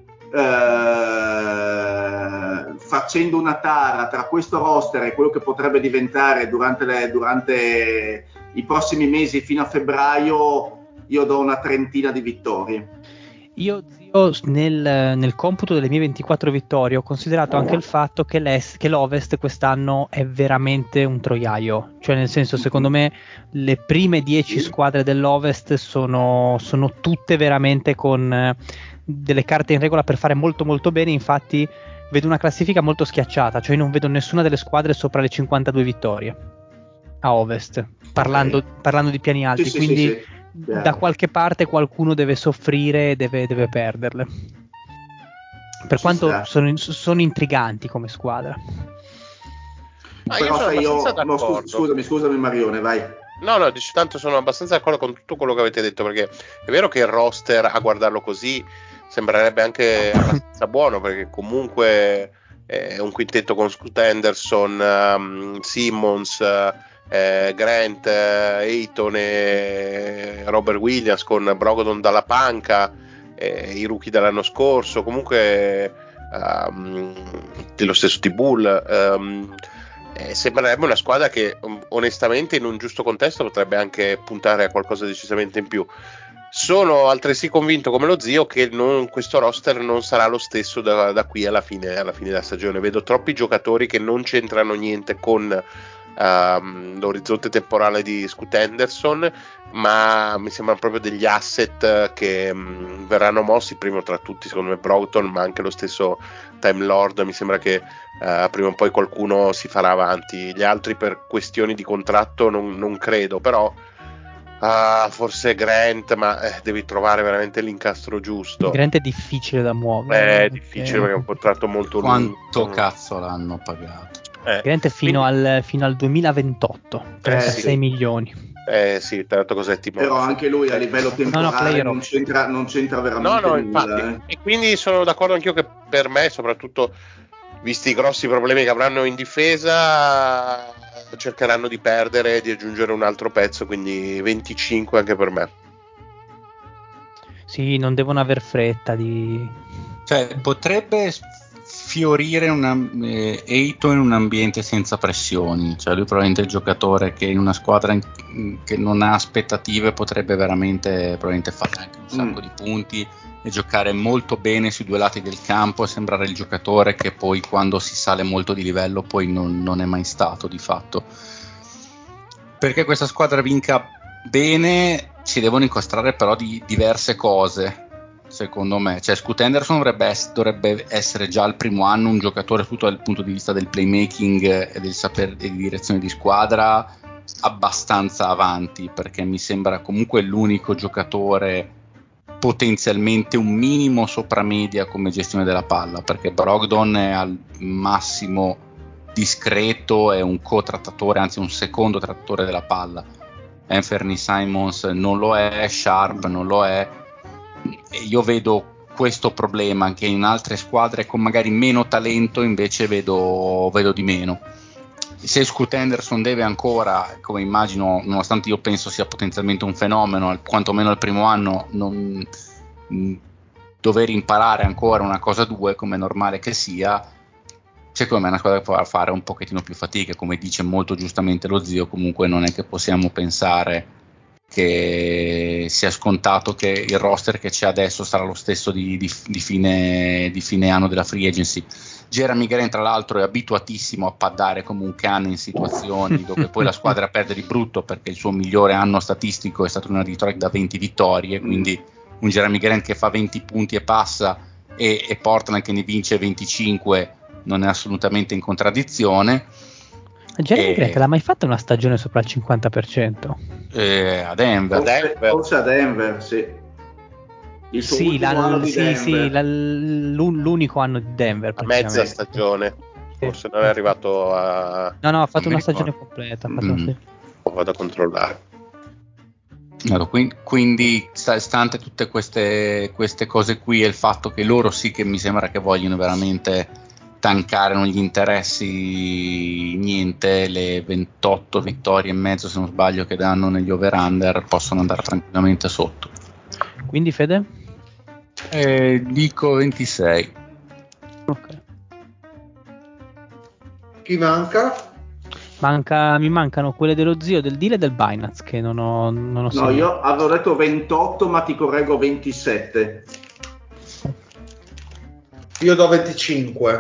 eh, facendo una tara tra questo roster e quello che potrebbe diventare durante, le, durante i prossimi mesi fino a febbraio, io do una trentina di vittorie. Io zio, nel, nel computo delle mie ventiquattro vittorie ho considerato anche il fatto che, che l'Ovest quest'anno è veramente un troiaio, cioè nel senso, secondo me le prime dieci squadre dell'Ovest sono, sono tutte veramente con eh, delle carte in regola per fare molto molto bene. Infatti vedo una classifica molto schiacciata, cioè non vedo nessuna delle squadre sopra le cinquantadue vittorie a Ovest, parlando, okay. parlando di piani alti, sì, quindi sì, sì, sì. Yeah. Da qualche parte qualcuno deve soffrire e deve, deve perderle. Per Ci quanto sono, sono intriganti come squadra. Ah, io sono io, abbastanza no, d'accordo. Scusami, scusami Marione, vai. No, no, dici, tanto sono abbastanza d'accordo con tutto quello che avete detto, perché è vero che il roster, a guardarlo così, sembrerebbe anche abbastanza buono, perché comunque è un quintetto con Scoot Henderson, um, Simmons, eh, Grant, eh, Ayton e Robert Williams, con Brogdon dalla panca, eh, i rookie dell'anno scorso, comunque um, dello stesso T-Bull. Um, Eh, sembrerebbe una squadra che onestamente in un giusto contesto potrebbe anche puntare a qualcosa decisamente in più. Sono altresì convinto come lo zio che non, questo roster non sarà lo stesso da, da qui alla fine, alla fine della stagione. Vedo troppi giocatori che non c'entrano niente con um, l'orizzonte temporale di Scoot Henderson, ma mi sembrano proprio degli asset che um, verranno mossi, primo tra tutti secondo me Brogdon, ma anche lo stesso Time Lord. Mi sembra che uh, prima o poi qualcuno si farà avanti, gli altri per questioni di contratto non, non credo, però uh, forse Grant, ma eh, devi trovare veramente l'incastro giusto. Grant è difficile da muovere, è difficile perché è un contratto molto lungo. Quanto lungo. Cazzo l'hanno pagato? Eh, Grant fino, quindi, al, fino al duemilaventotto, trentasei eh, sì. milioni. Eh sì, tanto cos'è tipo. Però anche lui a livello temporale no, no, non, c'entra, non c'entra veramente no, no, nulla. Infatti, eh. E quindi sono d'accordo anch'io che per me, soprattutto visti i grossi problemi che avranno in difesa, cercheranno di perdere e di aggiungere un altro pezzo, quindi venticinque anche per me. Sì, non devono aver fretta di... Cioè, potrebbe fiorire una, eh, Ayton in un ambiente senza pressioni, cioè lui probabilmente è il giocatore che in una squadra in, che non ha aspettative potrebbe veramente probabilmente fare anche un sacco mm. di punti e giocare molto bene sui due lati del campo e sembrare il giocatore che poi quando si sale molto di livello poi non, non è mai stato di fatto. Perché questa squadra vinca bene si devono incastrare però di diverse cose, secondo me. Cioè Scoot Henderson dovrebbe, ess- dovrebbe essere già al primo anno un giocatore tutto dal punto di vista del playmaking e del saper e di direzione di squadra abbastanza avanti, perché mi sembra comunque l'unico giocatore potenzialmente un minimo sopra media come gestione della palla, perché Brogdon è al massimo discreto, è un co-trattatore, anzi un secondo trattatore della palla. Anthony Simons non lo è, Sharp non lo è. E io vedo questo problema anche in altre squadre con magari meno talento, invece vedo, vedo di meno. Se Scoot Henderson deve ancora, come immagino, nonostante io penso sia potenzialmente un fenomeno, quantomeno al primo anno, non, mh, dover imparare ancora una cosa o due, come è normale che sia, secondo me è una squadra che potrà fare un pochettino più fatica. Come dice molto giustamente lo zio, comunque non è che possiamo pensare che sia scontato che il roster che c'è adesso sarà lo stesso di, di, di, fine, di fine anno della free agency. Jeremy Grant tra l'altro è abituatissimo a paddare come un cane in situazioni dove poi la squadra perde di brutto, perché il suo migliore anno statistico è stato una Detroit da venti vittorie, quindi un Jeremy Grant che fa venti punti e passa e, e Portland che ne vince venticinque non è assolutamente in contraddizione. Jeremy e, Grant l'ha mai fatta una stagione sopra il cinquanta per cento? Eh, a Denver. Forse, forse a Denver, sì. Il suo sì, ultimo la, anno di sì, Denver. sì la, l'unico anno di Denver a mezza stagione, forse non è arrivato a... No, no, ha fatto Non una mi stagione ricordo. completa. Ha fatto Mm. una stagione... Vado a controllare. Allora, quindi, quindi stante tutte queste, queste cose qui e il fatto che loro sì che mi sembra che vogliono veramente tankare, non gli interessi niente, le ventotto vittorie e mezzo se non sbaglio che danno negli over-under possono andare tranquillamente sotto. Quindi Fede? Eh, dico ventisei. Ok. Chi manca? Manca, mi mancano quelle dello zio, del deal e del Binance che non ho, non ho No, segnato. io avevo detto ventotto, ma ti correggo ventisette. Io do venticinque.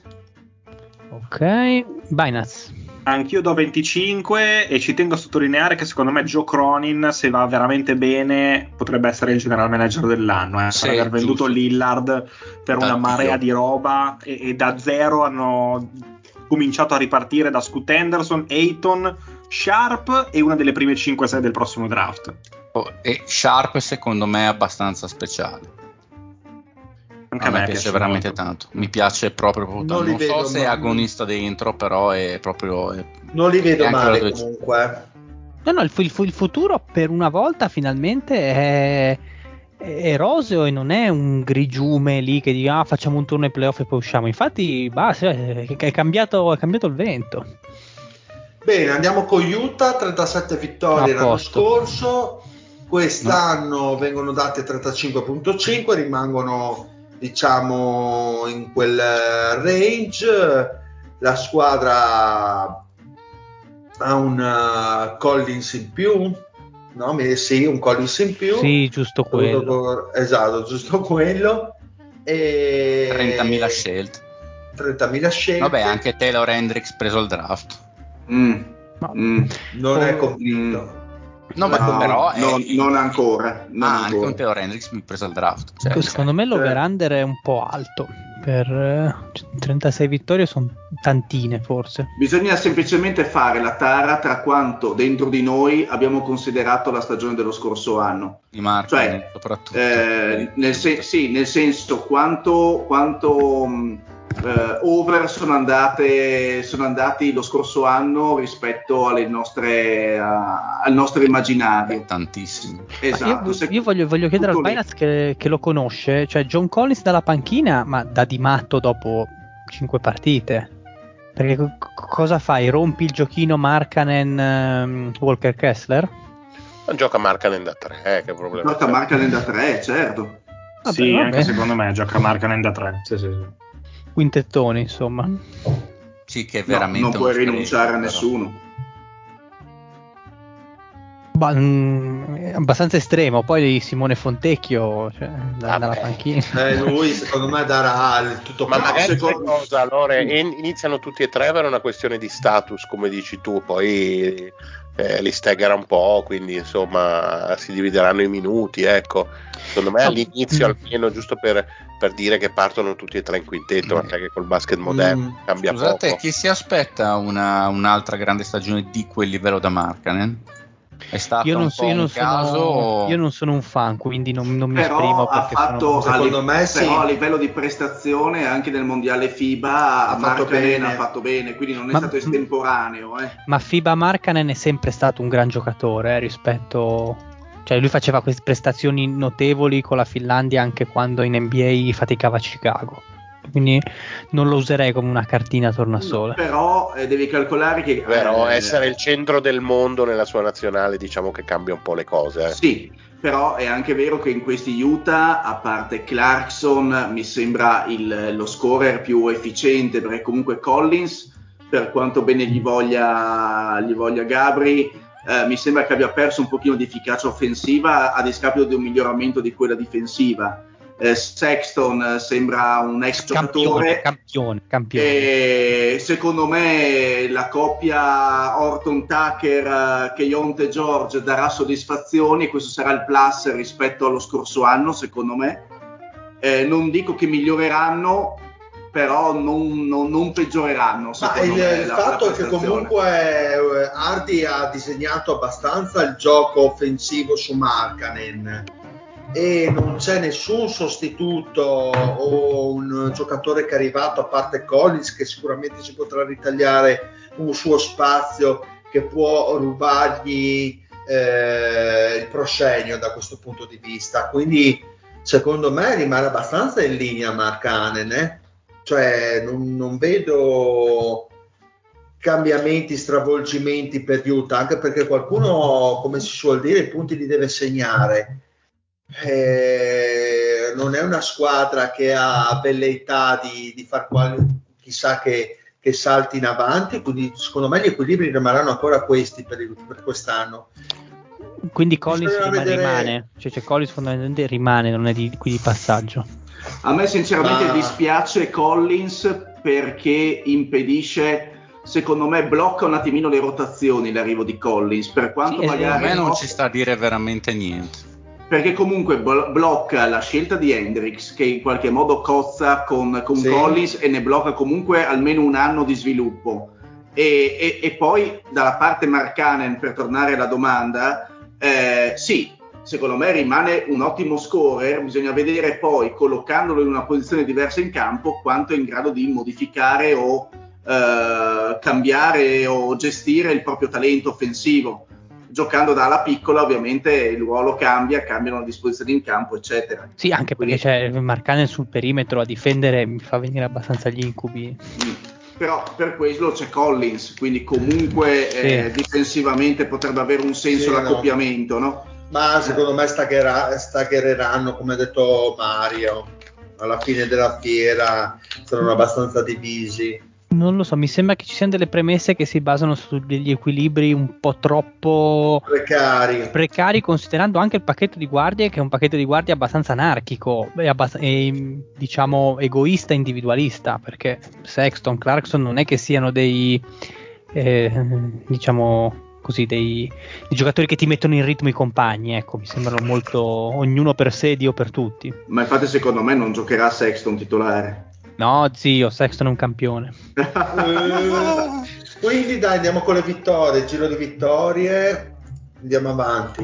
Ok, Binance. Anch'io do venticinque e ci tengo a sottolineare che secondo me Joe Cronin, se va veramente bene, potrebbe essere il general manager dell'anno, eh, Sì, per aver venduto giusto. Lillard per Da una Dio. marea di roba e, e da zero hanno cominciato a ripartire da Scoot Henderson, Ayton, Sharp e una delle prime cinque sei del prossimo draft. Oh, e Sharp secondo me è abbastanza speciale. Anche A me piace, piace veramente molto. tanto, mi piace proprio, proprio Non tanto. li Non so vedo se è ma- agonista dentro, però è proprio è- Non li vedo è anche male la- comunque. No, no, il, fu- il fu- il futuro per una volta finalmente è, è roseo e non è un grigiume lì che dica ah, facciamo un turno ai playoff e poi usciamo. Infatti, basta, è, è cambiato, è cambiato il vento. Bene, andiamo con Utah, trentasette vittorie A l'anno posto. scorso, quest'anno vengono date trentacinque virgola cinque, rimangono diciamo in quel range. La squadra ha un uh, Collins in più, no? Mi- Sì, un Collins in più. Sì, giusto quello. Esatto, giusto quello. E trentamila scelte. trentamila scelte. Vabbè, anche Taylor Hendricks preso al draft. Mm. Ma- Mm. Non Oh, è convinto. No, ma No, però è non- non ancora, non ah, anche ancora. un Taylor Hendricks preso al draft. Cioè, Secondo me l'over-under è un po' alto. Per eh, trentasei vittorie sono tantine, forse. Bisogna semplicemente fare la tara tra quanto dentro di noi abbiamo considerato la stagione dello scorso anno. di Marco Cioè, soprattutto. eh, nel, sen- sì, nel senso quanto, quanto mh, eh, over sono andate sono andati lo scorso anno rispetto alle nostre, a- al nostro immaginario. Tantissimo. Esatto. io se- io voglio, voglio chiedere al tutto lì. Binance che, che lo conosce, cioè John Collins dalla panchina, ma da di matto dopo cinque partite. Perché co- cosa fai? Rompi il giochino Markkanen ehm, Walker Kessler? Non gioca Markkanen da tre, eh, che problema Gioca c'è? Markkanen da tre, certo. Vabbè, sì, vabbè. anche secondo me gioca Markkanen da tre. Sì, sì, sì. Quintettoni, insomma. Sì, che è No, veramente non puoi uno spreco, rinunciare a però. nessuno. Ba- mm, è abbastanza estremo. Poi Simone Fontecchio, cioè, da- Ah, dalla beh. panchina. Eh, lui secondo me darà il tutto Ma No, magari secondo- sai cosa, Lore? In- iniziano tutti e tre per una questione di status, come dici tu, poi eh, li staggera un po', quindi insomma si divideranno i minuti, ecco. Secondo me No, all'inizio mm. almeno giusto per, per dire che partono tutti e tre in quintetto, ma sai che col basket moderno Mm. cambia Scusate, poco. chi si aspetta una, un'altra grande stagione di quel livello da Markkanen? È stato Io non, un so- po' io non un caso sono, o- io non sono un fan, quindi non, non mi Però esprimo ha perché fatto sono... a, Secondo li- me sì. però a livello di prestazione anche nel mondiale FIBA Ha fatto Markkanen bene. ha fatto bene, quindi non è Ma- stato estemporaneo. Eh. Ma FIBA Markkanen è sempre stato un gran giocatore eh, rispetto... Cioè lui faceva queste prestazioni notevoli con la Finlandia anche quando in N B A faticava a Chicago. Quindi non lo userei come una cartina tornasole. No, però eh, devi calcolare che Vero, eh, essere il centro del mondo nella sua nazionale diciamo che cambia un po' le cose. Eh. sì, però è anche vero che in questi Utah, a parte Clarkson, mi sembra il- lo scorer più efficiente, perché comunque Collins, per quanto bene gli voglia, gli voglia Gabri, eh, mi sembra che abbia perso un pochino di efficacia offensiva a discapito di un miglioramento di quella difensiva. Eh, Sexton sembra un ex giocatore, campione, campione. E secondo me la coppia Orton-Tucker, Keontae George darà soddisfazioni e questo sarà il plus rispetto allo scorso anno, secondo me. Eh, non dico che miglioreranno, però non, non, non peggioreranno. Ma il, me, il la, fatto la è che comunque Hardy ha disegnato abbastanza il gioco offensivo su Markkanen e non c'è nessun sostituto o un giocatore che è arrivato, a parte Collins, che sicuramente si potrà ritagliare un suo spazio, che può rubargli eh, il proscenio da questo punto di vista. Quindi secondo me rimane abbastanza in linea Markkanen, eh? Cioè non, non vedo cambiamenti, stravolgimenti per Utah, anche perché qualcuno, come si suol dire, i punti li deve segnare. Eh, non è una squadra che ha velleità di, di far quali, chissà che, che salti in avanti, quindi secondo me gli equilibri rimarranno ancora questi per, il, per quest'anno. Quindi Collins rimane, vedere... rimane. Cioè, cioè Collins fondamentalmente rimane, non è di, qui di passaggio. A me sinceramente Ma... dispiace Collins perché impedisce, secondo me blocca un attimino le rotazioni l'arrivo di Collins, per quanto sì, magari a me non no, ci sta a dire veramente niente, perché comunque blo- blocca la scelta di Hendricks, che in qualche modo cozza con, con sì. Collins, e ne blocca comunque almeno un anno di sviluppo. E, e, e poi dalla parte Markkanen, per tornare alla domanda, eh, sì, secondo me rimane un ottimo scorer, bisogna vedere poi, collocandolo in una posizione diversa in campo, quanto è in grado di modificare o eh, cambiare o gestire il proprio talento offensivo. Giocando da ala piccola ovviamente il ruolo cambia, cambiano le disposizioni in campo, eccetera. Sì, anche Quindi, perché c'è Markkanen sul perimetro a difendere, mi fa venire abbastanza gli incubi. Però per quello c'è Collins, quindi comunque sì. eh, difensivamente potrebbe avere un senso sì, l'accoppiamento, no? Ma secondo me staggerà, staggereranno, come ha detto Mario, alla fine della fiera saranno abbastanza divisi. Non lo so, mi sembra che ci siano delle premesse che si basano su degli equilibri un po' troppo precari, precari considerando anche il pacchetto di guardie, che è un pacchetto di guardie abbastanza anarchico e, abbast- e diciamo egoista, individualista, perché Sexton, Clarkson non è che siano dei eh, diciamo così dei, dei giocatori che ti mettono in ritmo i compagni, ecco, mi sembrano molto ognuno per sé, Dio per tutti. Ma infatti secondo me non giocherà Sexton titolare. No, zio, Sexton è un campione. eh, quindi dai, andiamo con le vittorie, il giro di vittorie, andiamo avanti.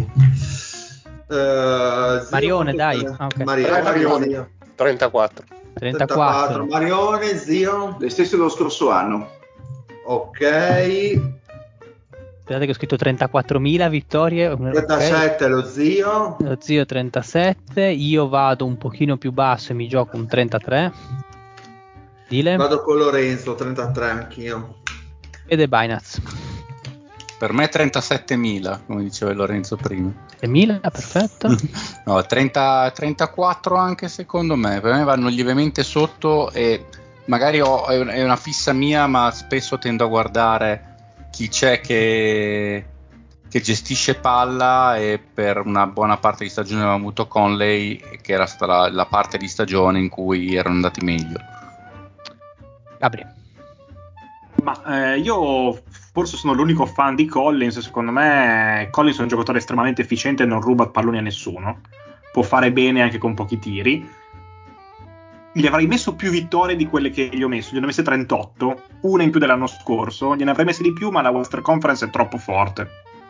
Uh, Marione, dai. Ah, okay. Marione, Marione. trentaquattro. trentaquattro. Marione, zio. Le stesse dello scorso anno. Ok. Guardate che ho scritto trentaquattromila vittorie. trentasette, okay. Lo zio. Lo zio trentasette. Io vado un pochino più basso e mi gioco un trentatré. Dile. Vado con Lorenzo, trentatré anch'io. E The Binance. Per me trentasettemila, come diceva Lorenzo prima. settemila, perfetto. No, trenta, trentaquattro anche secondo me. Per me vanno lievemente sotto e magari ho, è una fissa mia, ma spesso tendo a guardare chi c'è che, che gestisce palla, e per una buona parte di stagione avevamo avuto Conley, che era stata la, la parte di stagione in cui erano andati meglio. Gabri. Ma eh, io forse sono l'unico fan di Collins. Secondo me Collins è un giocatore estremamente efficiente e non ruba palloni a nessuno, può fare bene anche con pochi tiri. Gli avrei messo più vittorie di quelle che gli ho messo, gli ho messe trentotto, una in più dell'anno scorso, gliene avrei messe di più, ma la Western Conference è troppo forte.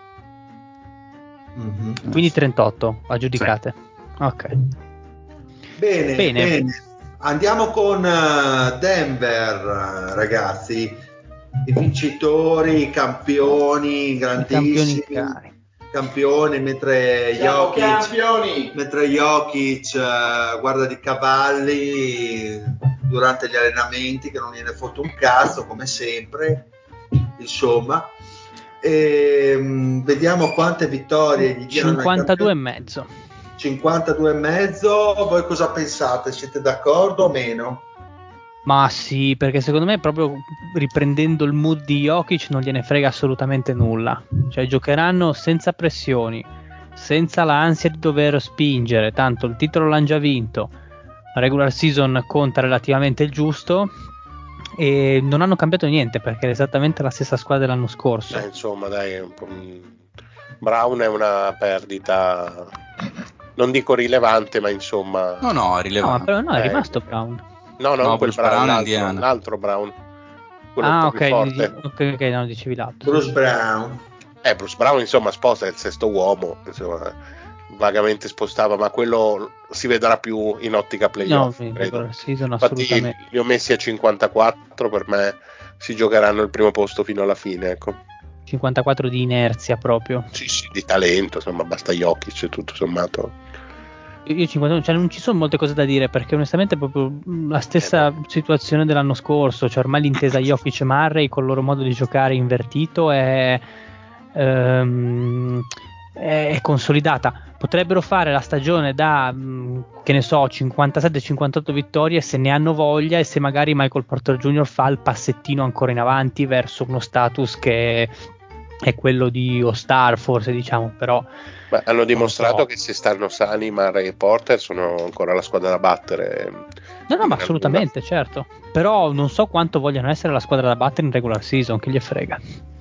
Mm-hmm. Quindi trentotto aggiudicate. Sì. Ok. Bene, bene, bene. Andiamo con Denver, ragazzi. I vincitori, i campioni, grandissimi I campioni, campioni, mentre Siamo Jokic, campioni. mentre Jokic uh, guarda di cavalli durante gli allenamenti, che non gliene fotte un cazzo, come sempre, insomma. E, um, vediamo quante vittorie gli diano. cinquantadue e mezzo. cinquantadue e mezzo. Voi cosa pensate? Siete d'accordo o meno? Ma sì, perché secondo me proprio riprendendo il mood di Jokic non gliene frega assolutamente nulla. Cioè giocheranno senza pressioni, senza l'ansia di dover spingere, tanto il titolo l'hanno già vinto, la regular season conta relativamente il giusto e non hanno cambiato niente perché è esattamente la stessa squadra dell'anno scorso. Eh, insomma, dai, è un po'... Brown è una perdita, non dico rilevante, ma insomma... No, no, è No, ma rilevante. però no, è Eh, rimasto Brown. No, non No, quel Bruce Brown, Brown è l'altro, Indiana. l'altro Brown, quello un Ah, po' ok, più forte. ok, ok, no, dicevi l'altro. Bruce Brown. Eh, Bruce Brown, insomma, sposa, è il sesto uomo, insomma, vagamente spostava, ma quello si vedrà più in ottica playoff, No, in credo. regular season Infatti assolutamente. li ho messi a cinquantaquattro, per me si giocheranno il primo posto fino alla fine, ecco. cinquantaquattro di inerzia proprio. Sì, sì, di talento, insomma, basta Jokic, tutto sommato. Io cinquanta, cioè non ci sono molte cose da dire perché onestamente è proprio la stessa Eh, situazione dell'anno scorso, cioè ormai l'intesa Jokic e Murray con il loro modo di giocare invertito è, ehm, è, è consolidata. Potrebbero fare la stagione da, mh, che ne so, cinquantasette cinquantotto vittorie se ne hanno voglia e se magari Michael Porter Junior fa il passettino ancora in avanti verso uno status che è quello di All-Star forse, diciamo, però Ma hanno dimostrato so. che se stanno sani Murray e Porter sono ancora la squadra da battere. No, no, In ma gran assolutamente, certo. Però non so quanto vogliano essere la squadra da battere in regular season, che gli frega.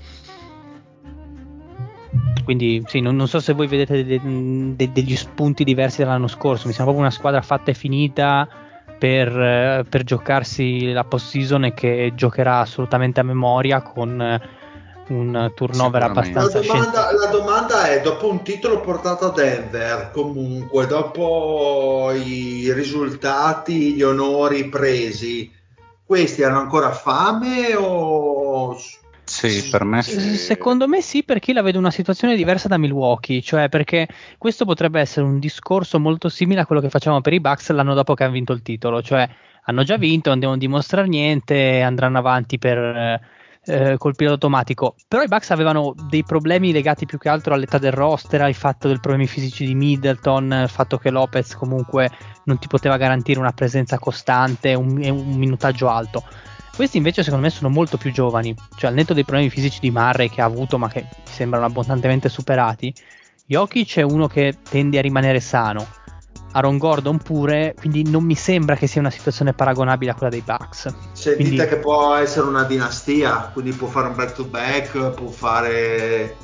Quindi sì, non, non so se voi vedete de- de- degli spunti diversi dall'anno scorso. Mi sembra proprio una squadra fatta e finita per, eh, per giocarsi la post-season e che giocherà assolutamente a memoria con eh, un turnover Sicuramente. La abbastanza domanda, scientifico. la domanda è, dopo un titolo portato a Denver, comunque, dopo i risultati, gli onori presi, questi hanno ancora fame o... Sì, per me sì. Sì. Secondo me sì, perché io la vedo una situazione diversa da Milwaukee, cioè perché questo potrebbe essere un discorso molto simile a quello che facevamo per i Bucks l'anno dopo che hanno vinto il titolo, cioè hanno già vinto, non devono dimostrare niente, andranno avanti per, eh, col pilota automatico, però i Bucks avevano dei problemi legati più che altro all'età del roster, al fatto dei problemi fisici di Middleton, il fatto che Lopez comunque non ti poteva garantire una presenza costante un, e un minutaggio alto. Questi invece secondo me sono molto più giovani, cioè al netto dei problemi fisici di Murray che ha avuto ma che mi sembrano abbondantemente superati, Jokic è uno che tende a rimanere sano, Aaron Gordon pure, quindi non mi sembra che sia una situazione paragonabile a quella dei Bucks. Sentite Quindi, che può essere una dinastia, quindi può fare un back to back, può fare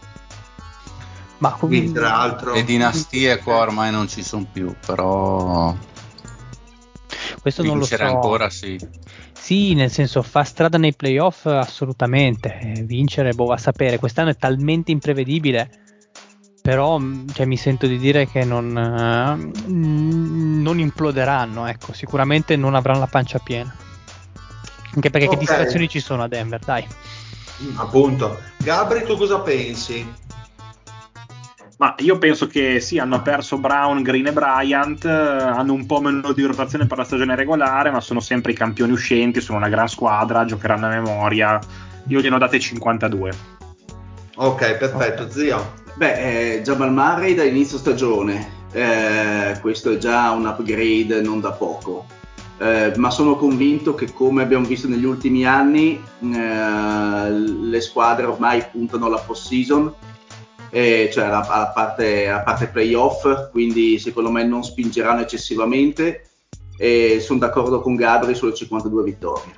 ma vincere altro. Le dinastie qua ormai non ci sono più, però questo non lo vincere so. ancora sì. Sì, nel senso fa strada nei playoff assolutamente, eh, vincere boh va a sapere, quest'anno è talmente imprevedibile, però cioè, mi sento di dire che non, eh, non imploderanno, ecco, sicuramente non avranno la pancia piena, anche perché Ok. che distrazioni ci sono a Denver, dai. Mm, appunto. Gabri, tu cosa pensi? Ma io penso che sì, hanno perso Brown, Green e Bryant, eh, hanno un po' meno di rotazione per la stagione regolare, ma sono sempre i campioni uscenti, sono una gran squadra, giocheranno a memoria. Io gliene ho date cinquantadue. Ok, perfetto, Ok. zio. Beh, eh, Jamal Murray da inizio stagione, eh, questo è già un upgrade non da poco, eh, ma sono convinto che come abbiamo visto negli ultimi anni eh, le squadre ormai puntano alla post-season, eh, cioè alla, alla, parte, alla parte playoff, quindi secondo me non spingeranno eccessivamente e sono d'accordo con Gabri sulle cinquantadue vittorie.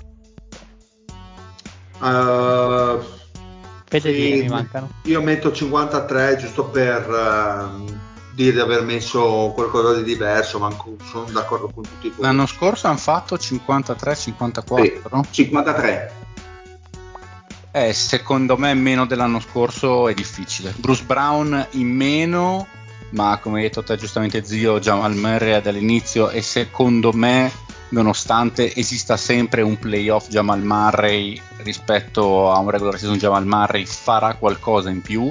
Uh, Fede sì, dire mi mancano. io metto cinquantatré giusto per uh, dire di aver messo qualcosa di diverso, ma sono d'accordo con tutti voi. L'anno scorso hanno fatto cinquantatré cinquantaquattro. Sì, cinquantatré. Eh, secondo me meno dell'anno scorso è difficile. Bruce Brown in meno, ma come hai detto te giustamente zio, Jamal Murray dall'inizio, e secondo me nonostante esista sempre un playoff Jamal Murray rispetto a un regular season Jamal Murray farà qualcosa in più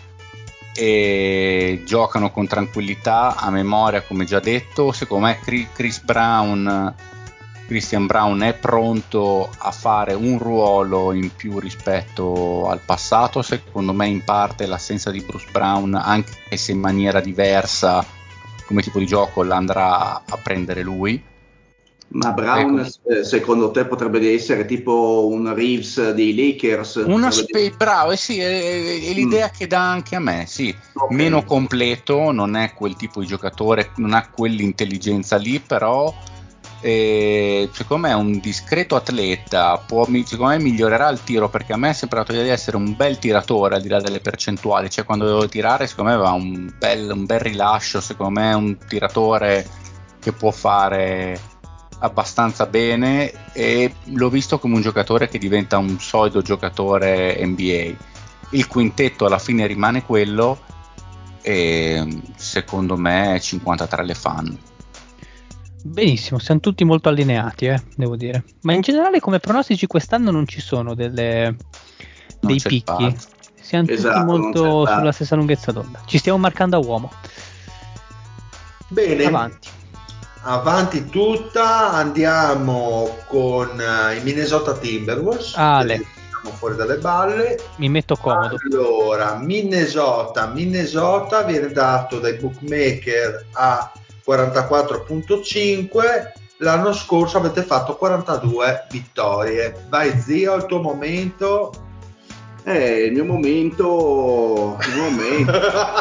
e giocano con tranquillità a memoria come già detto. Secondo me Chris Brown Christian Brown è pronto a fare un ruolo in più rispetto al passato. Secondo me in parte l'assenza di Bruce Brown, anche se in maniera diversa come tipo di gioco, l'andrà a prendere lui, Ma Brown, ecco, secondo te potrebbe essere tipo un Reeves dei Lakers? Una spe- bravo, eh sì, è, è l'idea mm. che dà anche a me, sì. Okay. Meno completo, non è quel tipo di giocatore, non ha quell'intelligenza lì, però eh, secondo me è un discreto atleta, può, secondo me migliorerà il tiro, perché a me è sembrato di essere un bel tiratore al di là delle percentuali, cioè quando devo tirare secondo me va un bel, un bel rilascio, secondo me è un tiratore che può fare abbastanza bene, e l'ho visto come un giocatore che diventa un solido giocatore N B A. Il quintetto alla fine rimane quello e secondo me cinquantatré le fanno. Benissimo, siamo tutti molto allineati, eh, devo dire. Ma in generale come pronostici quest'anno non ci sono delle, dei picchi. Siamo esatto, tutti molto sulla stessa lunghezza d'onda. Ci stiamo marcando a uomo. Bene. Avanti. Avanti tutta, andiamo con uh, i Minnesota Timberwolves. Ale. Siamo fuori dalle balle. Mi metto comodo. Allora, Minnesota, Minnesota viene dato dai bookmaker a quarantaquattro virgola cinque. L'anno scorso avete fatto quarantadue vittorie. Vai zio, il tuo momento. Eh, il mio momento, il mio momento.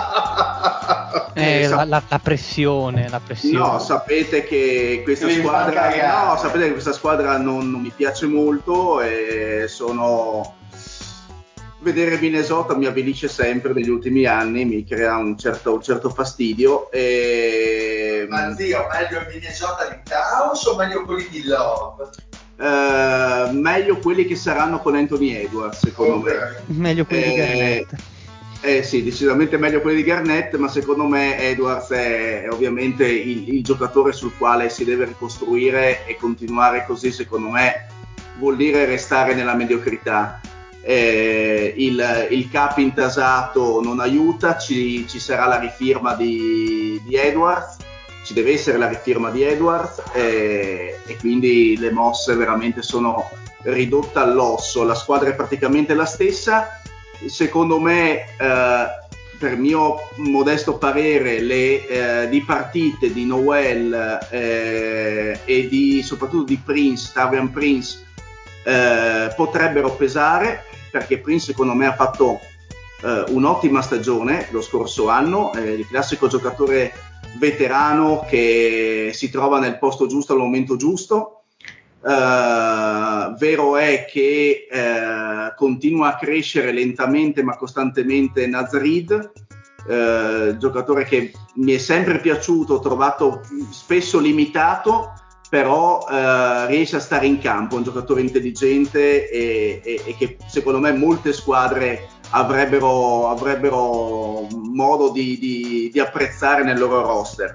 eh, la, la, la pressione, la pressione. No, sapete che questa Devi squadra, no, sapete che questa squadra non, non mi piace molto e sono. Vedere Minnesota mi avvelice sempre negli ultimi anni, mi crea un certo, un certo fastidio. E... Ma zio, meglio il Minnesota di Towns o meglio quelli di Love? Uh, meglio quelli che saranno con Anthony Edwards, secondo okay. me. Meglio quelli eh, di Garnett. Eh sì, decisamente meglio quelli di Garnett, ma secondo me Edwards è, è ovviamente il, il giocatore sul quale si deve ricostruire, e continuare così secondo me vuol dire restare nella mediocrità. Eh, il, il cap intasato non aiuta, ci, ci sarà la rifirma di, di Edwards, ci deve essere la rifirma di Edwards eh, e quindi le mosse veramente sono ridotte all'osso. La squadra è praticamente la stessa. Secondo me, eh, per mio modesto parere, le eh, di partite di Noel eh, e di soprattutto di Prince, Taurean Prince, eh, potrebbero pesare, perché Prince secondo me ha fatto eh, un'ottima stagione lo scorso anno, eh, il classico giocatore veterano che si trova nel posto giusto al momento giusto. Uh, vero è che uh, continua a crescere lentamente ma costantemente Naz Reid, uh, giocatore che mi è sempre piaciuto, ho trovato spesso limitato, però uh, riesce a stare in campo, un giocatore intelligente e, e, e che secondo me molte squadre avrebbero, avrebbero modo di, di, di apprezzare nel loro roster.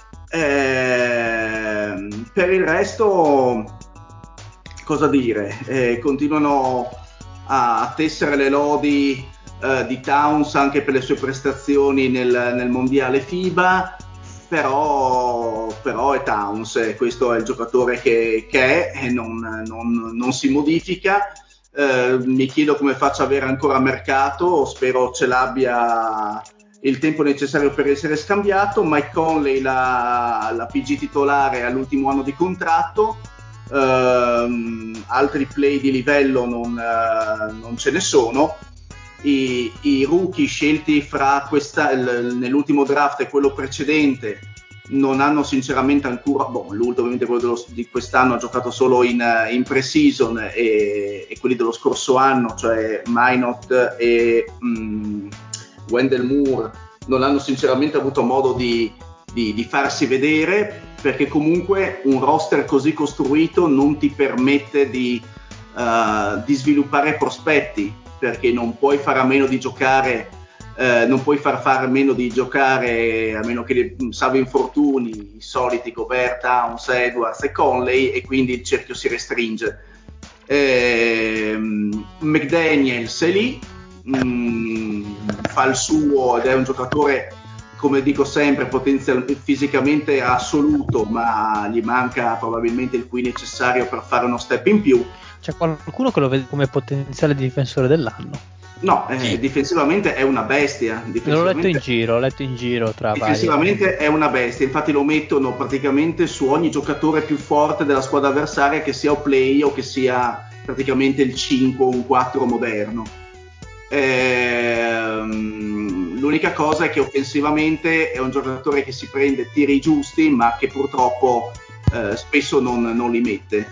Eh, per il resto cosa dire, eh, continuano a tessere le lodi eh, di Towns anche per le sue prestazioni nel, nel mondiale FIBA, però, però è Towns, eh, questo è il giocatore che, che è e non, non, non si modifica. Eh, mi chiedo come faccia avere ancora mercato, spero ce l'abbia il tempo necessario per essere scambiato. Mike Conley, la, la P G titolare, all'ultimo anno di contratto. Uh, altri play di livello non, uh, non ce ne sono. I, i rookie scelti fra questa, l, nell'ultimo draft e quello precedente non hanno sinceramente ancora, boh, l'ultimo ovviamente quello dello, di quest'anno ha giocato solo in, in pre-season e, e quelli dello scorso anno, cioè Minot e um, Wendell Moore, non hanno sinceramente avuto modo di, di, di farsi vedere, perché comunque un roster così costruito non ti permette di, uh, di sviluppare prospetti, perché non puoi fare a meno di giocare, uh, non puoi far fare a meno di giocare, a meno che salvo infortuni, i soliti Gobert, Towns, Edwards e Conley, e quindi il cerchio si restringe. Eh, McDaniels è lì, mh, fa il suo ed è un giocatore, come dico sempre, potenzialmente fisicamente assoluto, ma gli manca probabilmente il qui necessario per fare uno step in più. C'è qualcuno che lo vede come potenziale difensore dell'anno? No, eh, difensivamente è una bestia. L'ho letto in giro, l'ho letto in giro tra Difensivamente varie... è una bestia, infatti lo mettono praticamente su ogni giocatore più forte della squadra avversaria, che sia o play o che sia praticamente il cinque o un quattro moderno. Ehm, l'unica cosa è che offensivamente è un giocatore che si prende tiri giusti, ma che purtroppo eh, spesso non, non li mette.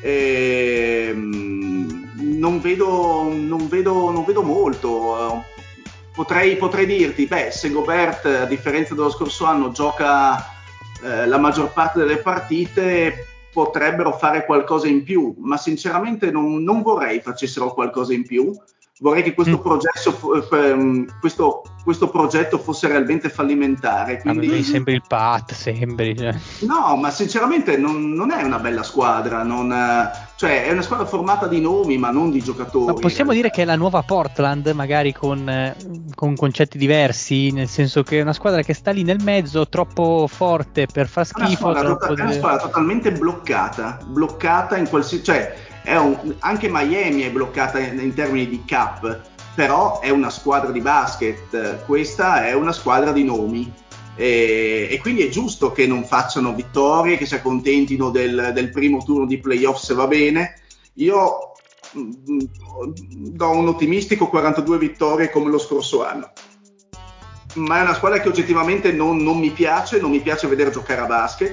Ehm, non vedo, non vedo, non vedo molto. Potrei, potrei dirti, beh, se Gobert, a differenza dello scorso anno, gioca eh, la maggior parte delle partite, potrebbero fare qualcosa in più, ma sinceramente non, non vorrei facessero qualcosa in più. Vorrei che questo, mm. progetto, questo, questo progetto fosse realmente fallimentare. Quindi... Ah, mi sembri il Pat, sembri. Cioè. No, ma sinceramente non, non è una bella squadra, non, cioè è una squadra formata di nomi ma non di giocatori. Ma possiamo dire che è la nuova Portland, magari con, con concetti diversi, nel senso che è una squadra che sta lì nel mezzo, troppo forte per far schifo. È una squadra, troppo... to- è una squadra totalmente bloccata, bloccata in qualsiasi... Cioè, è un, anche Miami è bloccata in, in termini di cap, però è una squadra di basket, questa è una squadra di nomi. E, e quindi è giusto che non facciano vittorie, che si accontentino del, del primo turno di playoff se va bene. Io mh, do un ottimistico quarantadue vittorie come lo scorso anno, ma è una squadra che oggettivamente non, non mi piace, non mi piace vedere giocare a basket.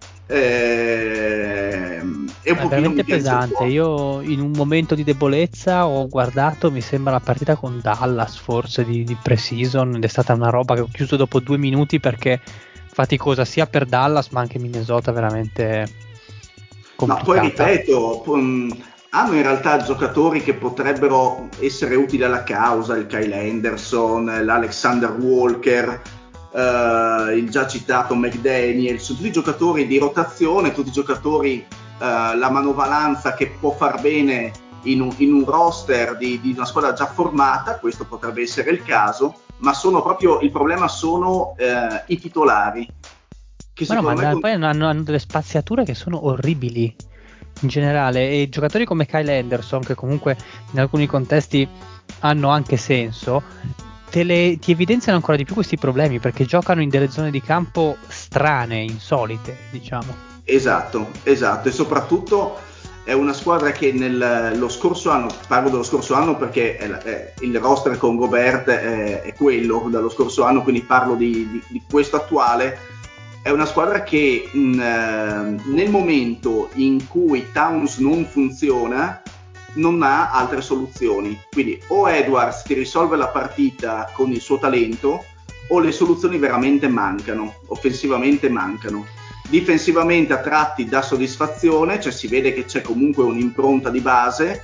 Eh, è, un è veramente pesante. Un io in un momento di debolezza ho guardato, mi sembra la partita con Dallas forse di, di pre-season, ed è stata una roba che ho chiuso dopo due minuti perché faticosa sia per Dallas ma anche Minnesota, veramente complicata. Ma poi ripeto, hanno in realtà giocatori che potrebbero essere utili alla causa, il Kyle Anderson, l'Alexander Walker, Uh, il già citato McDaniel, sono tutti giocatori di rotazione, tutti giocatori uh, la manovalanza che può far bene in un, in un roster di, di una squadra già formata. Questo potrebbe essere il caso, ma sono proprio il problema sono uh, i titolari che ma no, ma me... poi hanno, hanno delle spaziature che sono orribili in generale, e giocatori come Kyle Anderson, che comunque in alcuni contesti hanno anche senso, Te le, ti evidenziano ancora di più questi problemi perché giocano in delle zone di campo strane, insolite, diciamo. Esatto, esatto, e soprattutto è una squadra che nel, lo scorso anno, parlo dello scorso anno perché è, è, il roster con Gobert è, è quello dallo scorso anno, quindi parlo di, di, di questo attuale. È una squadra che mh, nel momento in cui Towns non funziona non ha altre soluzioni, quindi o Edwards ti risolve la partita con il suo talento o le soluzioni veramente mancano, offensivamente mancano, difensivamente a tratti dà soddisfazione, cioè si vede che c'è comunque un'impronta di base,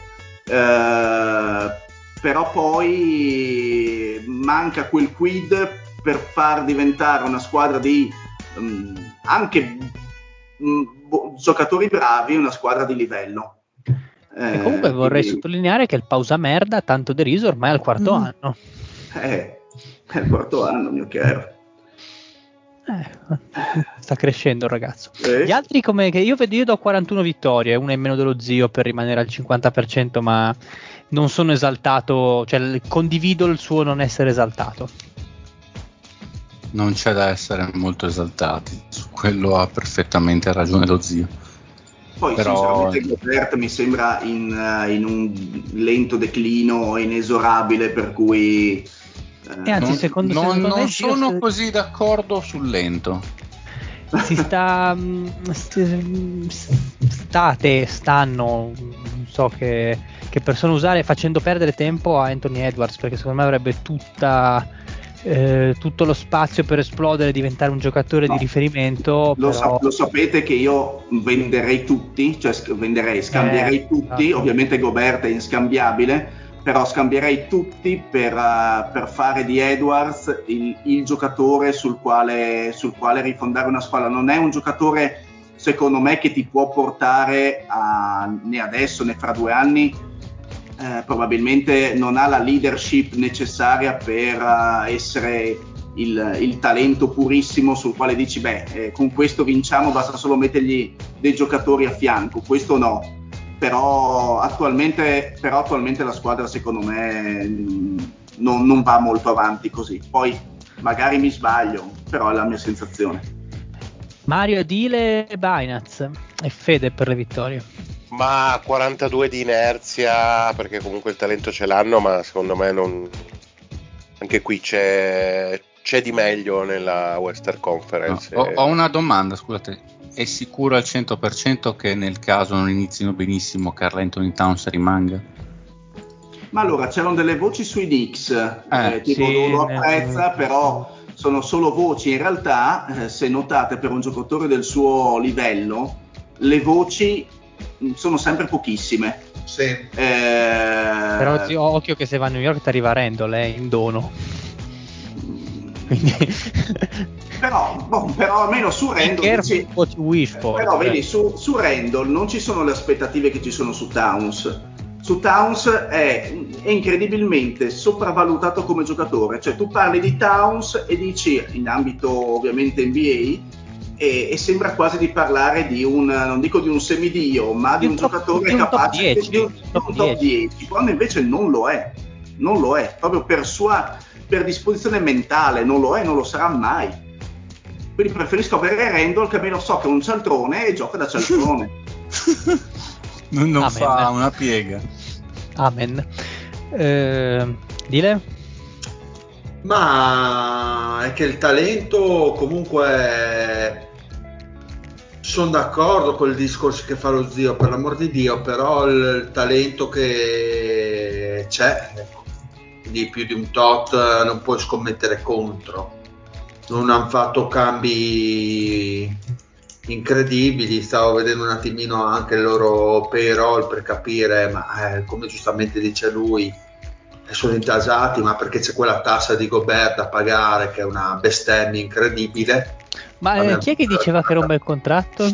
eh, però poi manca quel quid per far diventare una squadra di um, anche um, bo- giocatori bravi, una squadra di livello. E comunque eh, vorrei quindi... sottolineare che il pausa merda, tanto deriso, ormai è al quarto mm. anno. Eh, è il quarto anno, mio caro. Eh, sta crescendo il ragazzo. Eh? Gli altri come che io vedo, io do quarantuno vittorie, una in meno dello zio per rimanere al cinquanta per cento, ma non sono esaltato, cioè condivido il suo non essere esaltato. Non c'è da essere molto esaltati, su quello ha perfettamente ragione lo zio. Poi però... sinceramente Gobert mi sembra in, uh, in un lento declino inesorabile, per cui eh, anzi non, secondo, non, secondo non me sono se... così d'accordo sul lento. Si sta state stanno non so che, che persone usare, facendo perdere tempo a Anthony Edwards, perché secondo me avrebbe tutta eh, tutto lo spazio per esplodere e diventare un giocatore no. di riferimento. Lo, però... sa- lo sapete che io venderei tutti, cioè venderei, scambierei eh, tutti, esatto. Ovviamente Gobert è inscambiabile, però scambierei tutti per, uh, per fare di Edwards il, il giocatore sul quale, sul quale rifondare una squadra. Non è un giocatore, secondo me, che ti può portare a, né adesso né fra due anni. Eh, probabilmente non ha la leadership necessaria per uh, essere il, il talento purissimo sul quale dici beh eh, con questo vinciamo, basta solo mettergli dei giocatori a fianco. Questo no, però attualmente, però attualmente la squadra secondo me mh, non, non va molto avanti così. Poi magari mi sbaglio, però è la mia sensazione. Mario, Dile e Binance e Fede per le vittorie. Ma quarantadue di inerzia, perché comunque il talento ce l'hanno, ma secondo me non... anche qui c'è, c'è di meglio nella Western Conference. No, ho, ho una domanda, scusate, è sicuro al cento per cento che nel caso non inizino benissimo Karl Anthony Towns rimanga? Ma allora c'erano delle voci sui Knicks, Eh, eh, tipo sì, lo ne- apprezza, però sono solo voci. In realtà, eh, se notate, per un giocatore del suo livello, le voci mh, sono sempre pochissime. Sì. Eh, Però ti- occhio che se va a New York ti arriva Randall eh, in dono. Quindi però, boh, però almeno su be Randall careful dici- what you wish for. però cioè. vedi, su, su Randall non ci sono le aspettative che ci sono su Towns. Su Towns è, è incredibilmente sopravvalutato come giocatore, cioè tu parli di Towns e dici, in ambito ovviamente N B A, e, e sembra quasi di parlare di un, non dico di un semidio, ma di Di un un top- giocatore di un top capace dieci, di un, di top un top dieci. dieci, quando invece non lo è, non lo è, proprio per sua per disposizione mentale, non lo è, non lo sarà mai. Quindi preferisco avere Randall, che almeno so che è un cialtrone e gioca da cialtrone. non non Amen. fa una piega. Amen. Eh, Dile? Ma è che il talento comunque sono d'accordo con il discorso che fa lo zio, per l'amor di Dio, però il talento che c'è, di più di un tot, non puoi scommettere contro. Non hanno fatto cambi incredibili, stavo vedendo un attimino anche il loro payroll per capire, ma eh, come giustamente dice lui, sono intasati, ma perché c'è quella tassa di Gobert da pagare che è una bestemmia incredibile. Ma eh, chi è che diceva che era un bel contratto?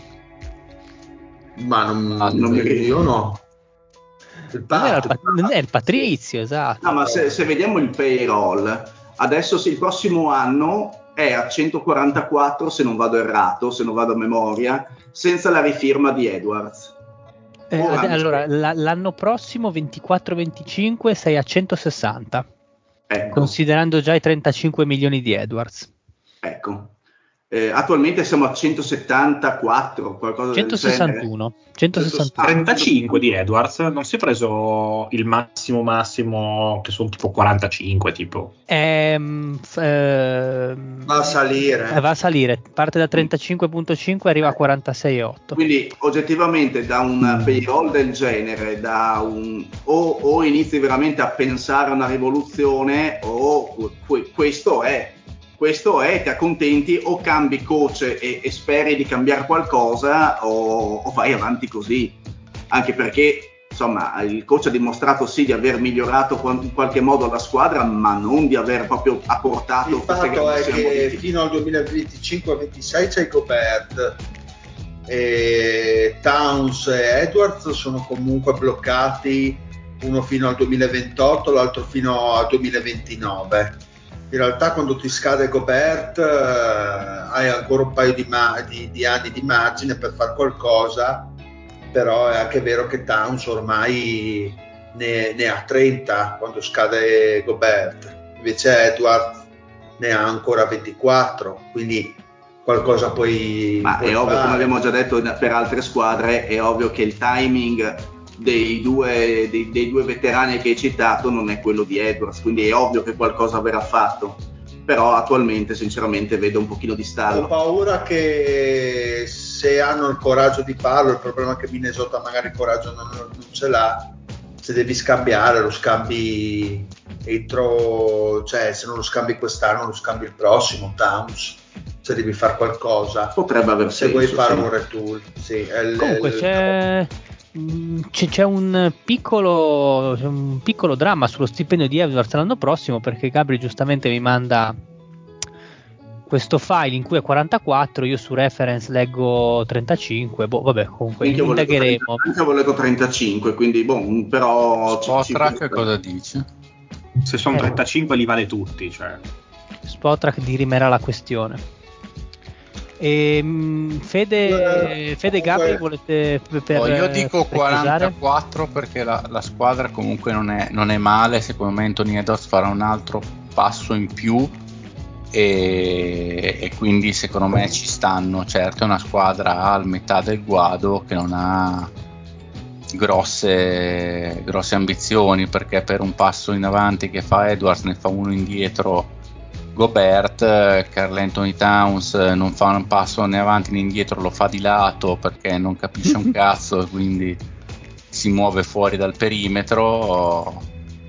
Ma non, Ah, non mi ricordo. io no. Il Non era il, Pat- pa- non è il Patrizio, esatto. No, ma se, se vediamo il payroll, adesso sì, il prossimo anno è a centoquarantaquattro, se non vado errato, se non vado a memoria, senza la rifirma di Edwards. Eh, Ora, ad- allora, la- l'anno prossimo ventiquattro venticinque sei a centosessanta, ecco, considerando già i trentacinque milioni di Edwards. ecco. Eh, attualmente siamo a centosettantaquattro, qualcosa del genere. centosessantuno. centosessantuno. Ah, trentacinque di Edwards, non si è preso il massimo massimo che sono tipo quarantacinque tipo. Ehm, f- ehm, Va a salire. eh, va a salire, parte da trentacinque virgola cinque arriva a quarantasei virgola otto. Quindi oggettivamente da un payroll del genere, da un, o, o inizi veramente a pensare a una rivoluzione o que- questo è, questo è, ti accontenti o cambi coach e, e speri di cambiare qualcosa o, o vai avanti così, anche perché insomma il coach ha dimostrato sì di aver migliorato in qualche modo la squadra, ma non di aver proprio apportato. Il fatto è che modifiche. fino al duemilaventicinque ventisei c'è Gobert, e Towns e Edwards sono comunque bloccati, uno fino al duemilaventotto, l'altro fino al duemilaventinove. In realtà quando ti scade Gobert eh, hai ancora un paio di, ma- di, di anni di margine per fare qualcosa, però è anche vero che Towns ormai ne, ne ha trenta quando scade Gobert, invece Edwards ne ha ancora ventiquattro, quindi qualcosa puoi, Ma puoi è ovvio, fare. come abbiamo già detto per altre squadre, è ovvio che il timing dei due, dei, dei due veterani che hai citato non è quello di Edwards, quindi è ovvio che qualcosa verrà fatto, però attualmente sinceramente vedo un pochino di Ho stallo. paura che se hanno il coraggio di farlo, il problema è che Minnesota magari il coraggio non, non ce l'ha, se devi scambiare lo scambi entro, cioè se non lo scambi quest'anno lo scambi il prossimo, Towns, se devi fare qualcosa, Potrebbe aver se senso, vuoi fare sì. un retool, sì, è il- Comunque il- c'è, mh, c'è, c'è un piccolo c'è un piccolo dramma sullo stipendio di Edwards l'anno prossimo, perché Gabri giustamente mi manda questo file in cui è quarantaquattro, io su reference leggo trentacinque, boh vabbè, comunque Anche avevo letto indagheremo. trenta anche avevo letto trentacinque, quindi boh, però ci- ci- Spotrack cosa dice? Se sono Eh. trentacinque li vale tutti, cioè. Spotrack dirimerà la questione. E, mh, Fede, Fede e Gabri, volete per, oh, io dico per quarantaquattro perché la, la squadra comunque non è, non è male. Secondo me Anthony Edwards farà un altro passo in più e, e quindi secondo me ci stanno. Certo è una squadra al metà del guado che non ha grosse, grosse ambizioni, perché per un passo in avanti che fa Edwards ne fa uno indietro Gobert. Karl Anthony Towns non fa un passo né avanti né indietro, lo fa di lato perché non capisce un cazzo, quindi si muove fuori dal perimetro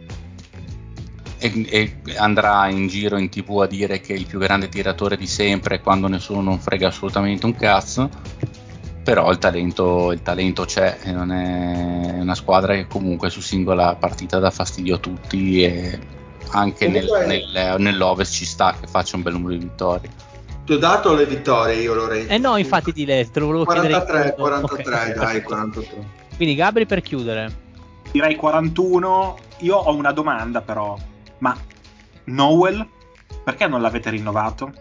e, e andrà in giro in tv a dire che è il più grande tiratore di sempre quando nessuno non frega assolutamente un cazzo. Però il talento, il talento c'è, e non è una squadra che comunque su singola partita dà fastidio a tutti, e anche nel, nel, nell'Ovest ci sta che faccia un bel numero di vittorie. Ti ho dato le vittorie io, Lorenzo. Eh no, infatti di lei, te lo volevo quarantatré, chiedere. quarantatré, okay, dai, quarantatré. Quindi Gabri per chiudere. Direi quarantuno. Io ho una domanda però, ma Nowell perché non l'avete rinnovato?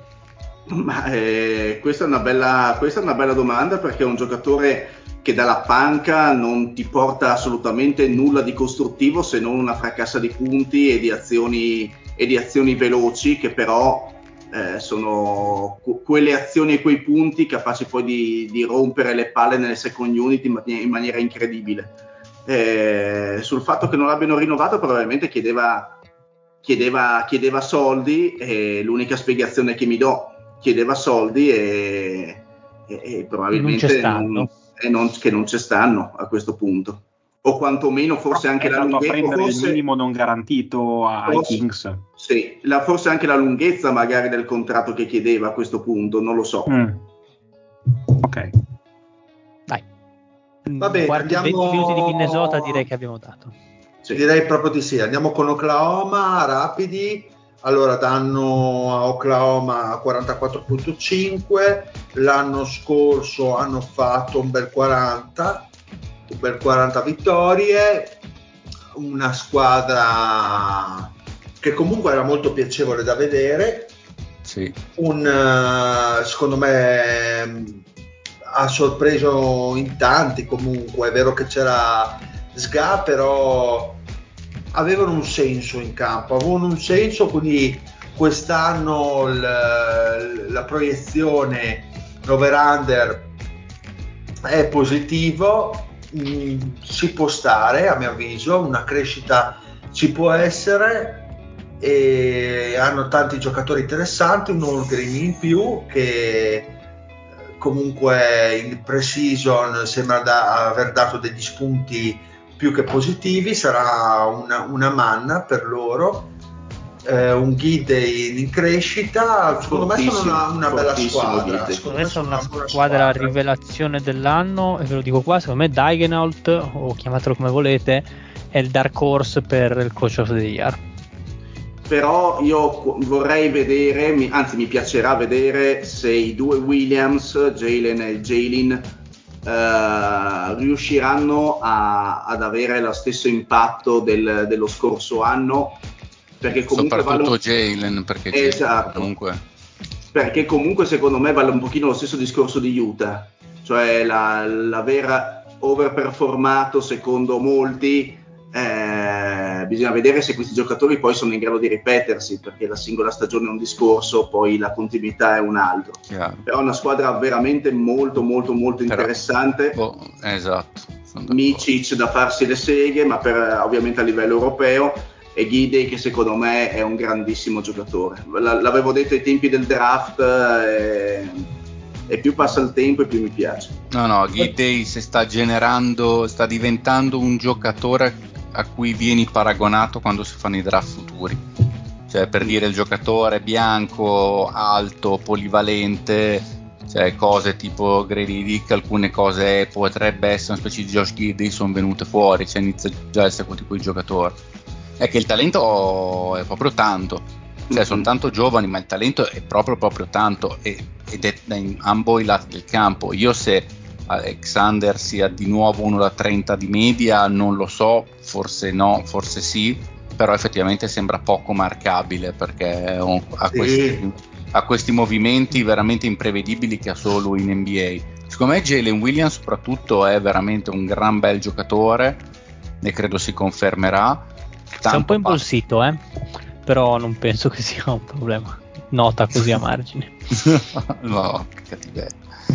Ma eh, questa è una bella, questa è una bella domanda, perché è un giocatore che dalla panca non ti porta assolutamente nulla di costruttivo, se non una fracassa di punti e di azioni, e di azioni veloci, che però eh, sono que- quelle azioni e quei punti capaci poi di, di rompere le palle nelle second unit in, man- in maniera incredibile. Eh, sul fatto che non l'abbiano rinnovato probabilmente chiedeva, chiedeva, chiedeva soldi, e l'unica spiegazione che mi do, chiedeva soldi e, e, e probabilmente non non, e non, che non ci stanno a questo punto, o quantomeno forse Però anche è la andato lunghezza, a prendere forse, il minimo non garantito ai forse, Kings. Sì, la, forse anche la lunghezza magari del contratto che chiedeva a questo punto, non lo so. Mm. Ok, dai, Va bene, quarto, andiamo... venti minuti di Minnesota direi che abbiamo dato. Sì. Direi proprio di sì. Andiamo con Oklahoma, rapidi. Allora, danno a Oklahoma quarantaquattro virgola cinque, l'anno scorso hanno fatto un bel quaranta, un bel quaranta vittorie, una squadra che comunque era molto piacevole da vedere. Sì. Un, secondo me ha sorpreso in tanti comunque, è vero che c'era Sga, però avevano un senso in campo, avevano un senso, quindi quest'anno l, la proiezione over-under è positivo, mm, si può stare, a mio avviso, una crescita ci può essere, e hanno tanti giocatori interessanti, un Holmgren in più che comunque in pre-season sembra da, aver dato degli spunti più che positivi, sarà una, una manna per loro, eh, un Giddey in crescita, secondo me sono una, una bella squadra, secondo me sono una squadra, squadra rivelazione dell'anno, e ve lo dico qua, secondo me Daigneault, o chiamatelo come volete, è il dark horse per il coach of the year. Però io vorrei vedere, anzi mi piacerà vedere se i due Williams, Jalen e Jalen, eh, riusciranno a, ad avere lo stesso impatto del, dello scorso anno, perché comunque soprattutto vale... Jalen, perché esatto, comunque... perché comunque secondo me vale un pochino lo stesso discorso di Utah, cioè la, l'aver overperformato secondo molti. Eh, bisogna vedere se questi giocatori poi sono in grado di ripetersi, perché la singola stagione è un discorso, poi la continuità è un altro. Chiaro. Però è una squadra veramente molto molto molto Però, interessante. Oh, esatto. Micic da farsi le seghe, ma per, ovviamente a livello europeo, e Giddey che secondo me è un grandissimo giocatore. L- l'avevo detto ai tempi del draft, eh, e più passa il tempo e più mi piace. No, no, Giddey si sta generando, sta diventando un giocatore a cui vieni paragonato quando si fanno i draft futuri. Cioè, per dire, il giocatore bianco, alto, polivalente, cioè cose tipo Grady Dick, alcune cose potrebbe essere una specie di Josh Giddey, sono venute fuori, cioè inizia già a essere quel tipo di giocatore. È che il talento è proprio tanto, cioè sono tanto giovani, ma il talento è proprio proprio tanto, e, ed è in ambo i lati del campo. Io se Alexander sia di nuovo uno da trenta di media non lo so, forse no, forse sì, però effettivamente sembra poco marcabile, perché ha sì. questi, ha questi movimenti veramente imprevedibili che ha solo lui in N B A. Secondo me Jalen Williams soprattutto è veramente un gran bel giocatore e credo si confermerà. C'è un po' imbolsito, eh? Però non penso che sia un problema. Nota così a margine. No, che cattiveria.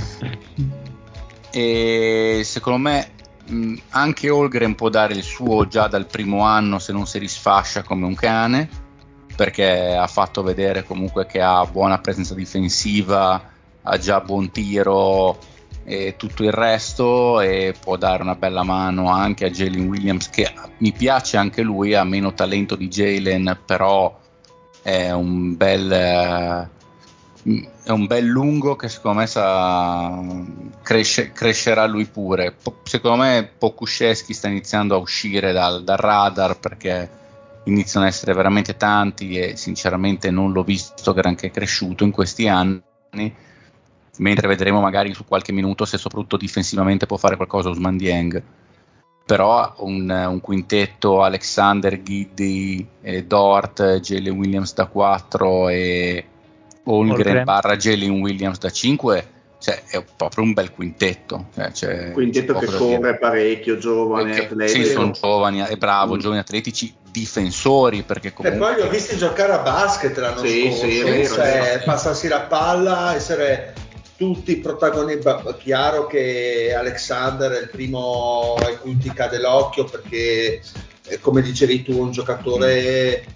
E secondo me mh, anche Holmgren può dare il suo già dal primo anno se non si risfascia come un cane, perché ha fatto vedere comunque che ha buona presenza difensiva, ha già buon tiro e tutto il resto, e può dare una bella mano anche a Jalen Williams, che mi piace anche lui, ha meno talento di Jalen, però è un bel eh, è un bel lungo che secondo me sa, cresce, crescerà lui pure. Po- secondo me Pokusevski sta iniziando a uscire dal, dal radar, perché iniziano ad essere veramente tanti e sinceramente non l'ho visto granché cresciuto in questi anni, mentre vedremo magari su qualche minuto se soprattutto difensivamente può fare qualcosa Ousmane Dieng. Però un, un quintetto Alexander, Giddey, eh, Dort, Jalen Williams da quattro e Holmgren barra Jalen Williams da cinque, cioè è proprio un bel quintetto, cioè, c'è, quintetto c'è che corre parecchio, giovane, che, atletico. Sì, sono giovani, è bravo, mm. giovani atletici, difensori, perché comunque... E poi li ho visti giocare a basket l'anno sì, scorso, sì, è vero, cioè è vero. passarsi la palla, essere tutti protagonisti. Chiaro che Alexander è il primo ai cui ti cade l'occhio, perché eh, come dicevi tu, un giocatore eh,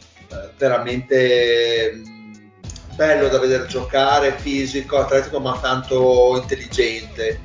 veramente mh, bello da vedere giocare, fisico, atletico, ma tanto intelligente.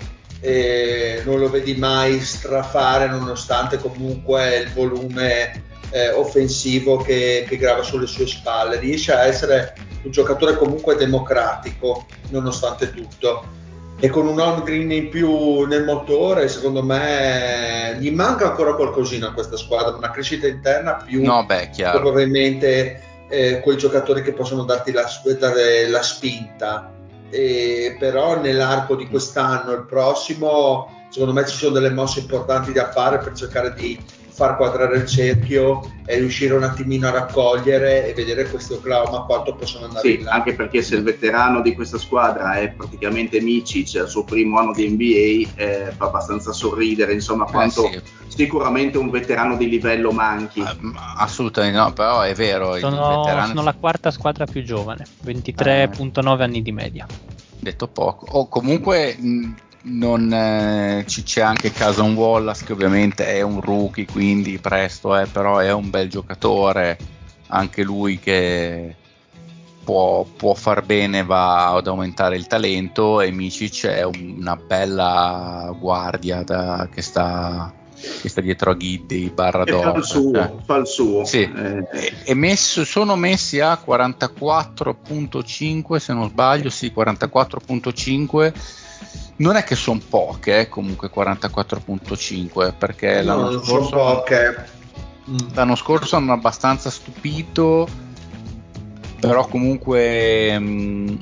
E non lo vedi mai strafare, nonostante comunque il volume eh, offensivo che, che grava sulle sue spalle. Riesce a essere un giocatore comunque democratico nonostante tutto, e con un Holmgren in più nel motore, secondo me gli manca ancora qualcosina a questa squadra, una crescita interna più. No, beh, chiaro. Probabilmente eh, quei giocatori che possono darti la, dare la spinta. E però nell'arco di quest'anno, il prossimo, secondo me ci sono delle mosse importanti da fare per cercare di far quadrare il cerchio e riuscire un attimino a raccogliere e vedere questi Oklahoma quanto possono andare sì, in là. Anche perché se il veterano di questa squadra è praticamente Micic al suo primo anno di N B A, eh, fa abbastanza sorridere, insomma, quanto eh sì. Sicuramente un veterano di livello manchi. Uh, assolutamente no, però è vero, sono, il veterano... sono la quarta squadra più giovane, ventitré virgola nove eh. anni di media, detto poco. O comunque mh, non eh, ci c'è anche Cason Wallace, che ovviamente è un rookie, quindi presto eh, però è un bel giocatore anche lui, che può, può far bene, va ad aumentare il talento, e Micic è una bella guardia da, che sta che sta dietro a Giddey barra Dort, fa il suo, cioè. fa il suo. Sì. Eh. E, e messo, sono messi a quarantaquattro virgola cinque se non sbaglio, sì, quarantaquattro virgola cinque. Non è che sono poche, eh, comunque quarantaquattro virgola cinque, perché no, l'anno scorso sono poche. l'anno scorso hanno abbastanza stupito, però comunque mh,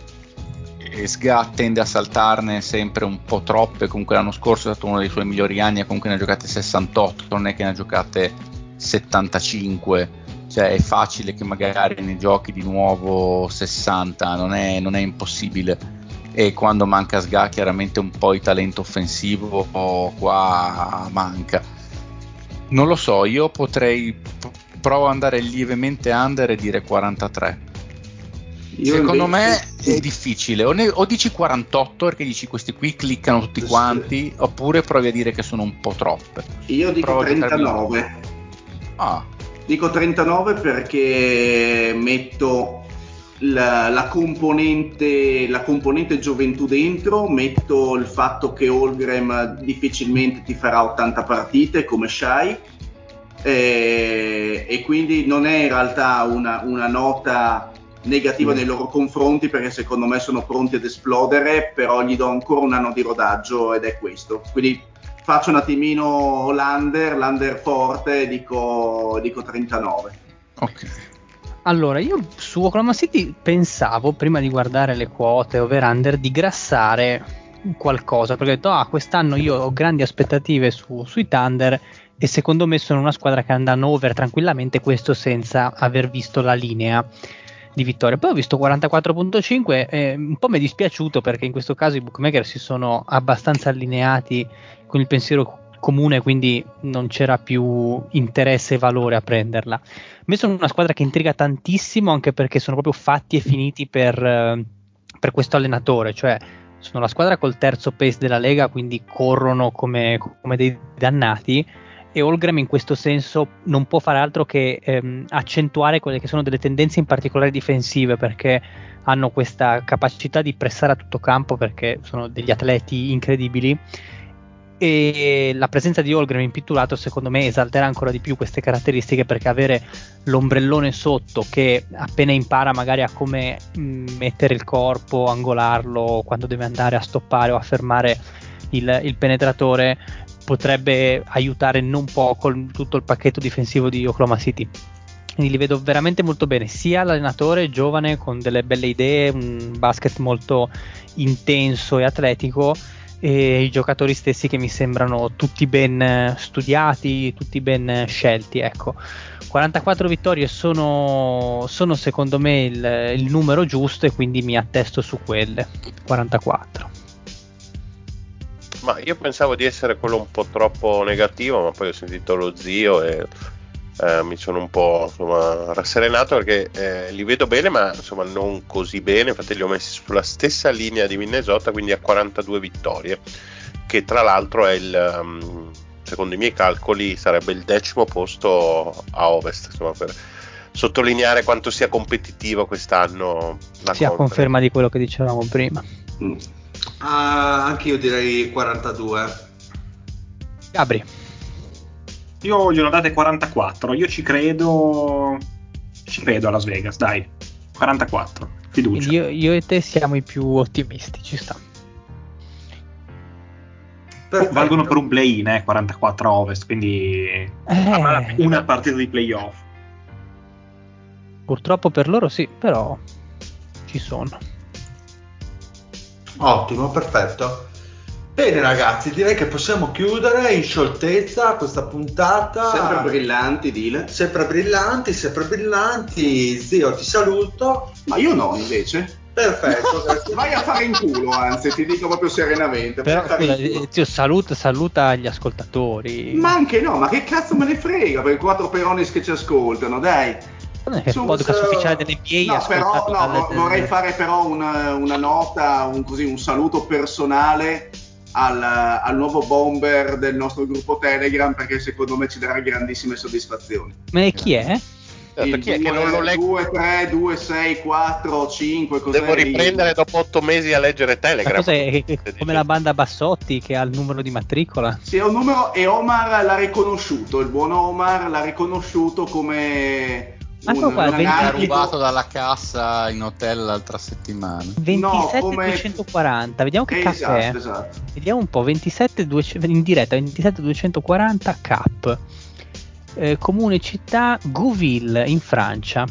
Sga tende a saltarne sempre un po' troppe. Comunque l'anno scorso è stato uno dei suoi migliori anni, comunque ne ha giocate sessantotto, non è che ne ha giocate settantacinque, cioè è facile che magari ne giochi di nuovo sessanta, non è, non è impossibile. E quando manca Sga chiaramente un po' di talento offensivo qua manca. Non lo so, io potrei provo ad andare lievemente under e dire quarantatré. Io secondo invece... me è difficile, o, ne, o dici quarantotto perché dici questi qui cliccano tutti quanti, sì. Oppure provi a dire che sono un po' troppe. Io dico provo trentanove. Ah. Dico trentanove perché metto la, la, componente, la componente gioventù dentro, metto il fatto che Holmgren difficilmente ti farà ottanta partite come Shai, e, e quindi non è in realtà una, una nota negativa nei loro confronti, perché secondo me sono pronti ad esplodere, però gli do ancora un anno di rodaggio ed è questo. Quindi faccio un attimino l'under, l'under forte, dico, dico trentanove. Ok. Allora, io su Oklahoma City pensavo, prima di guardare le quote over-under, di grassare qualcosa, perché ho detto, ah, quest'anno io ho grandi aspettative su, sui Thunder, e secondo me sono una squadra che andranno over tranquillamente, questo senza aver visto la linea. di vittoria. Poi ho visto quarantaquattro virgola cinque, eh, un po' mi è dispiaciuto perché in questo caso i bookmaker si sono abbastanza allineati con il pensiero comune, quindi non c'era più interesse e valore a prenderla. A me sono una squadra che intriga tantissimo, anche perché sono proprio fatti e finiti per, eh, per questo allenatore, cioè sono la squadra col terzo pace della Lega, quindi corrono come, come dei dannati, e Holmgren in questo senso non può fare altro che ehm, accentuare quelle che sono delle tendenze in particolare difensive, perché hanno questa capacità di pressare a tutto campo, perché sono degli atleti incredibili, e la presenza di Holmgren in pitturato secondo me esalterà ancora di più queste caratteristiche, perché avere l'ombrellone sotto che appena impara magari a come mh, mettere il corpo, angolarlo quando deve andare a stoppare o a fermare il, il penetratore, potrebbe aiutare non poco il, tutto il pacchetto difensivo di Oklahoma City. Quindi li vedo veramente molto bene, sia l'allenatore giovane con delle belle idee, un basket molto intenso e atletico, e i giocatori stessi che mi sembrano tutti ben studiati, tutti ben scelti, ecco. quarantaquattro vittorie sono, sono secondo me il, il numero giusto, e quindi mi attesto su quelle quarantaquattro. Ma io pensavo di essere quello un po' troppo negativo, ma poi ho sentito lo zio e eh, mi sono un po' insomma rasserenato, perché eh, li vedo bene, ma insomma non così bene. Infatti li ho messi sulla stessa linea di Minnesota, quindi a quarantadue vittorie, che tra l'altro è il um, secondo i miei calcoli sarebbe il decimo posto a Ovest, insomma, per sottolineare quanto sia competitivo quest'anno la Sia conference. conferma di quello che dicevamo prima. Mm. Ah, anche io direi quarantadue. Gabri? Io glielo date quarantaquattro, io ci credo, ci credo a Las Vegas, dai, quarantaquattro, fiducia. Io, io e te siamo i più ottimisti, ci sta. Oh, valgono per un play-in, eh, quarantaquattro a Ovest, quindi Eh, una partita di playoff. Purtroppo per loro sì, però ci sono. Ottimo, perfetto. Bene ragazzi, direi che possiamo chiudere in scioltezza questa puntata. Sempre brillanti, Dile. Sempre brillanti, sempre brillanti. Zio, ti saluto. Ma io no, invece. Perfetto. Vai a fare in culo, anzi, ti dico proprio serenamente. Però scusa, zio, saluta, saluta gli ascoltatori. Ma anche no, ma che cazzo me ne frega per i quattro peronis che ci ascoltano, dai. Non è che il podcast ufficiale dell'N B A. No, però no, dalle... vorrei fare però una, una nota, un, così, un saluto personale al, al nuovo bomber del nostro gruppo Telegram, perché secondo me ci darà grandissime soddisfazioni. Ma chi è? Il chi è che non lo leggo? due, tre, due, sei, quattro, cinque, cos'è? Devo riprendere lì? Dopo otto mesi a leggere Telegram. Ma cos'è? È come la banda Bassotti che ha il numero di matricola? Sì, è un numero, e Omar l'ha riconosciuto, il buon Omar l'ha riconosciuto come... Ma un, qua, venti... ha rubato dalla cassa in hotel l'altra settimana. ventisette no, come... duecentoquaranta, vediamo che esatto, caffè è. Esatto. Vediamo un po', ventisette duecento in diretta, ventisette duecentoquaranta cap. Eh, comune città Gouville in Francia.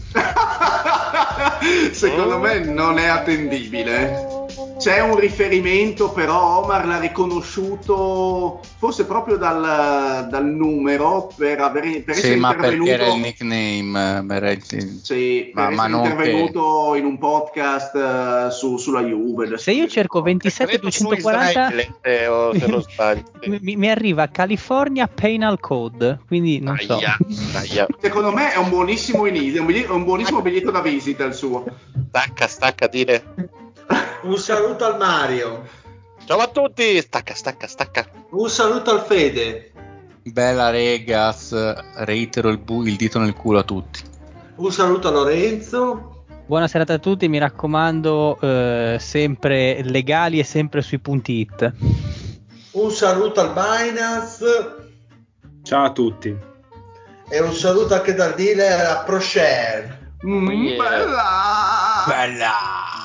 Secondo me non è attendibile. C'è un riferimento, però Omar l'ha riconosciuto forse proprio dal, dal numero, per, avere, per sì, essere ma intervenuto. Perché era il nickname, Beretti. Sì, ma, per ma essere non intervenuto che... in un podcast uh, su, sulla Juve. Se io cerco ventisette duecentoquaranta mi, mi arriva California Penal Code, quindi non aia, so. Aia. Secondo me è un buonissimo inizio, è un, biglietto, un buonissimo biglietto da visita il suo. Stacca, stacca, dire. Un saluto al Mario. Ciao a tutti, stacca, stacca, stacca. Un saluto al Fede. Bella Regas, reitero il, bu- il dito nel culo a tutti. Un saluto a Lorenzo. Buona serata a tutti, mi raccomando, eh, sempre legali e sempre sui punti hit. Un saluto al Binance. Ciao a tutti. E un saluto anche dal dealer a ProShare. Mm, yeah. Bella! Bella!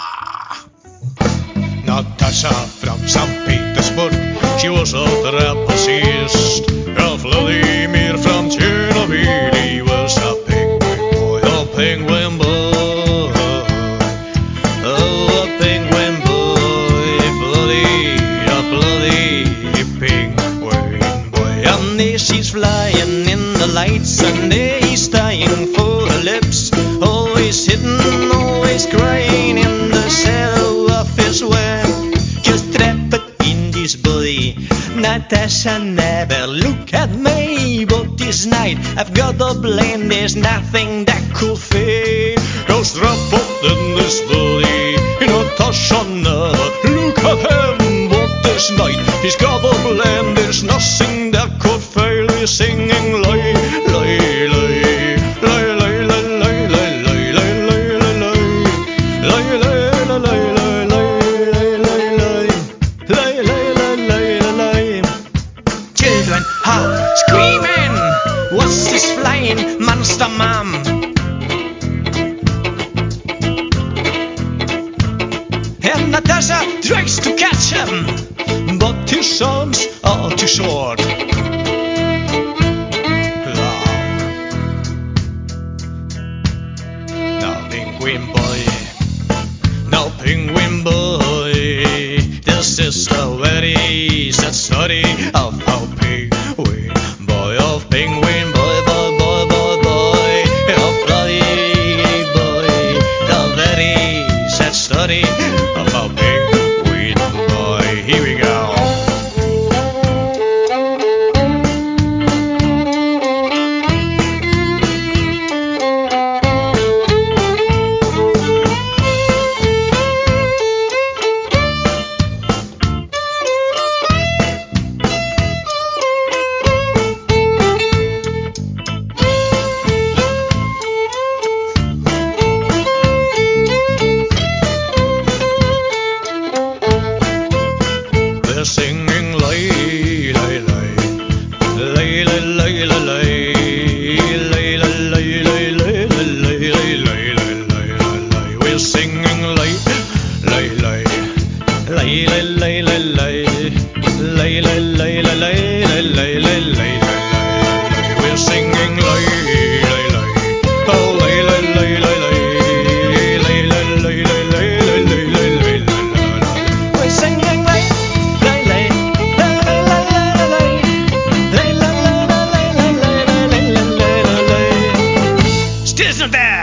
Natasha from Saint Petersburg, she was a trapezist. Ralph Vladimir from Chernobyl, he was a penguin boy, a penguin boy. Oh, a penguin boy, bloody, a bloody penguin boy. And there she's flying in the lights, and there he's dying for her lips, always hitting all Natasha never look at me, but this night I've got a blame, there's nothing that could fade. Cause wrapped up in this body, Natasha never look at him, but this night he's got a blame, there's nothing that could fail. He's singing lay, lay, lay, lay, lay, lay, lay, lay, lay, lay, lay, lay, lay, lay, lay, lay, children are screaming, what's this flying monster, mom? And Natasha tries to catch him, but his arms are too short. Now penguin boy, now penguin boy, this is the very sad story of how penguin boy, of penguin boy, boy, boy, boy, boy, of bloody boy, the very sad story of how penguin boy. Here we go. They're singing lay, lay, lay, lay, lay, lay, lay, lay, lay, lay, lay, lay, lay, lay, lay, lay, lay, lay. We're singing lay, lay, lay, lay, lay, lay, lay, lay, lay, lay, lay, lay, lay, lay, lay, lay. We're singing lay, lay, lay, oh lay, lay, lay, lay, lay, lay, lay, lay, lay, lay, lay, lay, lay, lay. We're singing lay. Isn't that